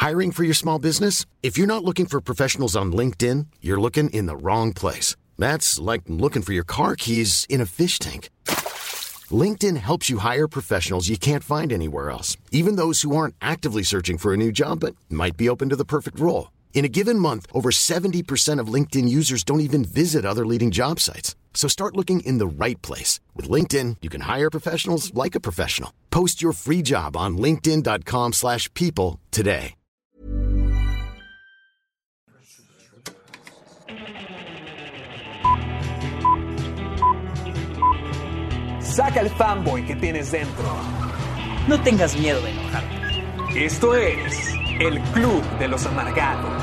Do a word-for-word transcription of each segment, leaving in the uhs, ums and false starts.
Hiring for your small business? If you're not looking for professionals on LinkedIn, you're looking in the wrong place. That's like looking for your car keys in a fish tank. LinkedIn helps you hire professionals you can't find anywhere else, even those who aren't actively searching for a new job but might be open to the perfect role. In a given month, over seventy percent of LinkedIn users don't even visit other leading job sites. So start looking in the right place. With LinkedIn, you can hire professionals like a professional. Post your free job on linkedin.com slash people today. Saca el fanboy que tienes dentro. No tengas miedo de enojarte. Esto es el Club de los Amargados.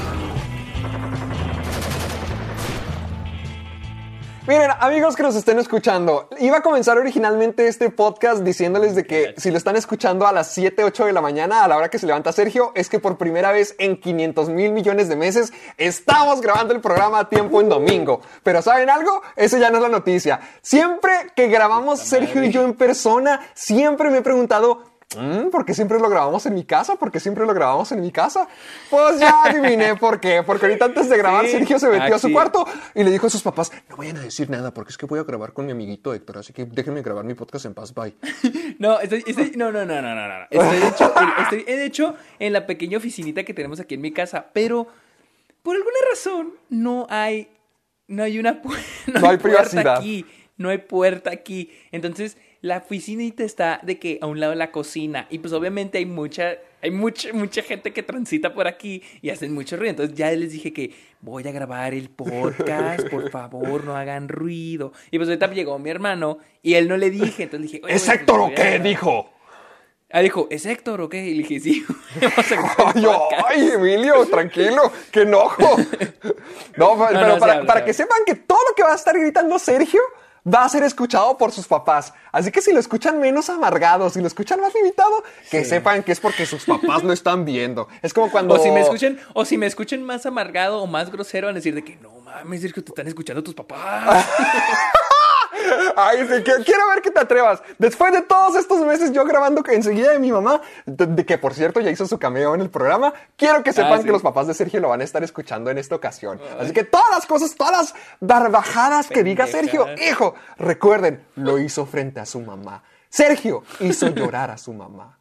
Miren, amigos que nos estén escuchando, iba a comenzar originalmente este podcast diciéndoles de que si lo están escuchando a las siete, ocho de la mañana, a la hora que se levanta Sergio, es que por primera vez en quinientos mil millones de meses estamos grabando el programa a tiempo en domingo. Pero ¿saben algo? Eso ya no es la noticia. Siempre que grabamos Sergio y yo en persona, siempre me he preguntado... Mm, ¿por qué siempre lo grabamos en mi casa? ¿Por qué siempre lo grabamos en mi casa? Pues ya adiviné por qué. Porque ahorita antes de grabar, sí, Sergio se metió aquí a su cuarto y le dijo a sus papás, no vayan a decir nada porque es que voy a grabar con mi amiguito Héctor, así que déjenme grabar mi podcast en paz, bye. No, estoy, estoy, no, no, no, no, no, no. Estoy de, hecho, estoy de hecho en la pequeña oficinita que tenemos aquí en mi casa, pero por alguna razón no hay, no hay una pu- no no hay, hay privacidad puerta aquí, no hay puerta aquí. Entonces... la oficinita está de que a un lado de la cocina y pues obviamente hay mucha, hay mucha, mucha gente que transita por aquí y hacen mucho ruido. Entonces ya les dije que voy a grabar el podcast, por favor no hagan ruido. Y pues ahorita llegó mi hermano y él no le dije, entonces dije... ¿Es Héctor o qué? Dijo. Ah, dijo, ¿es Héctor o qué? Y le dije, sí. ay, ay, Emilio, tranquilo, qué enojo. No, pero no, no, para, habla, para que sepan que todo lo que va a estar gritando Sergio va a ser escuchado por sus papás. Así que si lo escuchan menos amargado, si lo escuchan más limitado, que sí. sepan que es porque sus papás lo están viendo. Es como cuando... O si me escuchan, o si me escuchan más amargado o más grosero, van a decir de que no mames, Sergio, te están escuchando tus papás. Ay, sí, que, quiero ver que te atrevas. Después de todos estos meses yo grabando enseguida de mi mamá, de, de que por cierto ya hizo su cameo en el programa, quiero que sepan ah, sí. que los papás de Sergio lo van a estar escuchando en esta ocasión. Ay. Así que todas las cosas, todas las barbajadas Pendeja. que diga Sergio, hijo, recuerden, lo hizo frente a su mamá. Sergio hizo llorar a su mamá.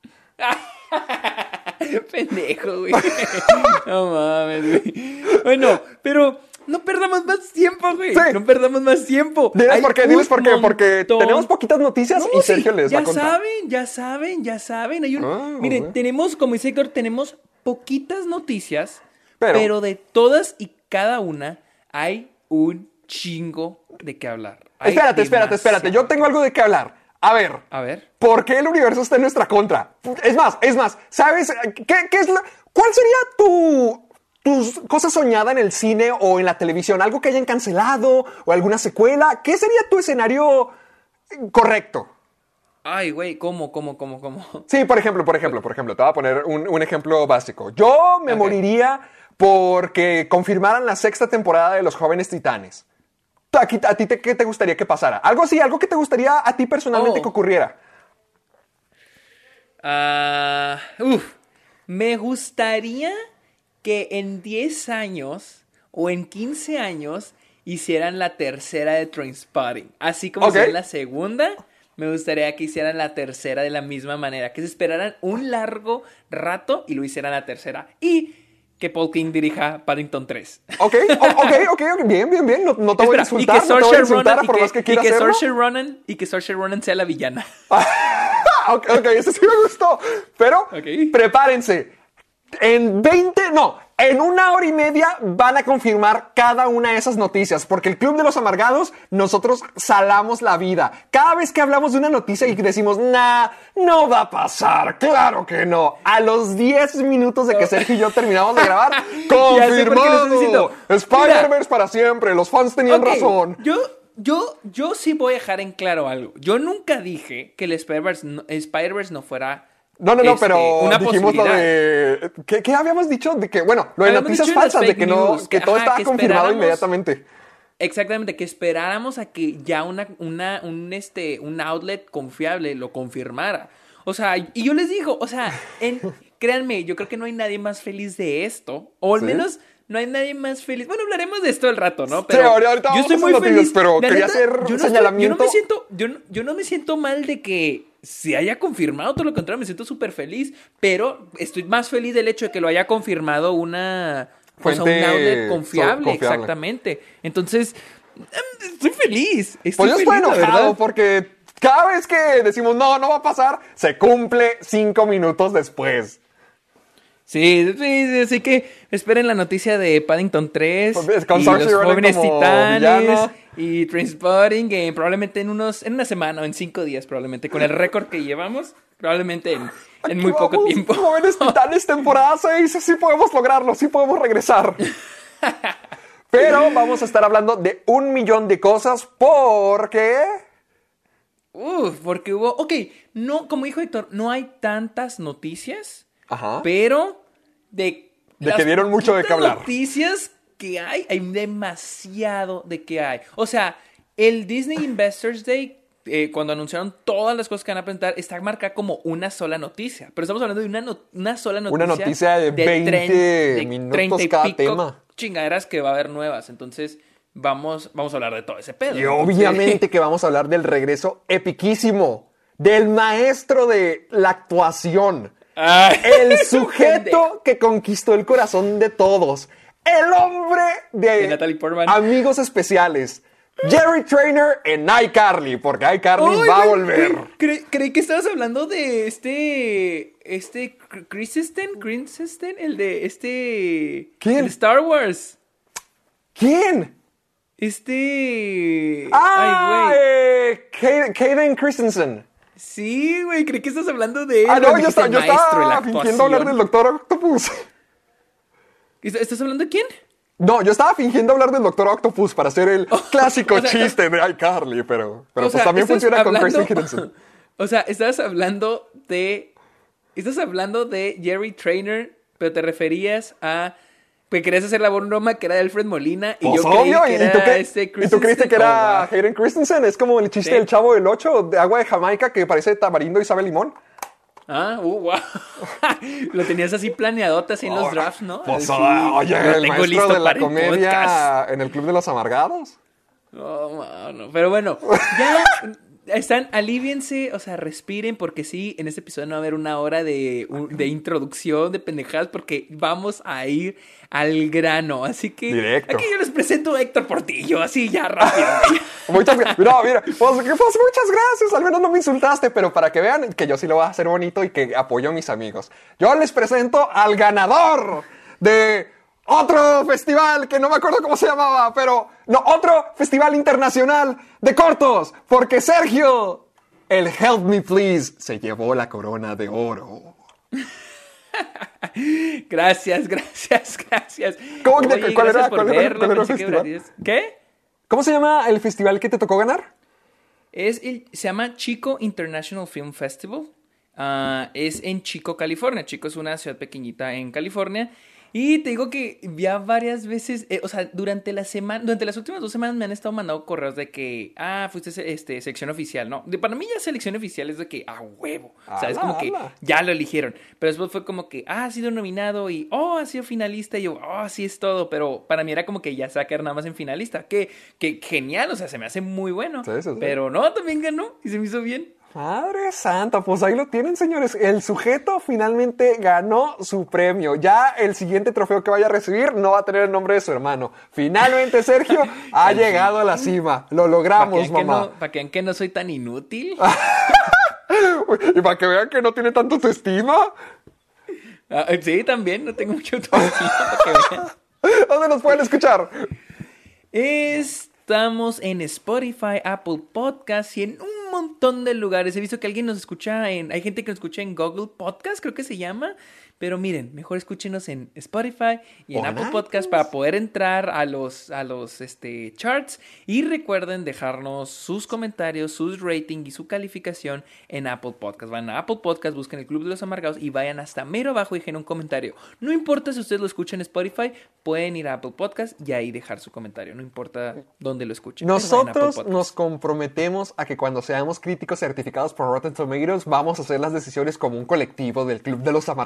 Pendejo, güey. No mames, güey. Bueno, pero... no perdamos más tiempo, güey. Sí. No perdamos más tiempo. Diles por qué, diles por qué. Porque tenemos poquitas noticias no, y Sergio sí, les va a contar. Ya saben, ya saben, ya saben. Hay un... ah, miren, bueno. tenemos, como dice Héctor, tenemos poquitas noticias, pero... pero de todas y cada una hay un chingo de qué hablar. Hay espérate, espérate, espérate. Yo tengo algo de qué hablar. A ver. A ver. ¿Por qué el universo está en nuestra contra? Es más, es más. ¿Sabes qué, qué es la... cuál sería tu... tus cosas soñadas en el cine o en la televisión? ¿Algo que hayan cancelado o alguna secuela? ¿Qué sería tu escenario correcto? Ay, güey, ¿cómo, cómo, cómo, cómo? Sí, por ejemplo, por ejemplo, por ejemplo. Te voy a poner un, un ejemplo básico. Yo me okay. moriría porque confirmaran la sexta temporada de Los Jóvenes Titanes. ¿A, ti, a ti te, qué te gustaría que pasara? Algo así, algo que te gustaría a ti personalmente oh. que ocurriera. Uh, uf, me gustaría... que en diez años o en quince años hicieran la tercera de Trainspotting. Así como okay. hicieron la segunda, me gustaría que hicieran la tercera de la misma manera. Que se esperaran un largo rato y lo hicieran la tercera. Y que Paul King dirija Paddington tres. Ok, ok, ok, ok. Bien, bien, bien. No, no te Espera, voy a insultar, no te voy a insultar Ronan, por más que, que quiera y que hacerlo. Saoirse Ronan, y que Saoirse Ronan sea la villana. ok, ok, eso sí me gustó. Pero okay. prepárense. En veinte, no, en una hora y media van a confirmar cada una de esas noticias, porque el Club de los Amargados, nosotros salamos la vida. Cada vez que hablamos de una noticia y decimos, nah, no va a pasar, claro que no. A los diez minutos de que Sergio y yo terminamos de grabar, confirmado. Spider-Verse para siempre, los fans tenían okay, razón. Yo... Yo, yo sí voy a dejar en claro algo. Yo nunca dije que el Spider-Verse no, Spider-Verse no fuera... No, no, no, este, pero una dijimos lo de... ¿Qué, ¿Qué habíamos dicho? De que, bueno, lo de habíamos noticias falsas, de que, no, que todo Ajá, estaba que confirmado inmediatamente. Exactamente, que esperáramos a que ya una, una, un, este, un outlet confiable lo confirmara. O sea, y yo les digo, o sea, en... créanme, yo creo que no hay nadie más feliz de esto. O al ¿Sí? menos no hay nadie más feliz. Bueno, hablaremos de esto al rato, ¿no? Pero sí, ahorita, ahorita yo estoy muy noticias, feliz. Pero La quería neta, hacer yo no señalamiento. Estoy, yo, no me siento, yo, no, yo no me siento mal de que se haya confirmado, todo lo contrario, me siento súper feliz. Pero estoy más feliz del hecho de que lo haya confirmado una... Pues a un outlet confiable, confiable, exactamente. Entonces, estoy feliz. Estoy pues yo feliz, estoy enojado porque cada vez que decimos no, no va a pasar, se cumple cinco minutos después. Sí, sí, sí, así que esperen la noticia de Paddington tres pues, con y Saoirse los jóvenes titanes villano. Y Trainspotting eh, probablemente en unos en una semana o en cinco días probablemente con el récord que llevamos probablemente en, en muy vamos, poco tiempo. Jóvenes titanes temporada seis, sí podemos lograrlo, sí podemos regresar. Pero vamos a estar hablando de un millón de cosas porque... Uf, porque hubo... Ok, no, como dijo Héctor, no hay tantas noticias, Ajá. pero de... De que dieron mucho de qué hablar. Noticias que hay, hay demasiado de qué hay. O sea, el Disney Investors Day, eh, cuando anunciaron todas las cosas que van a presentar, está marcada como una sola noticia. Pero estamos hablando de una, no, una sola noticia. Una noticia de, de veinte de minutos cada tema. Chingaderas que va a haber nuevas. Entonces, vamos, vamos a hablar de todo ese pedo. Y obviamente que vamos a hablar del regreso epiquísimo del maestro de la actuación. Ay, el sujeto que conquistó el corazón de todos. El hombre de, de Natalie Portman. Amigos especiales. Jerry Trainer en iCarly, porque iCarly oh, va a volver. Cre creí que estabas hablando de este... Este... Kristen, Kristen, el de este... ¿Quién? El de Star Wars. ¿Quién? Este... Ah, Ay, eh, Hayden Christensen. Sí, güey, creí que estás hablando de él. Ah, no, yo, está, yo estaba fingiendo hablar del Doctor Octopus. ¿Estás hablando de quién? No, yo estaba fingiendo hablar del Doctor Octopus para hacer el oh, clásico o sea, chiste de iCarly, pero, pero pues sea, también funciona hablando, con Kristen Christensen. O sea, estabas hablando de... Estás hablando de Jerry Trainer, pero te referías a... Pues querías hacer la broma que era de Alfred Molina y pues yo obvio, creí que ¿y era tú qué, este ¿Y tú creíste que era oh, wow. Hayden Christensen? Es como el chiste ¿Sí? del Chavo del Ocho, de agua de Jamaica que parece tamarindo y sabe limón. Ah, uh, wow. Lo tenías así planeadote así en los drafts, ¿no? Pues, sí, oye, el maestro de la comedia en el Club de los Amargados. Oh, mano. Pero bueno, ya están, aliviense, o sea, respiren, porque sí, en este episodio no va a haber una hora de, un, de introducción, de pendejadas, porque vamos a ir al grano. Así que Directo. Aquí yo les presento a Héctor Portillo, así ya rápido. Muchas gracias. No, mira, pues, pues muchas gracias. Al menos no me insultaste, pero para que vean que yo sí lo voy a hacer bonito y que apoyo a mis amigos. Yo les presento al ganador de otro festival que no me acuerdo cómo se llamaba, pero no, otro festival internacional de cortos, porque Sergio, el Help Me Please, se llevó la corona de oro. Gracias, gracias, gracias. ¿Cómo Oye, que, ¿Cuál era, por cuál verlo, cuál era el festival? Que ¿Qué? ¿Cómo se llama el festival que te tocó ganar? Es el, se llama Chico International Film Festival. Uh, es en Chico, California. Chico es una ciudad pequeñita en California. Y te digo que ya varias veces, eh, o sea, durante la semana, durante las últimas dos semanas me han estado mandando correos de que, ah, fuiste este, selección oficial, ¿no? De, para mí ya selección oficial es de que, ah, huevo, o sea, es como que ya lo eligieron. Pero después fue como que, ah, ha sido nominado y, oh, ha sido finalista. Y yo, oh, así es todo. Pero para mí era como que ya se va a quedar nada más en finalista. Que, que genial, o sea, se me hace muy bueno. Sí, sí, sí. Pero no, también ganó y se me hizo bien. Madre santa, pues ahí lo tienen, señores. El sujeto finalmente ganó su premio. Ya el siguiente trofeo que vaya a recibir no va a tener el nombre de su hermano. Finalmente Sergio ha llegado a la cima. Lo logramos, ¿Para mamá. No, para que vean que no soy tan inútil. Y para que vean que no tiene tanto autoestima. Ah, sí, también, no tengo mucho autoestima. Para que vean. ¿Dónde nos pueden escuchar? Estamos en Spotify, Apple Podcasts y en un montón de lugares. He visto que alguien nos escucha en... Hay gente que nos escucha en Google Podcast, creo que se llama. Pero miren, mejor escúchenos en Spotify y en Apple Podcast para poder entrar a los, a los este, charts. Y recuerden dejarnos sus comentarios, sus ratings y su calificación en Apple Podcast. Van a Apple Podcast, busquen el Club de los Amargados y vayan hasta mero abajo y dejen un comentario. No importa si ustedes lo escuchan en Spotify, pueden ir a Apple Podcast y ahí dejar su comentario. No importa dónde lo escuchen. Nosotros nos comprometemos a que cuando seamos críticos certificados por Rotten Tomatoes, vamos a hacer las decisiones como un colectivo del Club de los Amargados.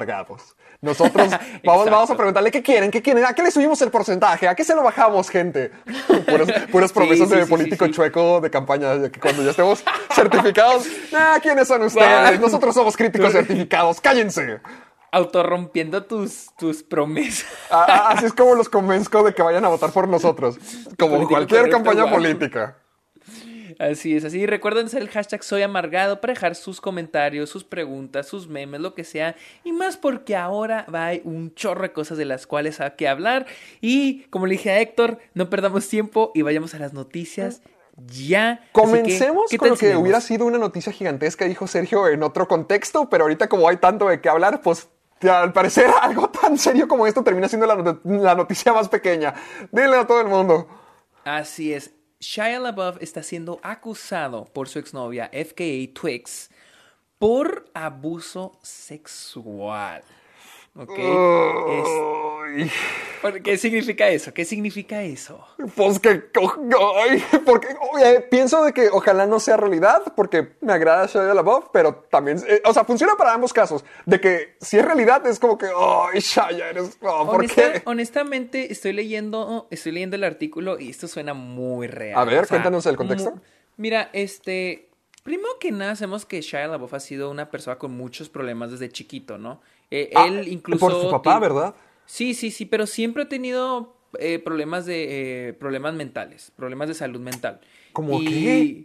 políticos. Nosotros vamos, vamos a preguntarle qué quieren, qué quieren, a qué le subimos el porcentaje, a qué se lo bajamos, gente. Puras, puras promesas sí, sí, de sí, político sí, sí. chueco de campaña, de que cuando ya estemos certificados, ah, ¿quiénes son ustedes? Nosotros somos críticos certificados, cállense. Autorrompiendo tus, tus promesas. Ah, así es como los convenzco de que vayan a votar por nosotros, como político cualquier campaña guapo. política. Así es, así. Recuerden usar el hashtag Soy Amargado para dejar sus comentarios, sus preguntas, sus memes, lo que sea. Y más porque ahora va a haber un chorro de cosas de las cuales hay que hablar. Y como le dije a Héctor, no perdamos tiempo y vayamos a las noticias ya. Comencemos que, con lo que tenemos? Hubiera sido una noticia gigantesca, dijo Sergio, en otro contexto. Pero ahorita como hay tanto de qué hablar, pues al parecer algo tan serio como esto termina siendo la, not- la noticia más pequeña. Dile a todo el mundo. Así es. Shia LaBeouf está siendo acusado por su exnovia F K A Twigs por abuso sexual. ¿Ok? Oh, es... ¿Qué significa eso? ¿Qué significa eso? Pues que... Ay, porque oye, pienso de que ojalá no sea realidad, porque me agrada Shia LaBeouf, pero también... Eh, o sea, funciona para ambos casos. De que si es realidad es como que... Ay, Shia, eres... Oh, ¿por Honesta, qué? Honestamente, estoy leyendo, estoy leyendo el artículo y esto suena muy real. A ver, o sea, cuéntanos el contexto. Mu- mira, este... Primero que nada, sabemos que Shia LaBeouf ha sido una persona con muchos problemas desde chiquito, ¿no? Eh, ah, él incluso... Por su papá, ¿verdad? Sí, sí, sí, pero siempre ha tenido eh, problemas de... Eh, problemas mentales, problemas de salud mental. ¿Cómo y... qué?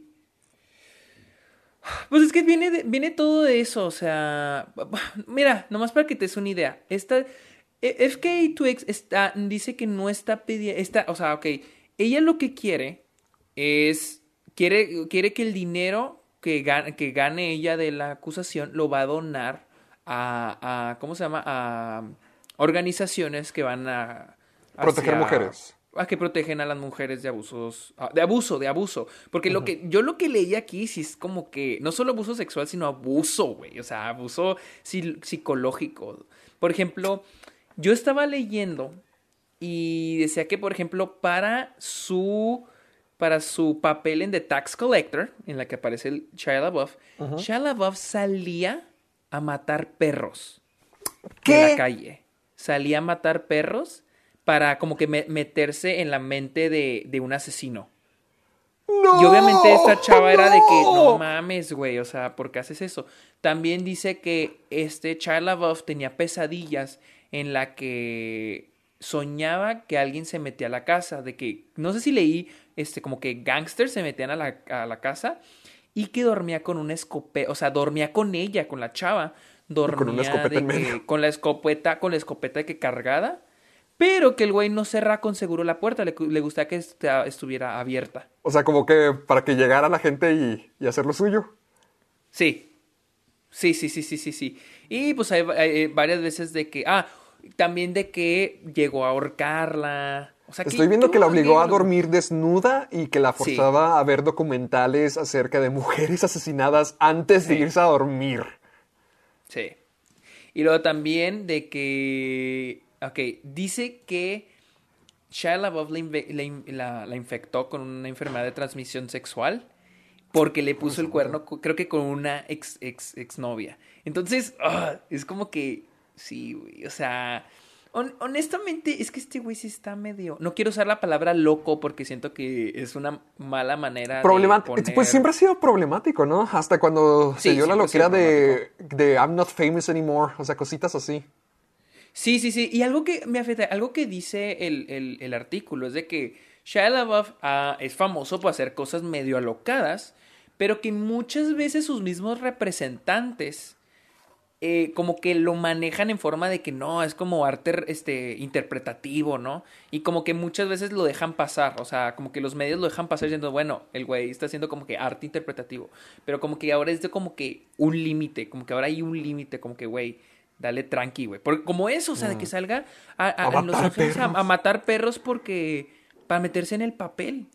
Pues es que viene, de, viene todo de eso, o sea... Mira, nomás para que te des una idea. Esta... F K A Twigs está, dice que no está pidiendo... O sea, ok, ella lo que quiere es... Quiere, quiere que el dinero que gane, que gane ella de la acusación lo va a donar a, a ¿cómo se llama? A organizaciones que van a... Proteger hacia, mujeres. A que protegen a las mujeres de abusos... De abuso, de abuso. Porque uh-huh. lo que yo lo que leí aquí sí es como que... No solo abuso sexual, sino abuso, güey. O sea, abuso psicológico. Por ejemplo, yo estaba leyendo y decía que, por ejemplo, para su... para su papel en The Tax Collector, en la que aparece el Shia LaBeouf, uh-huh. Shia LaBeouf salía a matar perros. ¿Qué? En la calle. Salía a matar perros para como que me- meterse en la mente de, de un asesino. ¡No! Y obviamente esta chava ¡No! era de que, no mames, güey, o sea, ¿por qué haces eso? También dice que este Shia LaBeouf tenía pesadillas en la que soñaba que alguien se metía a la casa, de que, no sé si leí, este, como que gangsters se metían a la, a la casa y que dormía con una escopeta, o sea, dormía con ella, con la chava, dormía con una escopeta de en que, medio. con la escopeta, con la escopeta de que cargada, pero que el güey no cerraba con seguro la puerta, le, le gustaba que est- estuviera abierta. O sea, como que para que llegara la gente y, y hacer lo suyo. Sí, sí, sí, sí, sí, sí, sí. Y pues hay, hay varias veces de que, ah, también de que llegó a ahorcarla. O sea, Estoy viendo que la obligó a horrible. dormir desnuda y que la forzaba Sí. a ver documentales acerca de mujeres asesinadas antes de Sí. irse a dormir. Sí. Y luego también de que, ok, dice que Shia LaBeouf la, inve- la in- la- la infectó con una enfermedad de transmisión sexual porque le puso el cuerno, co- creo que con una ex, ex, exnovia. Entonces, ah, es como que, sí, güey, o sea, hon- honestamente, es que este güey sí está medio... No quiero usar la palabra loco porque siento que es una mala manera Problemat- de poner... Pues siempre ha sido problemático, ¿no? Hasta cuando Sí, se dio la siempre ha sido loquera de, de I'm not famous anymore. O sea, cositas así. Sí, sí, sí. Y algo que me afecta, algo que dice el, el, el artículo es de que Shia LaBeouf ah, es famoso por hacer cosas medio alocadas, pero que muchas veces sus mismos representantes eh, como que lo manejan en forma de que no, es como arte este, interpretativo, ¿no? Y como que muchas veces lo dejan pasar, o sea, como que los medios lo dejan pasar diciendo, bueno, el güey está haciendo como que arte interpretativo, pero como que ahora es de como que un límite, como que ahora hay un límite, como que, güey, dale tranqui, güey. Porque como eso, o sea, de que salga a, a, A en Los matar Ángeles a, perros. a matar perros porque... para meterse en el papel.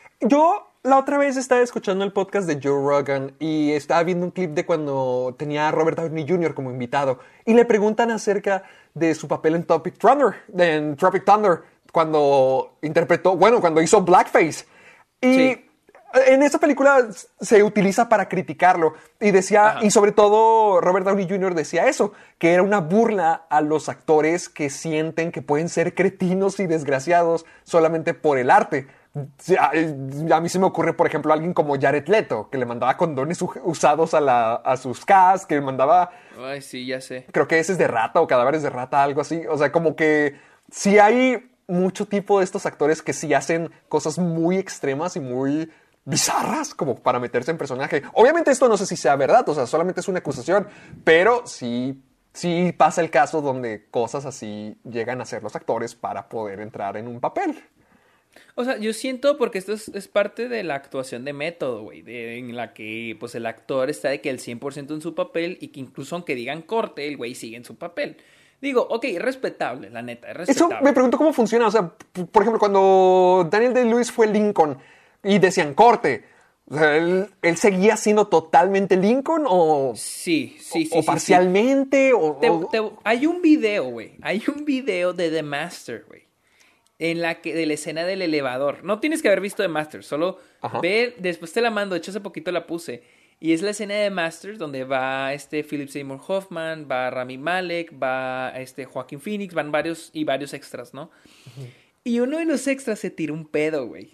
Yo la otra vez estaba escuchando el podcast de Joe Rogan y estaba viendo un clip de cuando tenía a Robert Downey junior como invitado y le preguntan acerca de su papel en Tropic Thunder, de- en Tropic Thunder, cuando interpretó, bueno, cuando hizo Blackface. Y Sí. En esta película se utiliza para criticarlo y decía, Ajá. y sobre todo Robert Downey junior decía eso, que era una burla a los actores que sienten que pueden ser cretinos y desgraciados solamente por el arte. A mí se me ocurre, por ejemplo, alguien como Jared Leto, que le mandaba condones usados a, la, a sus cast, que le mandaba... Ay, sí, ya sé. Creo que ese es de rata o cadáveres de rata, algo así. O sea, como que sí hay mucho tipo de estos actores que sí hacen cosas muy extremas y muy bizarras como para meterse en personaje. Obviamente esto no sé si sea verdad, o sea, solamente es una acusación, pero sí, sí pasa el caso donde cosas así llegan a ser los actores para poder entrar en un papel. O sea, yo siento, porque esto es, es parte de la actuación de método, güey, en la que pues el actor está de que el cien por ciento en su papel y que incluso aunque digan corte, el güey sigue en su papel. Digo, ok, es respetable, la neta, es respetable. Eso me pregunto cómo funciona, o sea, por ejemplo, cuando Daniel Day-Lewis fue Lincoln y decían corte, o sea, ¿él, él seguía siendo totalmente Lincoln o... Sí, sí, sí. O, o sí, parcialmente, sí. o... Te, o... te, hay un video, güey, hay un video de The Master, güey. En la que, de la escena del elevador. No tienes que haber visto The Master, solo Ajá. ve, después te la mando, de hecho hace poquito la puse. Y es la escena de The Master donde va este Philip Seymour Hoffman, va Rami Malek, va este Joaquin Phoenix, van varios y varios extras, ¿no? Uh-huh. Y uno de los extras se tira un pedo, güey.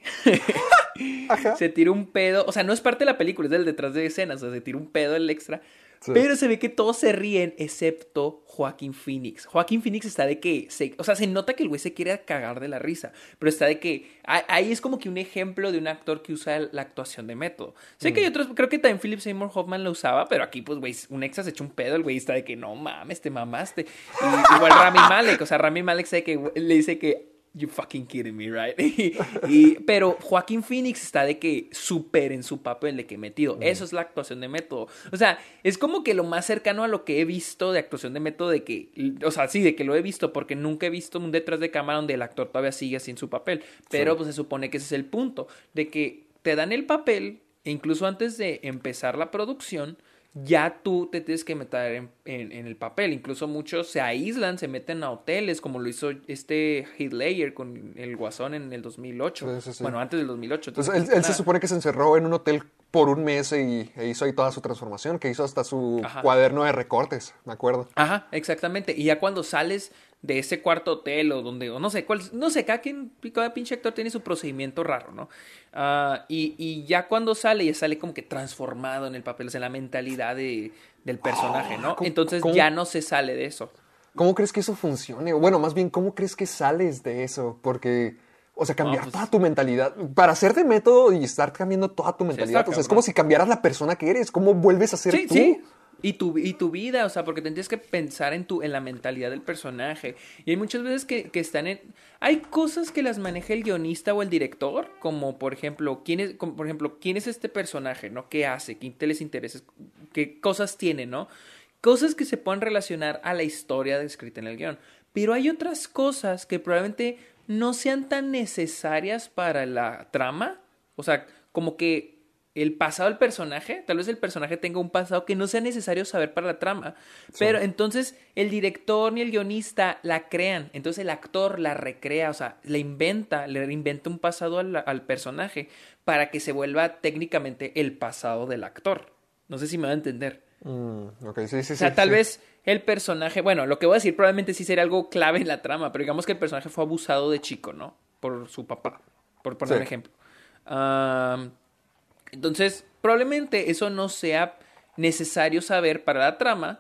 Se tira un pedo, o sea, no es parte de la película, es del detrás de escenas, o sea, se tira un pedo el extra. Sí. Pero se ve que todos se ríen excepto Joaquin Phoenix. Joaquin Phoenix está de que... Se, o sea, se nota que el güey se quiere cagar de la risa. Pero está de que... Ahí es como que un ejemplo de un actor que usa la actuación de método. Sé mm. que hay otros... Creo que también Philip Seymour Hoffman lo usaba. Pero aquí, pues, güey, un extra se echó un pedo. El güey está de que no mames, te mamaste. Y, igual Rami Malek. O sea, Rami Malek sabe que le dice que... You fucking kidding me, right? y, y, pero Joaquin Phoenix está de que súper en su papel de que metido. Mm. Eso es la actuación de método. O sea, es como que lo más cercano a lo que he visto de actuación de método de que... O sea, sí, de que lo he visto porque nunca he visto un detrás de cámara donde el actor todavía sigue así en su papel. Pero sí. Pues se supone que ese es el punto. De que te dan el papel e incluso antes de empezar la producción... ya tú te tienes que meter en, en, en el papel. Incluso muchos se aíslan, se meten a hoteles, como lo hizo este Heath Ledger con el Guasón en el dos mil ocho. Sí, sí, sí. Bueno, antes del dos mil ocho. Entonces, Entonces él, él se supone que se encerró en un hotel por un mes y e hizo ahí toda su transformación, que hizo hasta su Ajá. cuaderno de recortes, me acuerdo. Ajá, exactamente. Y ya cuando sales de ese cuarto hotel o donde, o no sé, cuál, no sé, cada, quien, cada pinche actor tiene su procedimiento raro, ¿no? Uh, y, y ya cuando sale, ya sale como que transformado en el papel, o sea, en la mentalidad de, del personaje, ¿no? ¿Cómo, Entonces cómo, ya no se sale de eso. ¿Cómo crees que eso funcione? Bueno, más bien, ¿cómo crees que sales de eso? Porque, o sea, cambiar no, pues, toda tu mentalidad, para ser de método y estar cambiando toda tu mentalidad, sí, o sea, es como si cambiaras la persona que eres, ¿cómo vuelves a ser sí, tú? Sí. Y tu, y tu vida, o sea, porque tienes que pensar en, tu, en la mentalidad del personaje. Y hay muchas veces que, que están en... Hay cosas que las maneja el guionista o el director, como por ejemplo, ¿quién es, como, por ejemplo, ¿quién es este personaje, no? ¿Qué hace? ¿Qué les interesa? ¿Qué cosas tiene, no? Cosas que se puedan relacionar a la historia descrita en el guión. Pero hay otras cosas que probablemente no sean tan necesarias para la trama. O sea, como que... el pasado del personaje, tal vez el personaje tenga un pasado que no sea necesario saber para la trama, sí. Pero entonces el director ni el guionista la crean, entonces el actor la recrea, o sea, le inventa, le inventa un pasado al, al personaje para que se vuelva técnicamente el pasado del actor. No sé si me va a entender. Mm, okay, sí, sí, o sea, sí, tal sí. vez el personaje, bueno, lo que voy a decir probablemente sí sería algo clave en la trama, pero digamos que el personaje fue abusado de chico, ¿no? Por su papá, por poner sí. un ejemplo. Um, Entonces, probablemente eso no sea necesario saber para la trama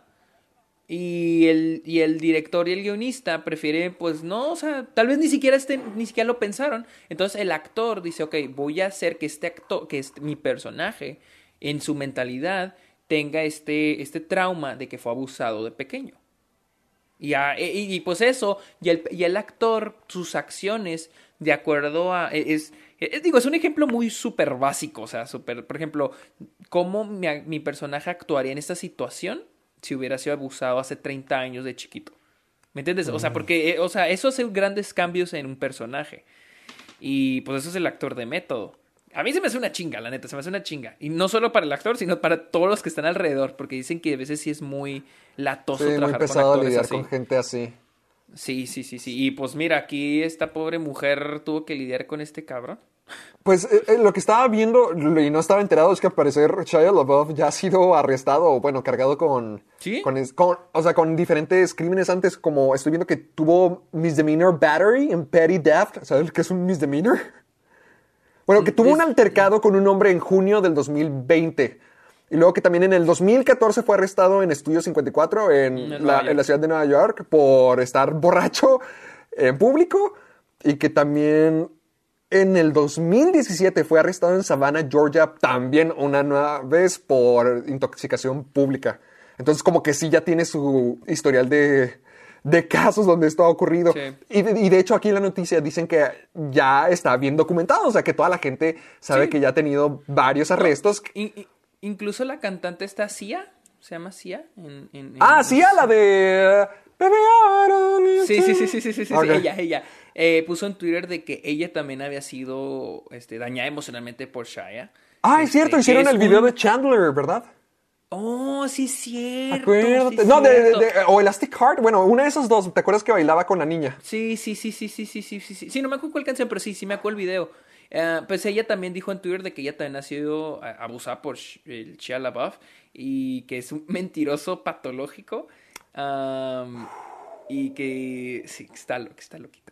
y el, y el director y el guionista prefieren, pues no, o sea, tal vez ni siquiera estén, ni siquiera lo pensaron. Entonces el actor dice, ok, voy a hacer que este actor, que este, mi personaje, en su mentalidad, tenga este, este trauma de que fue abusado de pequeño. Y, a, y, y pues eso, y el, y el actor, sus acciones, de acuerdo a... Es, es, digo, es un ejemplo muy súper básico, o sea, súper... Por ejemplo, cómo mi, mi personaje actuaría en esta situación si hubiera sido abusado hace treinta años de chiquito. ¿Me entiendes? O sea, porque, o sea, eso hace grandes cambios en un personaje. Y pues eso es el actor de método. A mí se me hace una chinga, la neta, se me hace una chinga. Y no solo para el actor, sino para todos los que están alrededor, porque dicen que a veces sí es muy latoso sí, trabajar muy pesado con actores lidiar así. con gente así. Sí, sí, sí, sí. Y pues mira, aquí esta pobre mujer tuvo que lidiar con este cabrón. Pues eh, eh, lo que estaba viendo y no estaba enterado es que al parecer Shia LaBeouf ya ha sido arrestado o bueno, cargado con, ¿Sí? con, con, o sea, con diferentes crímenes antes, como estoy viendo que tuvo misdemeanor battery en petty theft, ¿sabes qué es un misdemeanor? Bueno, que tuvo un altercado con un hombre en junio del dos mil veinte. Y luego que también en el dos mil catorce fue arrestado en Estudio cincuenta y cuatro en, en, la, en la ciudad de Nueva York por estar borracho en público. Y que también en el dos mil diecisiete fue arrestado en Savannah, Georgia, también una nueva vez por intoxicación pública. Entonces como que sí ya tiene su historial de, de casos donde esto ha ocurrido. Sí. Y, de, y de hecho aquí en la noticia dicen que ya está bien documentado. O sea que toda la gente sabe sí. que ya ha tenido varios arrestos. No, in, in, incluso la cantante está Sia. ¿Se llama Sia? En, en, en ah, Sia, la de... Sí, sí, sí, sí, sí, sí, sí, okay. ella, ella. Eh, puso en Twitter de que ella también había sido este, dañada emocionalmente por Shia. Ah, es este, cierto, hicieron el video un... de Chandler, ¿verdad? Oh, sí, es cierto. Acuérdate. Sí, no, de, cierto. De, de, o Elastic Heart, bueno, una de esas dos. ¿Te acuerdas que bailaba con la niña? Sí, sí, sí, sí, sí, sí, sí, sí, sí. Sí, no me acuerdo cuál canción, pero sí, sí me acuerdo el video. Uh, pues ella también dijo en Twitter de que ella también ha sido abusada por el Shia LaBeouf y que es un mentiroso patológico. Um, y que sí, está, que está loquito.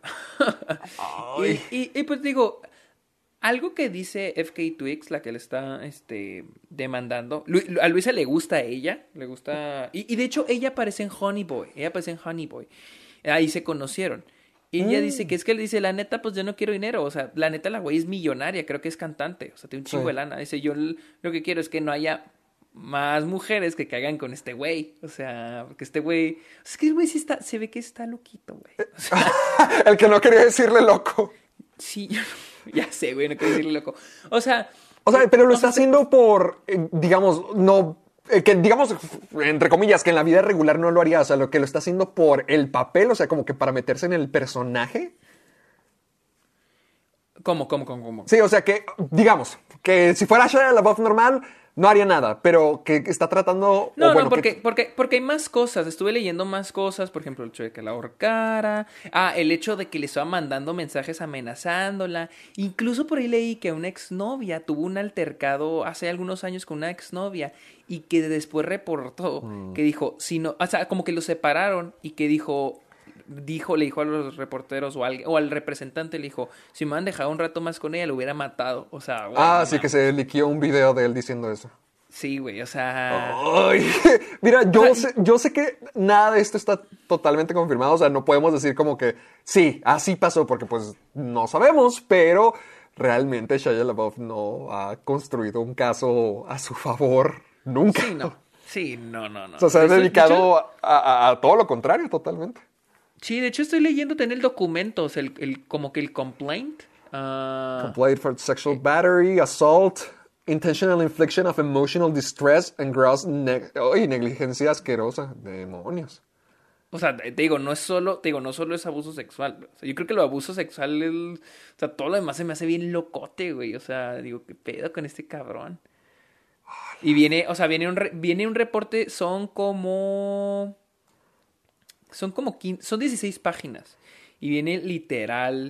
y, y, y pues digo, algo que dice F K Twigs, la que le está este, demandando, a Luisa le gusta a ella, le gusta... Y, y de hecho ella aparece en Honey Boy, ella aparece en Honey Boy. Ahí se conocieron. Y ella mm. dice que es que él dice, la neta, pues yo no quiero dinero. O sea, la neta, la güey es millonaria, creo que es cantante. O sea, tiene un chingo sí. de lana. Dice, yo lo que quiero es que no haya más mujeres que caigan con este güey. O sea, porque este güey... Es que el güey sí está... Se ve que está loquito, güey. O sea, el que no quería decirle loco. Sí, ya sé, güey, no quería decirle loco. O sea... O sea, pero lo está sea, haciendo por, eh, digamos, no... Eh, que digamos, entre comillas, que en la vida regular no lo haría. O sea, lo que lo está haciendo por el papel, o sea, como que para meterse en el personaje. ¿Cómo, cómo, cómo, cómo? Sí, o sea, que, digamos, que si fuera Shia LaBeouf normal... No haría nada, pero que está tratando... No, o bueno, no, porque, que... porque, porque hay más cosas. Estuve leyendo más cosas. Por ejemplo, el hecho de que la ahorcara. Ah, el hecho de que le estaba mandando mensajes amenazándola. Incluso por ahí leí que una exnovia tuvo un altercado hace algunos años con una exnovia. Y que después reportó mm. que dijo, si no... O sea, como que lo separaron y que dijo... Dijo, le dijo a los reporteros o al, o al representante, le dijo, si me han dejado un rato más con ella, lo hubiera matado. O sea, güey, ah, no, sí, que se liqueó un video de él diciendo eso. Sí, güey, o sea... Ay, mira, yo, o sea, sé, yo sé que nada de esto está totalmente confirmado. O sea, no podemos decir como que sí, así pasó, porque pues no sabemos, pero realmente Shia LaBeouf no ha construido un caso a su favor nunca. Sí, no. Sí, no, no, no. O sea, se ha Eso, dedicado de hecho, a, a, a todo lo contrario, totalmente. Sí, de hecho estoy leyendo en el documento, o sea, el, el, como que el complaint. Uh, complaint for sexual battery, assault, intentional infliction of emotional distress and gross ne- oh, y negligencia asquerosa. Demonios. O sea, te digo, no es solo, te digo, no solo es abuso sexual. O sea, yo creo que lo abuso sexual, es, o sea, todo lo demás se me hace bien locote, güey. O sea, digo, ¿qué pedo con este cabrón? Y viene, o sea, viene un, re, viene un reporte, son como... Son como quince, son dieciséis páginas. Y viene literal...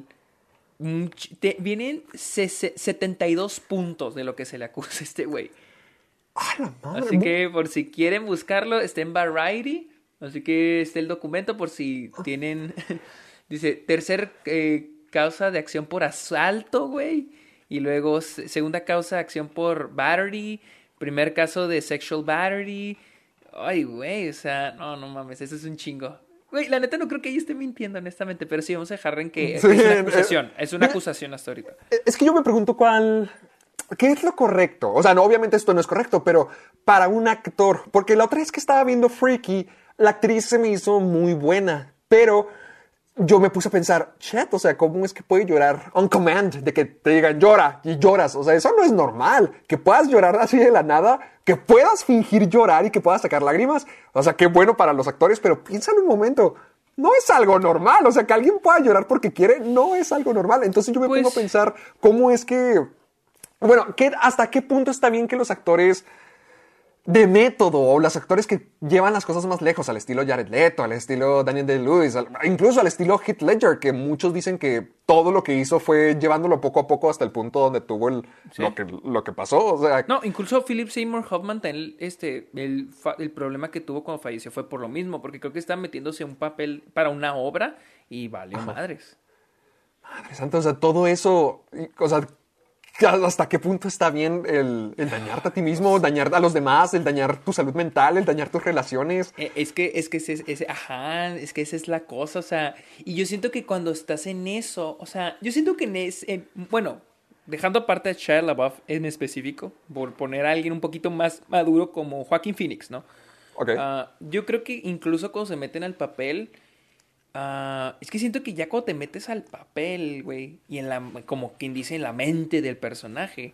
Te, vienen setenta y dos puntos de lo que se le acusa a este güey. ¡Ah, la madre! Así que por si quieren buscarlo, está en Variety. Así que está el documento por si tienen... Dice, tercer eh, causa de acción por asalto, güey. Y luego segunda causa de acción por battery. Primer caso de sexual battery. Ay, güey, o sea, no, no mames, eso es un chingo. Güey, la neta no creo que ella esté mintiendo, honestamente, pero sí, vamos a dejar en que sí, es una acusación, es una acusación hasta ahorita. Es que yo me pregunto cuál... ¿Qué es lo correcto? O sea, no, obviamente esto no es correcto, pero para un actor, porque la otra vez que estaba viendo Freaky, la actriz se me hizo muy buena, pero yo me puse a pensar, chet, o sea, ¿cómo es que puede llorar on command? De que te digan llora y lloras, o sea, eso no es normal, que puedas llorar así de la nada, que puedas fingir llorar y que puedas sacar lágrimas, o sea, qué bueno para los actores, pero piénsalo un momento, no es algo normal, o sea, que alguien pueda llorar porque quiere, no es algo normal, entonces yo me pues... pongo a pensar, ¿cómo es que, bueno, ¿qué, hasta qué punto está bien que los actores de método, o los actores que llevan las cosas más lejos, al estilo Jared Leto, al estilo Daniel Day-Lewis, al, incluso al estilo Heath Ledger, que muchos dicen que todo lo que hizo fue llevándolo poco a poco hasta el punto donde tuvo el, sí. lo, que, lo que pasó. O sea, no, incluso Philip Seymour Hoffman, el, este, el, el problema que tuvo cuando falleció fue por lo mismo, porque creo que estaba metiéndose un papel para una obra y valió Ajá. madres. Madre santa, o sea, todo eso, o sea, ¿hasta qué punto está bien el, el dañarte a ti mismo, dañar a los demás, el dañar tu salud mental, el dañar tus relaciones? Es que, es que ese, ese, ajá, es que esa es la cosa, o sea, y yo siento que cuando estás en eso, o sea, yo siento que en ese, bueno, dejando aparte a Shia LaBeouf en específico, por poner a alguien un poquito más maduro como Joaquin Phoenix, ¿no? Ok. Uh, yo creo que incluso cuando se meten al papel... Uh, es que siento que ya cuando te metes al papel, güey, y en la, como quien dice, en la mente del personaje,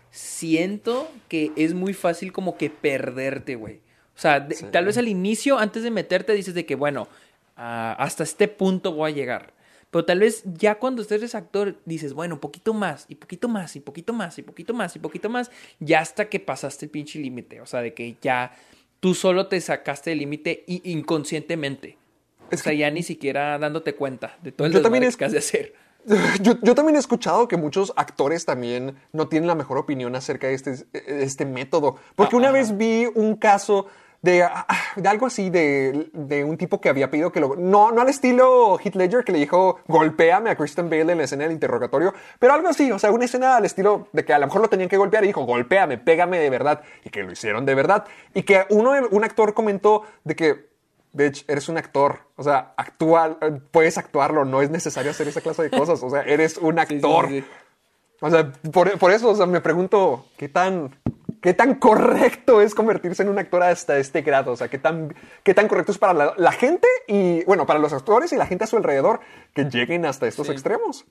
siento que es muy fácil como que perderte, güey. O sea, de, sí. tal vez al inicio, antes de meterte, dices de que, bueno, uh, hasta este punto voy a llegar. Pero tal vez ya cuando estés actor, dices, bueno, un poquito más, y poquito más, y poquito más, y poquito más, y poquito más, ya hasta que pasaste el pinche límite. O sea, de que ya tú solo te sacaste el límite inconscientemente. Es o sea, que, ya ni siquiera dándote cuenta de todo el desmadre que has de hacer. Yo, yo también he escuchado que muchos actores también no tienen la mejor opinión acerca de este, este método. Porque ah, una ajá. vez vi un caso de, de algo así, de, de un tipo que había pedido que lo... No, no al estilo Heath Ledger, que le dijo, golpéame a Christian Bale en la escena del interrogatorio, pero algo así, o sea, una escena al estilo de que a lo mejor lo tenían que golpear y dijo, golpéame, pégame de verdad, y que lo hicieron de verdad. Y que uno, un actor comentó de que, bitch, eres un actor, o sea, actúa, puedes actuarlo, no es necesario hacer esa clase de cosas, o sea, eres un actor. Sí, sí, sí. O sea, por, por eso, o sea, me pregunto, ¿qué tan, qué tan correcto es convertirse en un actor hasta este grado? O sea, ¿qué tan, qué tan correcto es para la, la gente y, bueno, para los actores y la gente a su alrededor que lleguen hasta estos sí. extremos?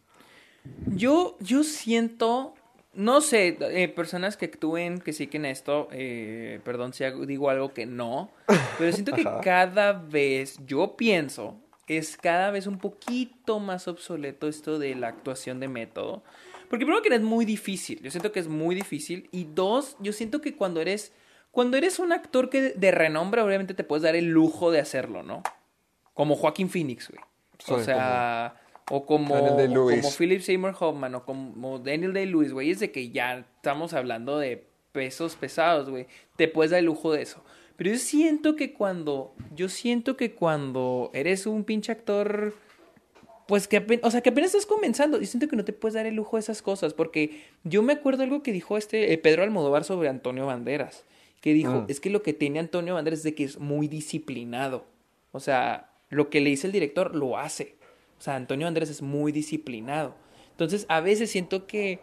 Yo, yo siento... No sé, eh, personas que actúen, que siguen esto, eh, perdón si digo algo que no, pero siento que cada vez, yo pienso, es cada vez un poquito más obsoleto esto de la actuación de método. Porque primero que es muy difícil, yo siento que es muy difícil, y dos, yo siento que cuando eres, cuando eres un actor que de renombre, obviamente te puedes dar el lujo de hacerlo, ¿no? Como Joaquin Phoenix, güey. O sea... Como... O como, o como Philip Seymour Hoffman, o como Daniel Day-Lewis, güey. Es de que ya estamos hablando de pesos pesados, güey. Te puedes dar el lujo de eso. Pero yo siento que cuando... Yo siento que cuando eres un pinche actor... Pues que apenas... O sea, que apenas estás comenzando. Yo siento que no te puedes dar el lujo de esas cosas. Porque yo me acuerdo algo que dijo este eh, Pedro Almodóvar sobre Antonio Banderas. Que dijo, mm. es que lo que tiene Antonio Banderas es de que es muy disciplinado. O sea, lo que le dice el director, lo hace. O sea, Antonio Banderas es muy disciplinado. Entonces, a veces siento que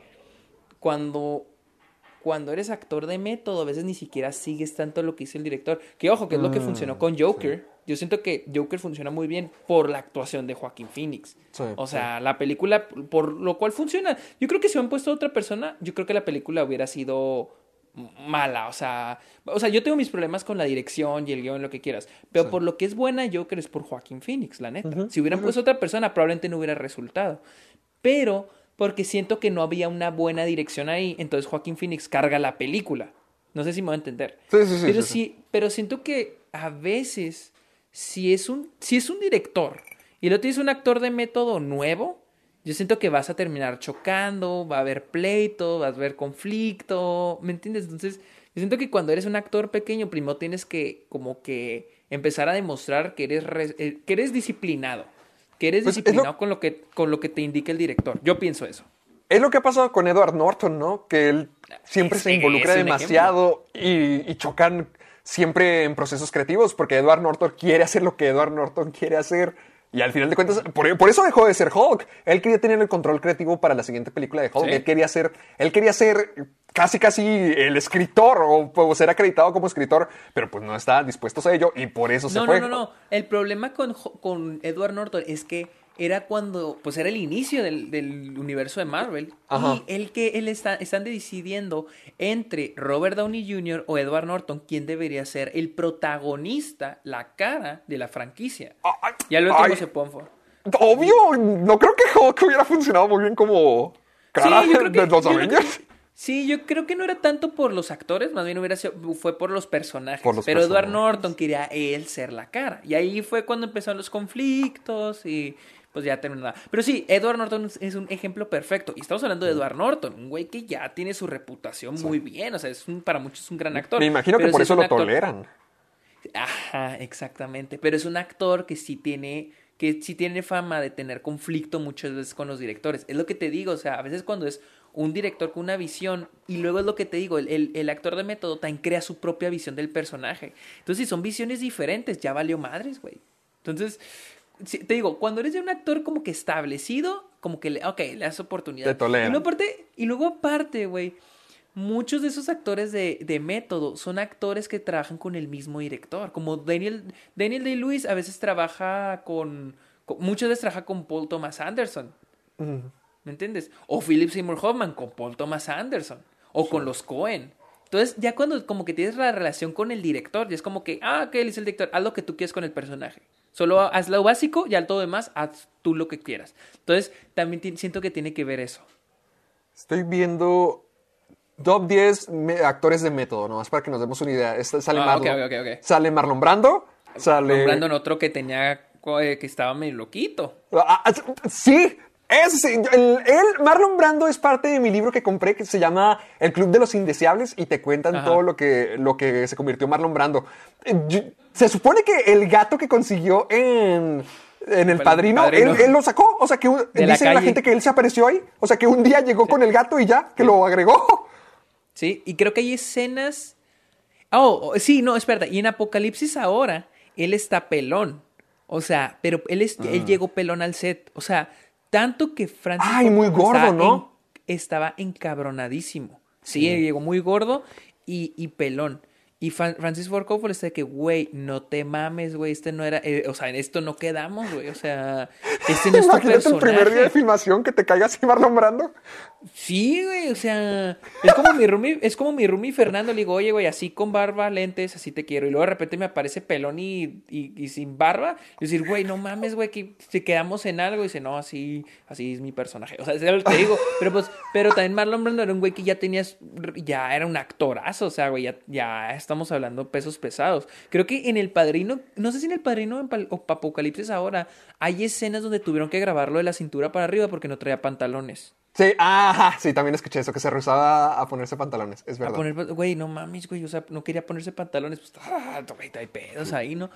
cuando, cuando eres actor de método, a veces ni siquiera sigues tanto lo que dice el director. Que ojo, que es mm, lo que funcionó con Joker. Sí. Yo siento que Joker funciona muy bien por la actuación de Joaquin Phoenix. Sí, o sea, sí. la película, por lo cual funciona. Yo creo que si hubieran puesto a otra persona, yo creo que la película hubiera sido... mala, o sea, o sea, yo tengo mis problemas con la dirección y el guión, lo que quieras, pero sí. por lo que es buena Joker es por Joaquin Phoenix, la neta. Uh-huh, si hubieran uh-huh. puesto otra persona, probablemente no hubiera resultado, pero porque siento que no había una buena dirección ahí, entonces Joaquin Phoenix carga la película. No sé si me voy a entender. Sí, sí, sí, pero sí, sí. sí, pero siento que a veces si es un, si es un director y lo tienes un actor de método nuevo, yo siento que vas a terminar chocando, va a haber pleito, va a haber conflicto, ¿me entiendes? Entonces, yo siento que cuando eres un actor pequeño, primero tienes que como que empezar a demostrar que eres, re, eh, que eres disciplinado, que eres pues disciplinado lo, con, lo que, con lo que te indica el director. Yo pienso eso. Es lo que ha pasado con Edward Norton, ¿no? Que él siempre es, se involucra demasiado y, y chocan siempre en procesos creativos porque Edward Norton quiere hacer lo que Edward Norton quiere hacer. Y al final de cuentas, por, por eso dejó de ser Hulk. Él quería tener el control creativo para la siguiente película de Hulk. ¿Sí? Él quería ser, él quería ser casi casi el escritor o, o ser acreditado como escritor, pero pues no está dispuesto a ello y por eso no, se no, fue. No, no, no. El problema con, con Edward Norton es que era cuando, pues era el inicio del, del universo de Marvel. Ajá. Y el que él está, están decidiendo entre Robert Downey junior o Edward Norton quién debería ser el protagonista, la cara de la franquicia. Ay, ya luego se ponfo. Obvio, no creo que Hulk hubiera funcionado muy bien como cara sí, de, que, de los Avengers. Sí, yo creo que no era tanto por los actores, más bien hubiera sido, fue por los personajes. Por los Pero personajes. Edward Norton quería él ser la cara. Y ahí fue cuando empezaron los conflictos y pues ya terminó. Pero sí, Edward Norton es un ejemplo perfecto. Y estamos hablando de Edward Norton, un güey que ya tiene su reputación sí. muy bien. O sea, es un, para muchos es un gran actor. Me imagino que por eso lo actor... toleran. Ajá, exactamente. Pero es un actor que sí tiene... que sí tiene fama de tener conflicto muchas veces con los directores. Es lo que te digo, o sea, a veces cuando es un director con una visión, y luego es lo que te digo, el, el, el actor de método también crea su propia visión del personaje. Entonces, si son visiones diferentes, ya valió madres, güey. Entonces, si, te digo, cuando eres ya un actor como que establecido, como que, le, ok, le das oportunidad. Te toleran. Y luego aparte, y luego aparte, güey, muchos de esos actores de, de método son actores que trabajan con el mismo director. Como Daniel, Daniel Day-Lewis a veces trabaja con, con... Muchas veces trabaja con Paul Thomas Anderson. Uh-huh. ¿Me entiendes? O Philip Seymour Hoffman con Paul Thomas Anderson. O sí. con los Coen. Entonces, ya cuando como que tienes la relación con el director, ya es como que, ah, ok, él es el director, haz lo que tú quieras con el personaje. Solo haz lo básico y al todo demás, haz tú lo que quieras. Entonces, también t- siento que tiene que ver eso. Estoy viendo... Top diez me- actores de método, nomás para que nos demos una idea. Este, sale, ah, Marlon, okay, okay, okay. sale Marlon Brando. Sale... Marlon Brando en otro que tenía, eh, que estaba medio loquito. Ah, ah, sí, es, el, el, Marlon Brando es parte de mi libro que compré que se llama El Club de los Indeseables y te cuentan Ajá. todo lo que, lo que se convirtió Marlon Brando. Se supone que el gato que consiguió en... En el padrino, padrino. Él, él lo sacó. O sea, que dice la, la gente que él se apareció ahí. O sea, que un día llegó sí. con el gato y ya, que sí. lo agregó. Sí, y creo que hay escenas... Oh, sí, no, espérate. Y en Apocalipsis ahora, él está pelón. O sea, pero él, es, mm. él llegó pelón al set. O sea, tanto que Francis... Ay, muy gordo, ¿no? En, estaba encabronadísimo. Sí, sí. Llegó muy gordo y, y pelón. Y Francis Ford Coppola está de que, güey, no te mames, güey, este no era... Eh, o sea, en esto no quedamos, güey, o sea... Este no es tu personaje. El primer día de filmación que te caiga así Marlon Brando. Sí, güey, o sea... Es como mi roomie, es como mi roomie Fernando. Le digo, oye, güey, así con barba, lentes, así te quiero. Y luego de repente me aparece pelón y, y, y sin barba. Y decir, güey, no mames, güey, que si quedamos en algo. Y dice, no, así, así es mi personaje. O sea, es lo que te digo. Pero pues, pero también Marlon Brando era un güey que ya tenías... Ya era un actorazo, o sea, güey, ya, ya estamos hablando pesos pesados. Creo que en El Padrino, no sé si en El Padrino o en Apocalipsis ahora, hay escenas donde tuvieron que grabarlo de la cintura para arriba porque no traía pantalones. Sí, ajá, sí, también escuché eso, que se rehusaba a ponerse pantalones, es verdad. A poner, güey, no mames, güey, o sea, no quería ponerse pantalones, pues, ah, güey, hay pedos ahí, ¿no?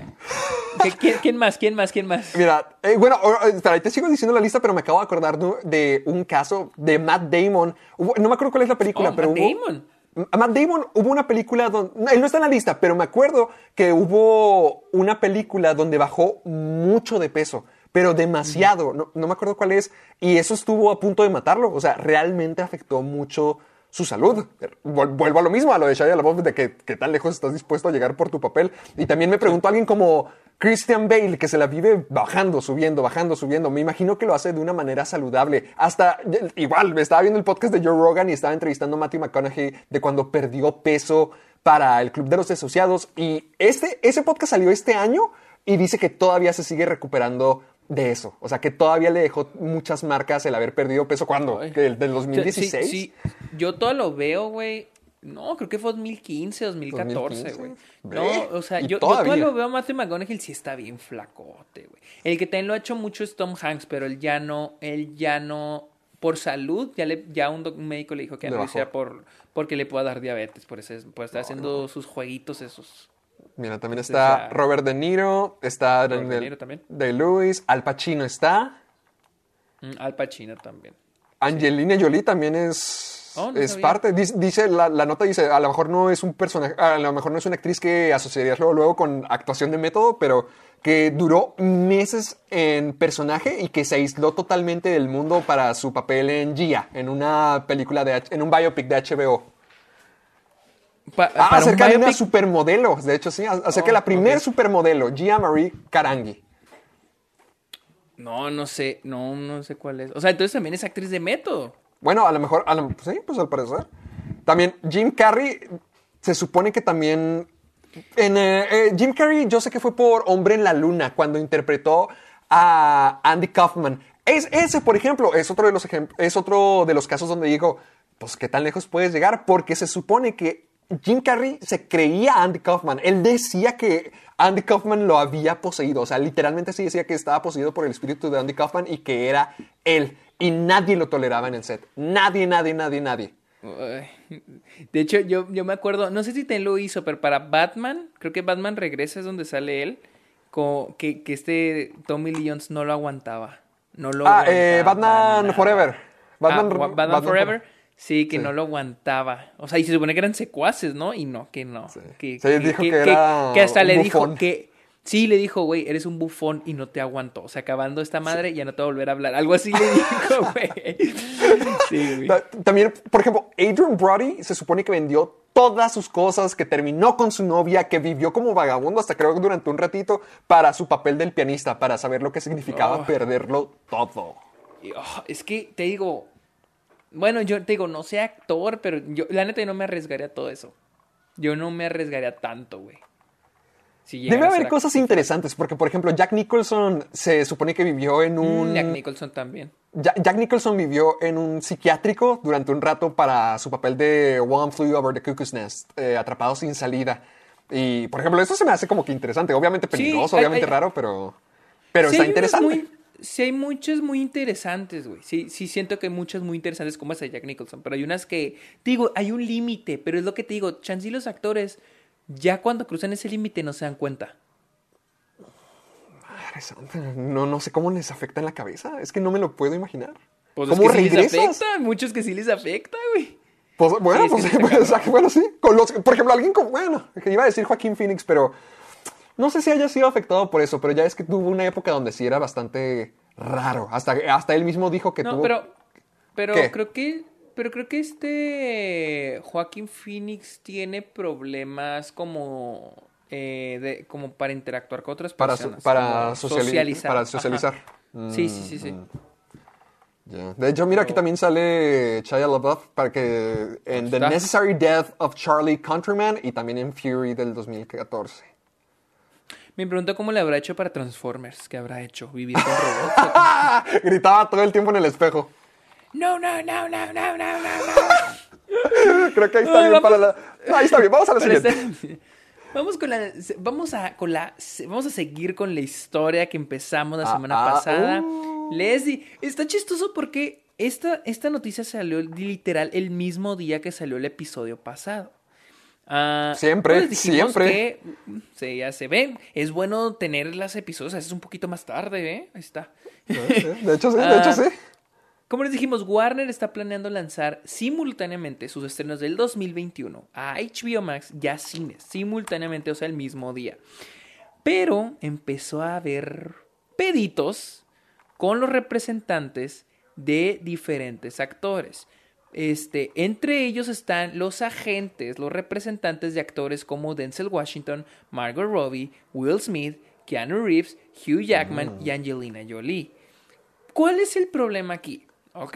¿Quién, ¿Quién más? ¿Quién más? ¿Quién más? Mira, eh, bueno, espera, ahí te sigo diciendo la lista, pero me acabo de acordar de un caso de Matt Damon. Hubo, no me acuerdo cuál es la película, oh, pero Matt hubo... Damon. Matt Damon, hubo una película donde... Él no está en la lista, pero me acuerdo que hubo una película donde bajó mucho de peso, pero demasiado. No, no me acuerdo cuál es. Y eso estuvo a punto de matarlo. O sea, realmente afectó mucho su salud. Vuelvo a lo mismo, a lo de Shia LaBeouf, de que, que tan lejos estás dispuesto a llegar por tu papel. Y también me preguntó alguien como Christian Bale, que se la vive bajando, subiendo, bajando, subiendo. Me imagino que lo hace de una manera saludable. Hasta, igual, me estaba viendo el podcast de Joe Rogan y estaba entrevistando a Matthew McConaughey de cuando perdió peso para el Club de los Desociados. Y este, ese podcast salió este año y dice que todavía se sigue recuperando de eso. O sea, que todavía le dejó muchas marcas el haber perdido peso. ¿Cuándo? ¿Del dos mil dieciséis? Sí, sí. Yo todo lo veo, güey. No, creo que fue dos mil quince, dos mil catorce, güey. No, o sea, yo, yo todo lo veo a Matthew McConaughey, sí está bien flacote, güey. El que también lo ha hecho mucho es Tom Hanks, pero él ya no, él ya no, por salud, ya le, ya un, doc, un médico le dijo que ya no sea por, porque le pueda dar diabetes, por eso, por estar no, haciendo no. sus jueguitos esos. Mira, también Entonces, está ya... Robert De Niro, está Robert De Niro también. Day-Lewis, Al Pacino está. Mm, Al Pacino también. Angelina sí. Jolie también es, oh, no es parte. Dice, dice la, la nota dice, a lo mejor no es un personaje, a lo mejor no es una actriz que asociarías luego, luego con actuación de método, pero que duró meses en personaje y que se aisló totalmente del mundo para su papel en Gia, en una película de, en un biopic de H B O. Pa, ah, acerca un de una supermodelo, de hecho sí, acerca oh, de la primer okay. supermodelo, Gia Marie Carangui. No, no sé, no, no sé cuál es. O sea, entonces también es actriz de método. Bueno, a lo mejor, a lo, sí, pues al parecer. También Jim Carrey, se supone que también... En, eh, eh, Jim Carrey, yo sé que fue por Hombre en la Luna, cuando interpretó a Andy Kaufman. Es, ese, por ejemplo, es otro de los ejemplos, es otro de los casos donde digo... pues, ¿qué tan lejos puedes llegar? Porque se supone que Jim Carrey se creía a Andy Kaufman. Él decía que Andy Kaufman lo había poseído. O sea, literalmente sí decía que estaba poseído por el espíritu de Andy Kaufman y que era él. Y nadie lo toleraba en el set. Nadie, nadie, nadie, nadie. De hecho, yo, yo me acuerdo, no sé si te lo hizo, pero para Batman, creo que Batman Regresa es donde sale él, con, que, que este Tommy Lee Jones no lo aguantaba. No lo ah, aguantaba. Eh, Batman nada. Forever. Batman, ah, Batman, Batman Forever. Forever. Sí, que sí. no lo aguantaba. O sea, y se supone que eran secuaces, ¿no? Y no, que no. Sí. Que, Sí, que, dijo que, que era que hasta un le bufón. dijo que... Sí, le dijo, güey, eres un bufón y no te aguanto. O sea, acabando esta madre, sí. ya no te va a volver a hablar. Algo así le dijo, güey. Sí, güey. También, por ejemplo, Adrian Brody se supone que vendió todas sus cosas, que terminó con su novia, que vivió como vagabundo hasta creo que durante un ratito para su papel del pianista, para saber lo que significaba oh. perderlo todo. Oh, es que, te digo... Bueno, yo te digo, no sé actor, pero yo, la neta, yo no me arriesgaría a todo eso. Yo no me arriesgaría tanto, güey. Si Debe haber cosas actor. interesantes, porque, por ejemplo, Jack Nicholson se supone que vivió en un... Mm, Jack Nicholson también. Jack, Jack Nicholson vivió en un psiquiátrico durante un rato para su papel de One Flew Over the Cuckoo's Nest, eh, atrapado sin salida. Y, por ejemplo, eso se me hace como que interesante. Obviamente peligroso, sí, hay, obviamente hay, raro, pero, pero sí, está interesante. Muy... Sí, hay muchas muy interesantes, güey. Sí, sí siento que hay muchas muy interesantes como esa de Jack Nicholson. Pero hay unas que, te digo, hay un límite. Pero es lo que te digo, chance y los actores, ya cuando cruzan ese límite no se dan cuenta. Madre santa, no, no sé cómo les afecta en la cabeza. Es que no me lo puedo imaginar. Pues ¿Cómo es que regresas? Sí les afecta, muchos que sí les afecta, güey. Pues bueno, sí, pues, sí, pues, pues bueno, sí. Con los, por ejemplo, alguien como, bueno, que iba a decir Joaquín Phoenix, pero... No sé si haya sido afectado por eso, pero ya es que tuvo una época donde sí era bastante raro. Hasta, hasta él mismo dijo que no, tuvo... pero, pero ¿Qué? creo que, pero creo que este Joaquín Phoenix tiene problemas como, eh, de, como para interactuar con otras para personas. So, para sociali socializar. Para socializar. Mm, sí, sí, sí, sí. Mm. Yeah. De hecho, mira, pero... aquí también sale Shia LaBeouf para que en The Necessary Death of Charlie Countryman y también en Fury del dos mil catorce. Me pregunto cómo le habrá hecho para Transformers. ¿Qué habrá hecho? ¿Vivir con robots? Gritaba todo el tiempo en el espejo. No, no, no, no, no, no, no, no. Creo que ahí está no, bien vamos, para la... No, ahí está bien. Vamos a la siguiente. Este... Vamos con la... Vamos a, con la... Vamos a seguir con la historia que empezamos la ah, semana ah, pasada. Uh... Leslie, está chistoso porque esta, esta noticia salió literal el mismo día que salió el episodio pasado. Uh, siempre, pues siempre. Que, sí, ya se ve. Es bueno tener los episodios a veces un poquito más tarde, ¿eh? Ahí está. De hecho, sí, de hecho, sí. Uh, como les dijimos, Warner está planeando lanzar simultáneamente sus estrenos del dos mil veintiuno a H B O Max y a cines, simultáneamente, o sea, el mismo día. Pero empezó a haber peditos con los representantes de diferentes actores. Este, entre ellos están los agentes, los representantes de actores como Denzel Washington, Margot Robbie, Will Smith, Keanu Reeves, Hugh Jackman mm. y Angelina Jolie. ¿Cuál es el problema aquí? Ok,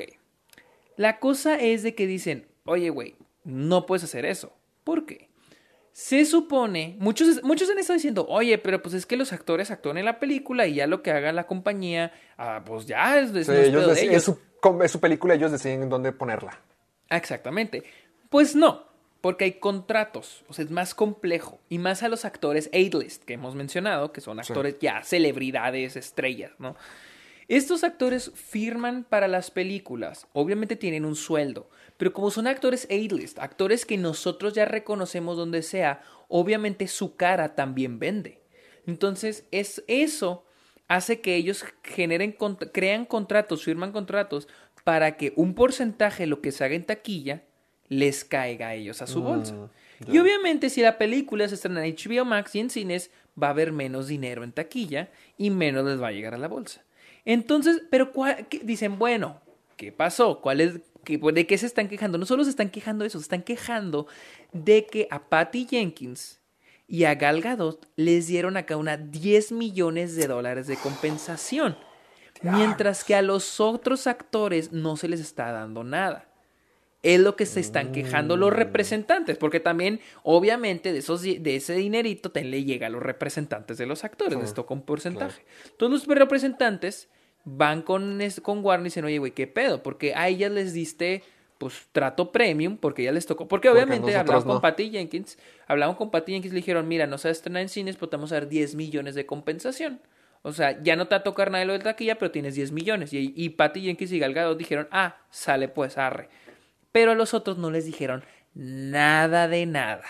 la cosa es de que dicen, oye güey, no puedes hacer eso. ¿Por qué? Se supone, muchos, muchos han estado diciendo, oye, pero pues es que los actores actúan en la película y ya lo que haga la compañía, ah, pues ya es, es, sí, no es ellos pedo dec- de ellos. Es su, es su película, ellos deciden dónde ponerla. Exactamente. Pues no, porque hay contratos, o sea, es más complejo. Y más a los actores A-list que hemos mencionado, que son actores sí. ya celebridades, estrellas, ¿no? Estos actores firman para las películas, obviamente tienen un sueldo, pero como son actores A-list, actores que nosotros ya reconocemos donde sea, obviamente su cara también vende. Entonces, es, eso hace que ellos generen, crean contratos, firman contratos para que un porcentaje de lo que se haga en taquilla les caiga a ellos a su bolsa. Mm, yeah. Y obviamente si la película se estrena en H B O Max y en cines, va a haber menos dinero en taquilla y menos les va a llegar a la bolsa. Entonces, pero ¿cuál, qué? Dicen, bueno, ¿qué pasó? ¿Cuál es, qué, ¿De qué se están quejando? No solo se están quejando de eso, se están quejando de que a Patty Jenkins y a Gal Gadot les dieron acá una diez millones de dólares de compensación, Dios. Mientras que a los otros actores no se les está dando nada. Es lo que se están quejando los representantes, porque también, obviamente, de, esos, de ese dinerito te le llega a los representantes de los actores, sí, les toca un porcentaje. Claro. Entonces los representantes van con, con Warner y dicen, oye, güey, ¿qué pedo? Porque a ellas les diste, pues trato premium, porque ya les tocó, porque, porque obviamente hablaban no. con Patty Jenkins, hablaban con Patty Jenkins y le dijeron, mira, no se va a estrenar en cines, pero te vamos a dar diez millones de compensación. O sea, ya no te va a tocar nada de lo de taquilla, pero tienes diez millones. Y, y Patty Jenkins y Gal Gadot dijeron, ah, sale pues, arre. Pero a los otros no les dijeron nada de nada.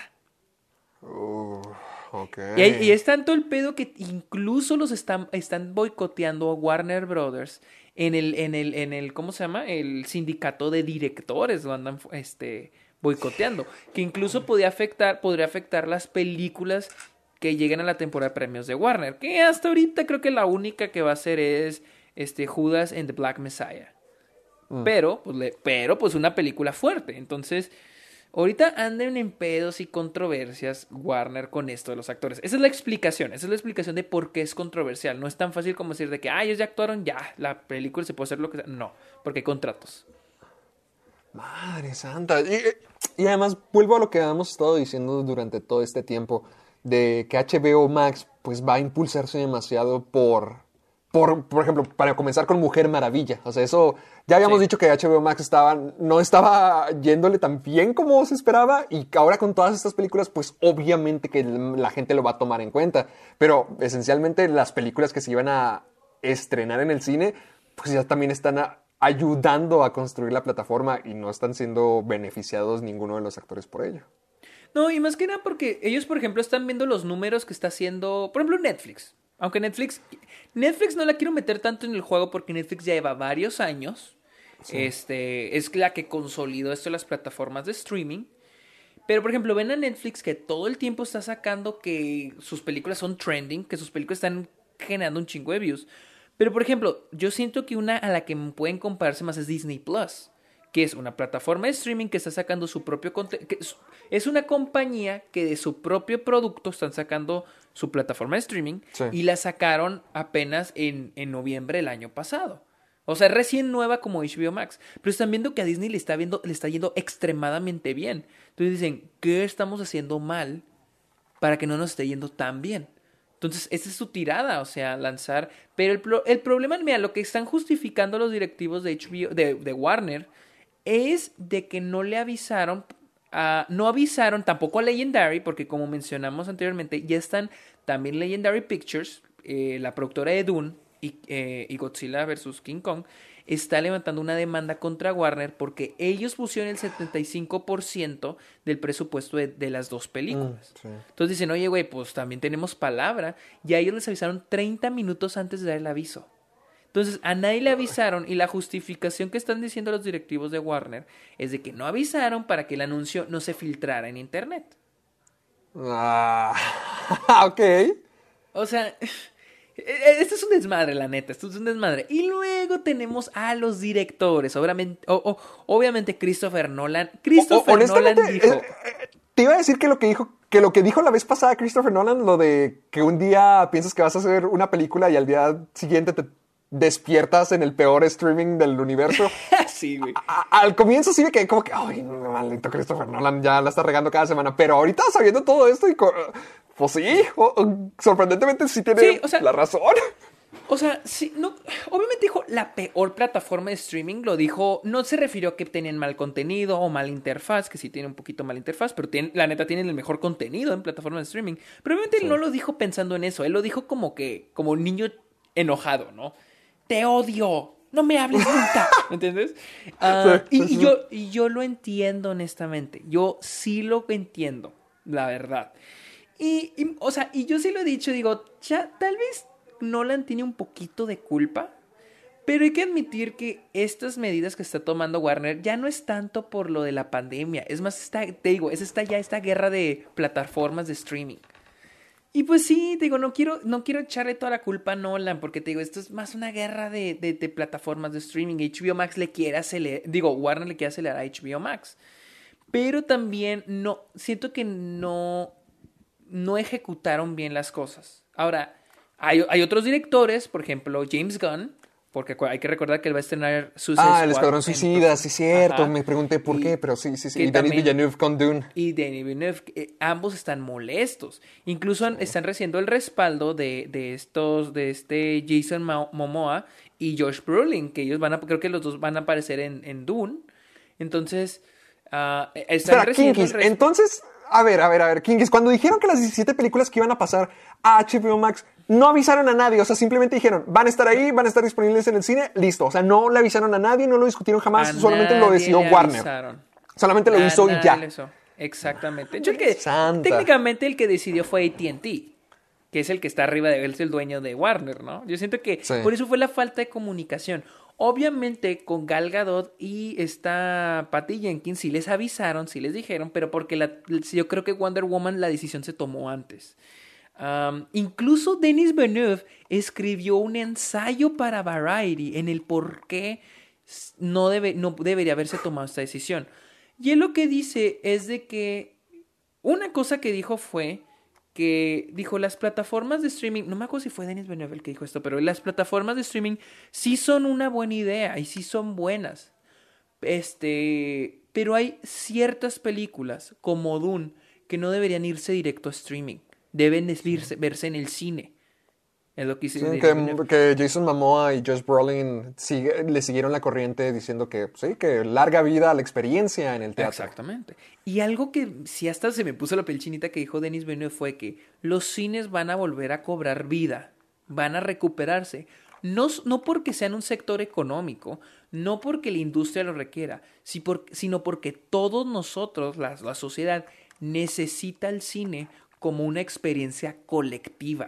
Uh, okay. Y, hay, y es tanto el pedo que incluso los están, están boicoteando a Warner Brothers en el, en el, en el, ¿cómo se llama? El sindicato de directores lo andan este, boicoteando. Que incluso podría afectar, podría afectar las películas que lleguen a la temporada de premios de Warner. Que hasta ahorita creo que la única que va a ser es este, Judas and the Black Messiah. Mm. Pero, pues, le, pero, pues, una película fuerte. Entonces, ahorita andan en pedos y controversias Warner con esto de los actores. Esa es la explicación. Esa es la explicación de por qué es controversial. No es tan fácil como decir de que, ah, ellos ya actuaron, ya, la película se puede hacer lo que sea. No, porque hay contratos. Madre santa. Y, y además, vuelvo a lo que hemos estado diciendo durante todo este tiempo, de que H B O Max, pues, va a impulsarse demasiado por... Por, por ejemplo, para comenzar con Mujer Maravilla. O sea, eso... Ya habíamos sí. dicho que H B O Max estaba, no estaba yéndole tan bien como se esperaba. Y ahora con todas estas películas, pues obviamente que la gente lo va a tomar en cuenta. Pero esencialmente las películas que se iban a estrenar en el cine, pues ya también están a, ayudando a construir la plataforma. Y no están siendo beneficiados ninguno de los actores por ello. No, y más que nada porque ellos, por ejemplo, están viendo los números que está haciendo, por ejemplo, Netflix. Aunque Netflix, Netflix no la quiero meter tanto en el juego porque Netflix ya lleva varios años. Sí. Este, es la que consolidó esto en las plataformas de streaming. Pero, por ejemplo, ven a Netflix que todo el tiempo está sacando que sus películas son trending, que sus películas están generando un chingo de views. Pero, por ejemplo, yo siento que una a la que pueden compararse más es Disney Plus, que es una plataforma de streaming que está sacando su propio contenido. Es una compañía que de su propio producto están sacando su plataforma de streaming. Sí. Y la sacaron apenas en, en noviembre del año pasado. O sea, recién nueva como H B O Max. Pero están viendo que a Disney le está, viendo, le está yendo extremadamente bien. Entonces dicen, ¿qué estamos haciendo mal para que no nos esté yendo tan bien? Entonces, esa es su tirada, o sea, lanzar... Pero el, pro, el problema, mira, lo que están justificando los directivos de H B O, de, de Warner... es de que no le avisaron, uh, no avisaron tampoco a Legendary, porque como mencionamos anteriormente, ya están también Legendary Pictures, eh, la productora de Dune y, eh, y Godzilla versus King Kong, está levantando una demanda contra Warner porque ellos pusieron el setenta y cinco por ciento del presupuesto de, de las dos películas. Mm, sí. Entonces dicen, oye, güey, pues también tenemos palabra, y a ellos les avisaron treinta minutos antes de dar el aviso. Entonces, a nadie le avisaron y la justificación que están diciendo los directivos de Warner es de que no avisaron para que el anuncio no se filtrara en internet. Ah, ok. O sea, esto es un desmadre, la neta, esto es un desmadre. Y luego tenemos a los directores, obviamente, o, o, obviamente Christopher Nolan. Christopher o, Nolan dijo... Eh, eh, te iba a decir que lo que dijo... Que lo que dijo la vez pasada Christopher Nolan, lo de que un día piensas que vas a hacer una película y al día siguiente te... despiertas en el peor streaming del universo. Sí, güey. A- al comienzo sí me quedé como que, ay, maldito Christopher Nolan, ya la está regando cada semana. Pero ahorita sabiendo todo esto, y co- pues sí, o- sorprendentemente sí tiene sí, o sea, la razón. O sea, sí, no, obviamente dijo la peor plataforma de streaming, lo dijo, no se refirió a que tenían mal contenido o mala interfaz, que sí tiene un poquito mala interfaz, pero tienen, la neta tienen el mejor contenido en plataformas de streaming. Pero obviamente sí. Él no lo dijo pensando en eso, él lo dijo como que, como un niño enojado, ¿no? Te odio, no me hables nunca, ¿me entiendes? Uh, sí, y, sí, y, yo, y yo lo entiendo honestamente, yo sí lo entiendo, la verdad. Y, y, o sea, y yo sí lo he dicho, digo, ya tal vez Nolan tiene un poquito de culpa, pero hay que admitir que estas medidas que está tomando Warner ya no es tanto por lo de la pandemia, es más, está, te digo, es esta, ya esta guerra de plataformas de streaming. Y pues sí, te digo, no quiero, no quiero echarle toda la culpa a Nolan, porque te digo, esto es más una guerra de, de, de plataformas de streaming. H B O Max le quiere acelerar, digo, Warner le quiere acelerar a H B O Max. Pero también no, siento que no, no ejecutaron bien las cosas. Ahora, hay, hay otros directores, por ejemplo, James Gunn, porque hay que recordar que él va a estrenar Suicide Ah, Squad el Escuadrón Suicida, sí, cierto. Ajá. Me pregunté por y, qué, pero sí, sí, sí. Y Denis Villeneuve con Dune. Y Denis Villeneuve, eh, ambos están molestos. Incluso sí. están recibiendo el respaldo de, de estos, de este Jason Momoa y Josh Brolin, que ellos van a, creo que los dos van a aparecer en, en Dune. Entonces, uh, están Espera, recibiendo Kinkis, el res- entonces, a ver, a ver, a ver, Kinkis, cuando dijeron que las diecisiete películas que iban a pasar a H B O Max, no avisaron a nadie, o sea, simplemente dijeron, van a estar ahí, van a estar disponibles en el cine, listo. O sea, no le avisaron a nadie, no lo discutieron jamás, a solamente lo nadie decidió le Warner. avisaron. Solamente lo A hizo y nadie ya. le hizo. Exactamente. De hecho, el que, Santa. técnicamente el que decidió fue A T and T, que es el que está arriba de él, es el dueño de Warner, ¿no? Yo siento que Sí. por eso fue la falta de comunicación. Obviamente con Gal Gadot y esta Patty Jenkins sí les avisaron, sí les dijeron, pero porque la, yo creo que Wonder Woman la decisión se tomó antes. Um, incluso Denis Villeneuve escribió un ensayo para Variety en el por qué no, debe, no debería haberse tomado esta decisión. Y él lo que dice es de que una cosa que dijo fue que dijo las plataformas de streaming, no me acuerdo si fue Denis Villeneuve el que dijo esto, pero las plataformas de streaming sí son una buena idea y sí son buenas. Este, pero hay ciertas películas como Dune que no deberían irse directo a streaming, deben verse, verse en el cine. Es lo que hice. Sí, que, que Jason Momoa y Josh Brolin sigue, le siguieron la corriente diciendo que sí, que larga vida a la experiencia en el teatro. Exactamente. Y algo que sí hasta se me puso la piel chinita que dijo Denis Villeneuve fue que los cines van a volver a cobrar vida, van a recuperarse. No, no porque sean un sector económico, no porque la industria lo requiera, sino porque todos nosotros, la, la sociedad, necesita el cine como una experiencia colectiva.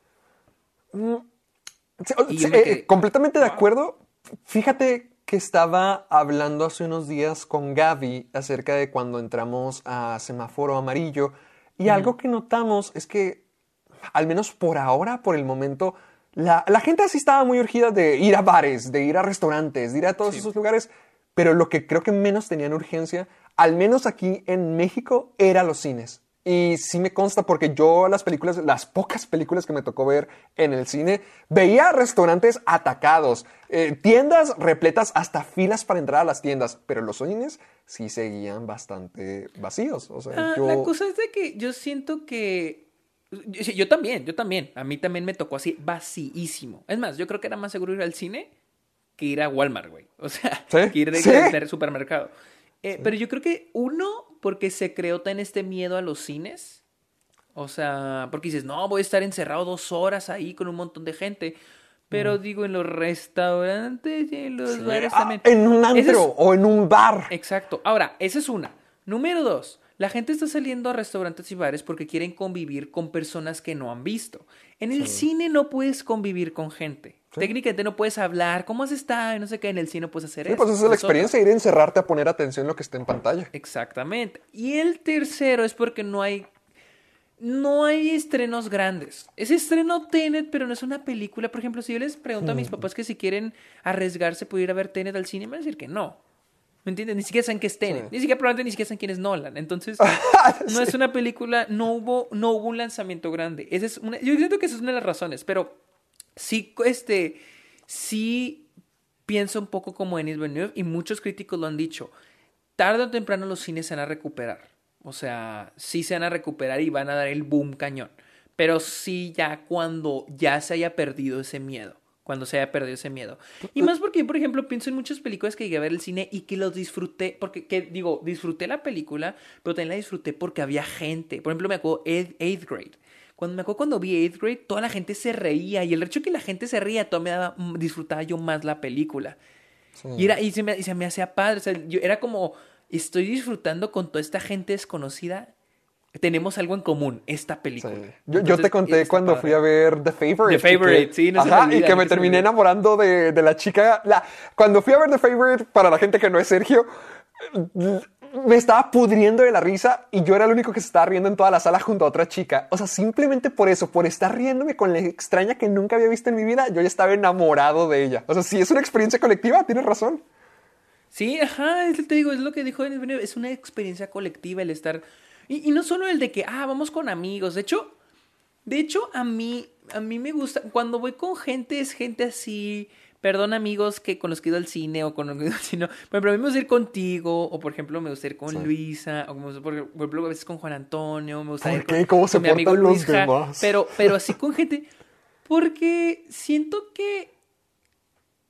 Sí, sí, eh, completamente de acuerdo. Fíjate que estaba hablando hace unos días con Gaby acerca de cuando entramos a semáforo amarillo y mm. algo que notamos es que, al menos por ahora, por el momento, la, la gente así estaba muy urgida de ir a bares, de ir a restaurantes, de ir a todos sí. esos lugares, pero lo que creo que menos tenían urgencia, al menos aquí en México, era los cines. Y sí me consta porque yo las películas, las pocas películas que me tocó ver en el cine, veía restaurantes atacados, eh, tiendas repletas, hasta filas para entrar a las tiendas, pero los cines sí seguían bastante vacíos. O sea, ah, yo... La cosa es de que yo siento que... Yo, yo también, yo también. A mí también me tocó así vacíísimo. Es más, yo creo que era más seguro ir al cine que ir a Walmart, güey. O sea, ¿sí? que ir ¿sí? al supermercado. Eh, sí. Pero yo creo que uno, porque se creó tan este miedo a los cines. O sea, porque dices, no, voy a estar encerrado dos horas ahí con un montón de gente. Pero mm. digo, en los restaurantes y en los sí. bares ah, también. En un antro es... o en un bar. Exacto. Ahora, esa es una. Número dos. La gente está saliendo a restaurantes y bares porque quieren convivir con personas que no han visto. En el sí. cine no puedes convivir con gente. Sí. Técnicamente no puedes hablar. ¿Cómo has estado? Y no sé qué. En el cine puedes hacer sí, eso. Pues esa es la experiencia, ir a encerrarte a poner atención en lo que está en pantalla. Exactamente. Y el tercero es porque no hay... No hay estrenos grandes. Es estreno Tenet, pero no es una película. Por ejemplo, si yo les pregunto a mis papás que si quieren arriesgarse por ir a ver Tenet al cine, me van a decir que no. ¿Me entiendes? Ni siquiera saben qué es Tenet. Sí. Ni siquiera probablemente ni siquiera saben quién es Nolan. Entonces, sí. no es una película, no hubo, no hubo un lanzamiento grande. Esa es una, yo siento que esa es una de las razones, pero sí, este, sí pienso un poco como Denis Villeneuve y muchos críticos lo han dicho. Tarde o temprano los cines se van a recuperar. O sea, sí se van a recuperar y van a dar el boom cañón. Pero sí ya cuando ya se haya perdido ese miedo. Cuando se haya perdido ese miedo. Y más porque yo, por ejemplo, pienso en muchas películas que llegué a ver el cine y que los disfruté. Porque, que, digo, disfruté la película, pero también la disfruté porque había gente. Por ejemplo, me acuerdo eighth grade. Cuando me acuerdo cuando vi eighth grade, toda la gente se reía. Y el hecho de que la gente se reía, todo me daba, disfrutaba yo más la película. Sí. Y, era, y, se me, y se me hacía padre. O sea, yo era como... Estoy disfrutando con toda esta gente desconocida. Tenemos algo en común, esta película. Sí. Yo, Entonces, yo te conté cuando padre. fui a ver The Favorite. The Favorite, que, sí. No ajá, se me olvida, y que me terminé enamorando de, de la chica. La, cuando fui a ver The Favorite, para la gente que no es Sergio, me estaba pudriendo de la risa y yo era el único que se estaba riendo en toda la sala junto a otra chica. O sea, simplemente por eso, por estar riéndome con la extraña que nunca había visto en mi vida, yo ya estaba enamorado de ella. O sea, sí, es una experiencia colectiva, tienes razón. Sí, ajá, te digo, es lo que dijo Denis Villeneuve, es una experiencia colectiva el estar... Y, y no solo el de que, ah, vamos con amigos, de hecho, de hecho, a mí, a mí me gusta, cuando voy con gente, es gente así, perdón amigos que con los que he ido al cine o con los que he ido al cine, por ejemplo, a mí me gusta ir contigo, o por ejemplo, me gusta ir con sí. Luisa, o me gusta, por ejemplo, a veces con Juan Antonio, me gusta ¿Por ir qué? con, ¿Cómo con se mi amigo portan Luis, los demás? Pero, pero así con gente, porque siento que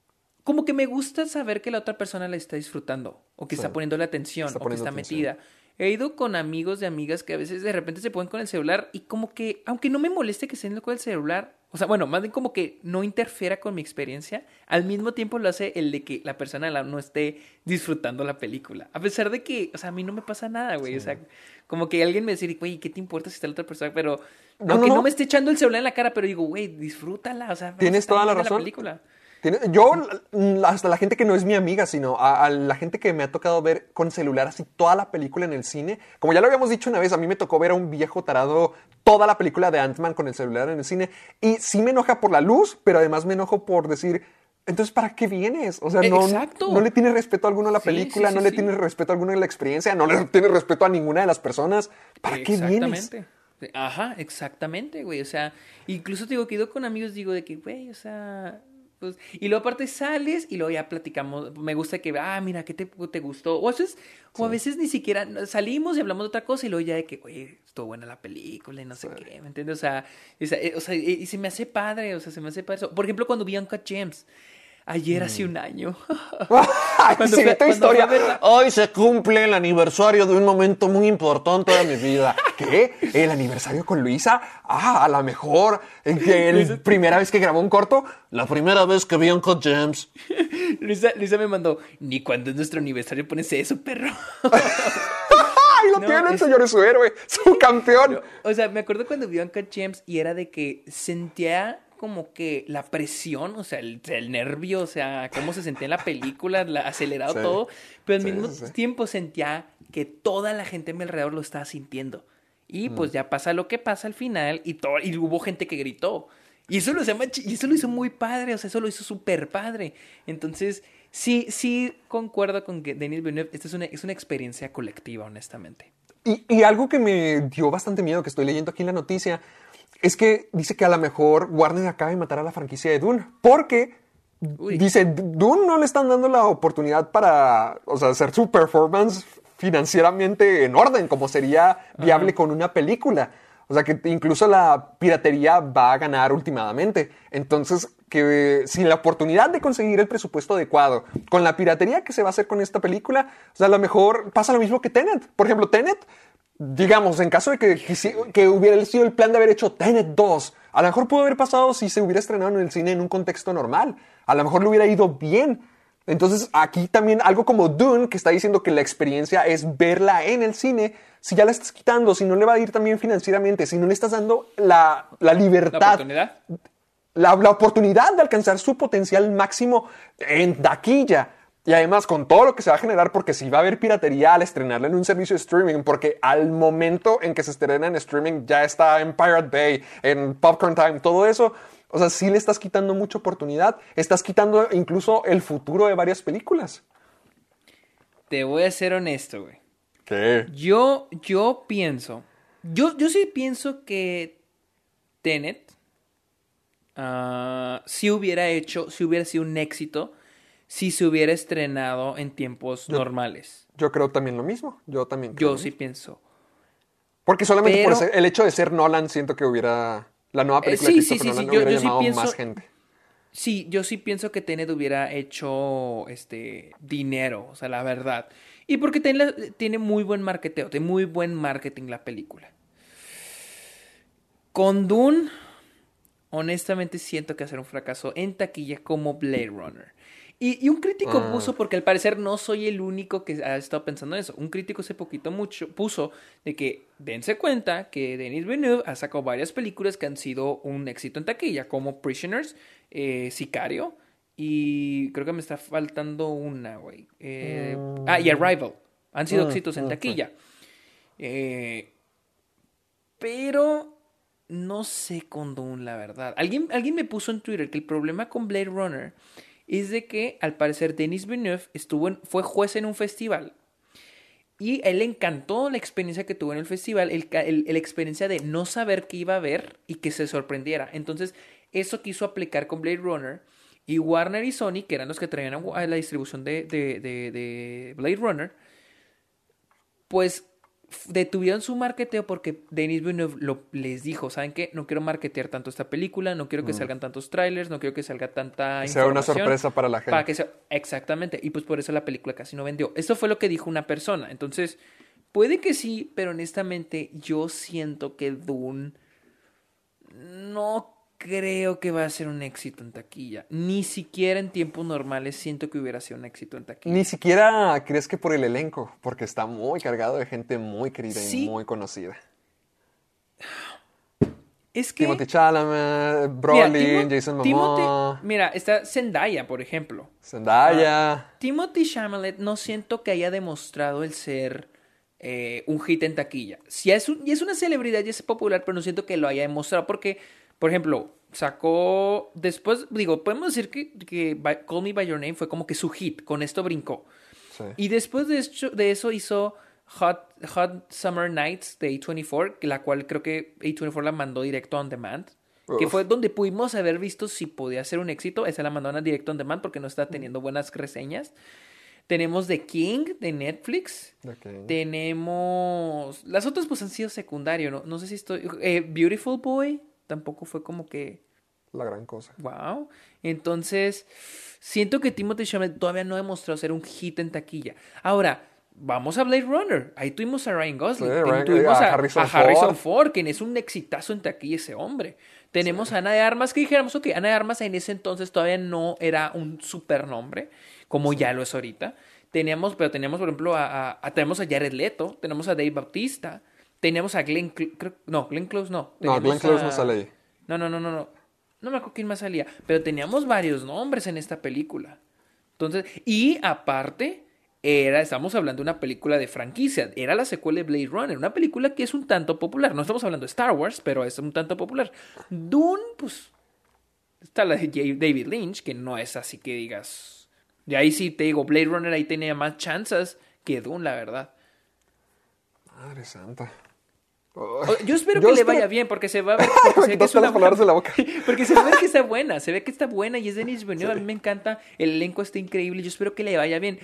como que me gusta saber que la otra persona la está disfrutando o que Sí. está poniendo la atención Está o que poniendo está atención. metida. He ido con amigos de amigas que a veces de repente se ponen con el celular y como que, aunque no me moleste que estén con el celular, o sea, bueno, más bien como que no interfiera con mi experiencia, al mismo tiempo lo hace el de que la persona al lado no esté disfrutando la película. A pesar de que, o sea, a mí no me pasa nada, güey. Sí. O sea, como que alguien me dice, güey, ¿qué te importa si está la otra persona? Pero, No, aunque no, no, no. me esté echando el celular en la cara, pero digo, güey, disfrútala, o sea, vamos a Tienes estar toda la viendo razón. película. Tiene- Yo, la- hasta la gente que no es mi amiga, sino a, a la gente que me ha tocado ver con celular así toda la película en el cine. Como ya lo habíamos dicho una vez, a mí me tocó ver a un viejo tarado toda la película de Ant-Man con el celular en el cine. Y sí me enoja por la luz, pero además me enojo por decir, entonces, ¿para qué vienes? O sea, no, Exacto. no le tienes respeto alguno a la Sí, película, sí, no sí, le sí. tienes respeto alguno a la experiencia, no le tienes respeto a ninguna de las personas. ¿Para qué vienes? Exactamente. Ajá, exactamente, güey. O sea, incluso te digo que he ido con amigos, digo de que, güey, o sea, pues, y luego aparte sales y luego ya platicamos. Me gusta que, ah, mira, ¿qué te, te gustó? O a veces, o a veces ni siquiera salimos y hablamos de otra cosa y luego ya de que, güey, estuvo buena la película y no sé qué, ¿me entiendes? O sea, y, se- o sea, y, y se me hace padre, o sea, se me hace padre eso. Por ejemplo, cuando vi Uncut Gems, ayer hace un año. Ay, Cuando sí, fui a- tu cuando fui a historia. verla. Hoy se cumple el aniversario de un momento muy importante de mi vida. ¿Qué? ¿El aniversario con Luisa? Ah, a lo mejor. ¿El, que el primera vez que grabó un corto? La primera vez que vi Uncut Gems. Luisa, Luisa me mandó, ni cuando es nuestro aniversario pones eso, perro. ¡Ay, lo No, tiene el es- señor, es su héroe, su campeón! No, o sea, me acuerdo cuando vi Uncut Gems y era de que sentía como que la presión, o sea, el, el nervio, o sea, cómo se sentía en la película, la- acelerado Sí. todo, pero al Sí, mismo sí, sí. tiempo sentía que toda la gente a mi alrededor lo estaba sintiendo. Y pues ya pasa lo que pasa al final y, todo, y hubo gente que gritó. Y eso lo, hizo machi- y eso lo hizo muy padre, o sea, eso lo hizo súper padre. Entonces, sí, sí concuerdo con que Denis Villeneuve, esta es una, es una experiencia colectiva, honestamente. Y, y algo que me dio bastante miedo, que estoy leyendo aquí en la noticia, es que dice que a lo mejor Warner acaba de matar a la franquicia de Dune. Porque Uy. dice, Dune no le están dando la oportunidad para, o sea, hacer su performance financieramente en orden, como sería viable con una película. O sea, que incluso la piratería va a ganar últimamente. Entonces, que sin la oportunidad de conseguir el presupuesto adecuado, con la piratería que se va a hacer con esta película, o sea, a lo mejor pasa lo mismo que Tenet. Por ejemplo, Tenet, digamos, en caso de que, quisi- que hubiera sido el plan de haber hecho Tenet dos, a lo mejor pudo haber pasado si se hubiera estrenado en el cine en un contexto normal. A lo mejor le hubiera ido bien. Entonces, aquí también algo como Dune, que está diciendo que la experiencia es verla en el cine, si ya la estás quitando, si no le va a ir también financieramente, si no le estás dando la, la ¿La libertad, oportunidad? la, la oportunidad de alcanzar su potencial máximo en taquilla. Y además con todo lo que se va a generar, porque si va a haber piratería al estrenarla en un servicio de streaming, porque al momento en que se estrena en streaming ya está en Pirate Bay, en Popcorn Time, todo eso. O sea, sí le estás quitando mucha oportunidad. Estás quitando incluso el futuro de varias películas. Te voy a ser honesto, güey. ¿Qué? Yo, yo pienso, yo, yo sí pienso que Tenet ah, si hubiera hecho, si hubiera sido un éxito, si se hubiera estrenado en tiempos Yo- normales. Yo creo también lo mismo. Yo también creo Yo lo sí mismo. pienso. Porque solamente Pero- por ser- el hecho de ser Nolan, siento que hubiera... La nueva Eh, película sí, de sí, Christopher sí, sí, Nolan yo- hubiera yo sí llamado pienso- más gente. Sí, yo sí pienso que Tenet hubiera hecho este dinero, o sea, la verdad. Y porque tiene, la- tiene muy buen marketeo, tiene muy buen marketing la película. Con Dune, honestamente siento que va a ser un fracaso en taquilla como Blade Runner. Y, y un crítico Ah. puso, porque al parecer no soy el único que ha estado pensando en eso, un crítico hace poquito mucho puso de que dense cuenta que Denis Villeneuve ha sacado varias películas que han sido un éxito en taquilla, como Prisoners, eh, Sicario, y creo que me está faltando una, güey. Eh, Mm. Ah, y Arrival. Han sido Mm, éxitos en mm, taquilla. Eh, pero no sé con Dune, la verdad. Alguien, alguien me puso en Twitter que el problema con Blade Runner es de que, al parecer, Denis Villeneuve estuvo en- fue juez en un festival. Y a él le encantó la experiencia que tuvo en el festival, el, ca- el- la experiencia de no saber qué iba a ver y que se sorprendiera. Entonces, eso quiso aplicar con Blade Runner. Y Warner y Sony, que eran los que traían a a la distribución de, de- de- de Blade Runner, pues detuvieron su marketeo porque Denis Villeneuve lo, les dijo, ¿saben qué? No quiero marketear tanto esta película, no quiero que mm. salgan tantos trailers, no quiero que salga tanta que sea una sorpresa para la gente. Para que sea, exactamente, y pues por eso la película casi no vendió. Esto fue lo que dijo una persona, entonces puede que sí, pero honestamente yo siento que Dune no creo que va a ser un éxito en taquilla. Ni siquiera en tiempos normales siento que hubiera sido un éxito en taquilla. Ni siquiera crees que por el elenco, porque está muy cargado de gente muy querida sí. y muy conocida. Es que... Timothée Chalamet, Brolin, Timo, Jason Momoa. Mira, está Zendaya, por ejemplo. Zendaya. Uh, Timothée Chalamet no siento que haya demostrado el ser eh, un hit en taquilla. Si es, un, y es una celebridad y es popular, pero no siento que lo haya demostrado porque... Por ejemplo, sacó después, digo, podemos decir que, que Call Me By Your Name fue como que su hit, con esto brincó. Sí. Y después de, hecho, de eso hizo Hot, Hot Summer Nights de A veinticuatro, la cual creo que A veinticuatro la mandó directo on demand, Uf. que fue donde pudimos haber visto si podía ser un éxito. Esa la mandó a directo on demand porque no está teniendo buenas reseñas. Tenemos The King de Netflix. Okay. Tenemos... Las otras pues han sido secundarios, ¿no? No sé si estoy... Eh, Beautiful Boy... Tampoco fue como que... La gran cosa. Wow. Entonces, siento que Timothée Chalamet todavía no ha demostrado ser un hit en taquilla. Ahora, vamos a Blade Runner. Ahí tuvimos a Ryan Gosling. Sí, Ryan, tuvimos a, a, Harrison, a Harrison Ford. Ford, quien es un exitazo en taquilla ese hombre. Tenemos sí. a Ana de Armas, que dijéramos, ok, Ana de Armas en ese entonces todavía no era un supernombre, como sí. ya lo es ahorita. Teníamos, pero teníamos, por ejemplo, a, a, a, tenemos a Jared Leto, tenemos a Dave Bautista. Teníamos a Glenn Close, no, Glenn Close no. No, Glenn Close a... no sale ahí. No, no, no, no, no. No me acuerdo quién más salía. Pero teníamos varios nombres en esta película. Entonces, y aparte, era, estamos hablando de una película de franquicia. Era la secuela de Blade Runner. Una película que es un tanto popular. No estamos hablando de Star Wars, pero es un tanto popular. Dune, pues, está la de David Lynch, que no es así que digas. De ahí sí te digo, Blade Runner ahí tenía más chances que Dune, la verdad. Madre santa. Oh, yo espero yo que espero... le vaya bien, porque se va a ver porque se ve que es una buena... de la boca. Porque se va a ver que está buena, se ve que está buena y es Denis Villeneuve, sí. A mí me encanta, el elenco está increíble, yo espero que le vaya bien,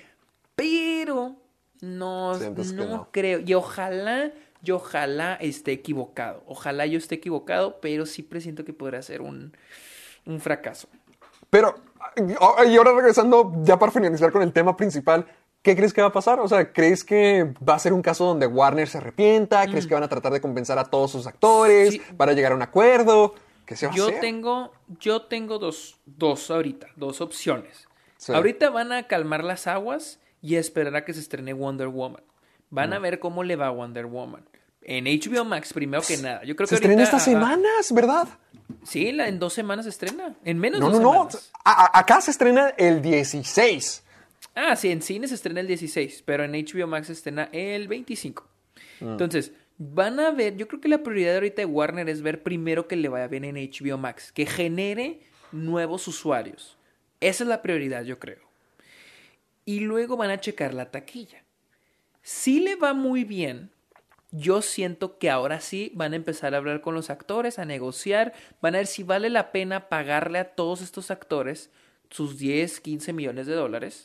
pero no, no, no creo, y ojalá, yo ojalá esté equivocado, ojalá yo esté equivocado, pero sí presiento que podrá ser un, un fracaso. Pero, y ahora regresando ya para finalizar con el tema principal, ¿qué crees que va a pasar? O sea, ¿crees que va a ser un caso donde Warner se arrepienta? ¿Crees mm. que van a tratar de compensar a todos sus actores sí. para llegar a un acuerdo? ¿Qué se va yo a hacer? Tengo, yo tengo dos, dos ahorita, dos opciones. Sí. Ahorita van a calmar las aguas y esperar a que se estrene Wonder Woman. Van mm. a ver cómo le va a Wonder Woman. En H B O Max, primero que nada. Yo creo se que estrena ahorita, estas semanas, ¿verdad? Sí, la, en dos semanas se estrena. En menos no, de dos no, semanas. No, a, acá se estrena el dieciséis. Ah, sí, en cine se estrena el dieciséis, pero en H B O Max se estrena el veinticinco. Mm. Entonces, van a ver, yo creo que la prioridad ahorita de Warner es ver primero que le vaya bien en H B O Max, que genere nuevos usuarios. Esa es la prioridad, yo creo. Y luego van a checar la taquilla. Si le va muy bien, yo siento que ahora sí van a empezar a hablar con los actores, a negociar, van a ver si vale la pena pagarle a todos estos actores sus diez, quince millones de dólares.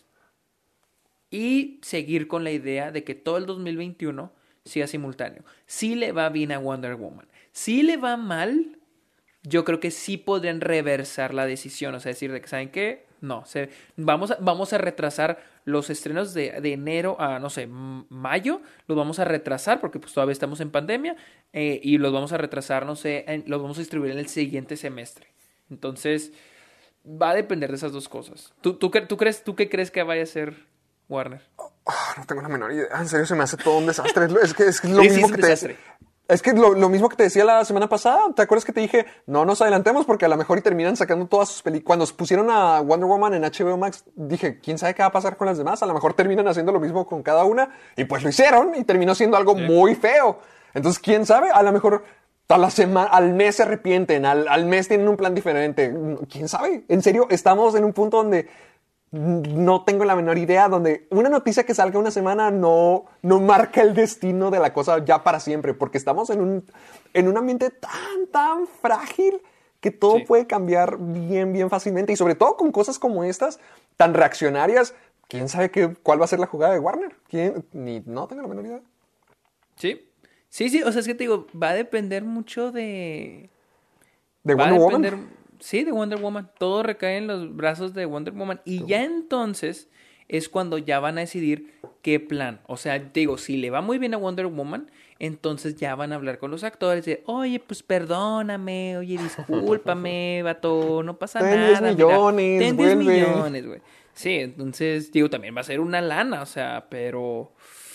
Y seguir con la idea de que todo el dos mil veintiuno sea simultáneo. Si le va bien a Wonder Woman. Si le va mal, yo creo que sí podrían reversar la decisión. O sea, decir de que, ¿saben qué? No, se, vamos, a, vamos a retrasar los estrenos de, de enero a, no sé, mayo. Los vamos a retrasar porque pues todavía estamos en pandemia. Eh, y los vamos a retrasar, no sé, en, los vamos a distribuir en el siguiente semestre. Entonces, va a depender de esas dos cosas. ¿Tú, tú, tú, crees, tú qué crees que vaya a ser Warner? Oh, no tengo la menor idea. En serio, se me hace todo un desastre. Es que es lo sí, mismo sí, es que te Es que lo, lo mismo que te decía la semana pasada. ¿Te acuerdas que te dije, no nos adelantemos porque a lo mejor y terminan sacando todas sus películas? Cuando pusieron a Wonder Woman en H B O Max, dije, ¿quién sabe qué va a pasar con las demás? A lo mejor terminan haciendo lo mismo con cada una. Y pues lo hicieron y terminó siendo algo sí. muy feo. Entonces, ¿quién sabe? A lo mejor a la semana, al mes se arrepienten, al, al mes tienen un plan diferente. ¿Quién sabe? En serio, estamos en un punto donde no tengo la menor idea, donde una noticia que salga una semana no, no marca el destino de la cosa ya para siempre, porque estamos en un, en un ambiente tan, tan frágil que todo sí. puede cambiar bien, bien fácilmente, y sobre todo con cosas como estas, tan reaccionarias. ¿Quién sabe qué, cuál va a ser la jugada de Warner? ¿Quién? Ni, no tengo la menor idea. Sí, sí, sí, o sea, es que te digo, va a depender mucho de... ¿De va a Wonder depender, Woman? sí, de Wonder Woman. Todo recae en los brazos de Wonder Woman. Y ya entonces es cuando ya van a decidir qué plan. O sea, te digo, si le va muy bien a Wonder Woman, entonces ya van a hablar con los actores de, oye, pues perdóname, oye, discúlpame, vato, no pasa Ten nada. diez mira, millones, ten diez vuelve. millones, güey. Sí, entonces, digo, también va a ser una lana, o sea, pero...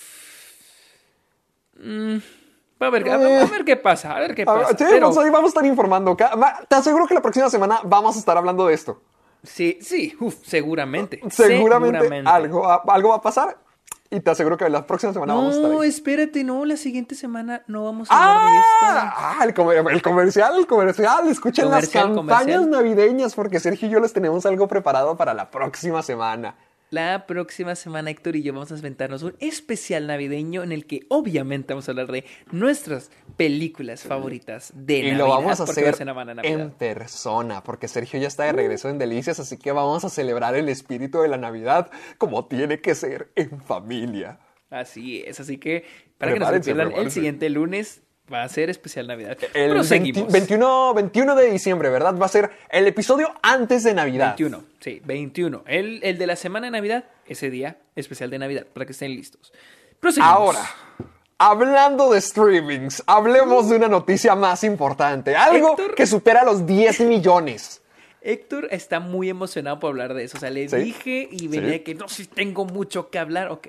Mm, a ver, a, a ver qué pasa, a ver qué A ver, pasa. sí, pero... pues ahí vamos a estar informando. Ca- ma- Te aseguro que la próxima semana vamos a estar hablando de esto. Sí, sí, uf, seguramente. Seguramente, Algo, va- algo va a pasar y te aseguro que la próxima semana vamos a estar No, ahí. espérate, no, la siguiente semana no vamos a hablar de esto. ¡Ah! Ah, el, comer- el comercial, el comercial. Escuchen Comercial, las campañas comercial. navideñas porque Sergio y yo les tenemos algo preparado para la próxima semana. La próxima semana Héctor y yo vamos a inventarnos un especial navideño en el que obviamente vamos a hablar de nuestras películas favoritas de Y Navidad. lo vamos a porque va hacer ser una buena Navidad. en persona, porque Sergio ya está de regreso en Delicias, así que vamos a celebrar el espíritu de la Navidad como tiene que ser, en familia. Así es, así que para que no se Prepárense, pierdan el prepárense. siguiente lunes va a ser especial Navidad. El Proseguimos. veinte veintiuno, veintiuno de diciembre, ¿verdad? Va a ser el episodio antes de Navidad. veintiuno, sí, veintiuno. El, el de la semana de Navidad, ese día especial de Navidad, para que estén listos. Proseguimos. Ahora, hablando de streamings, hablemos de una noticia más importante. Algo Héctor. que supera los diez millones. Héctor está muy emocionado por hablar de eso. O sea, le ¿Sí? dije y venía Sí. que no, si tengo mucho que hablar. Ok.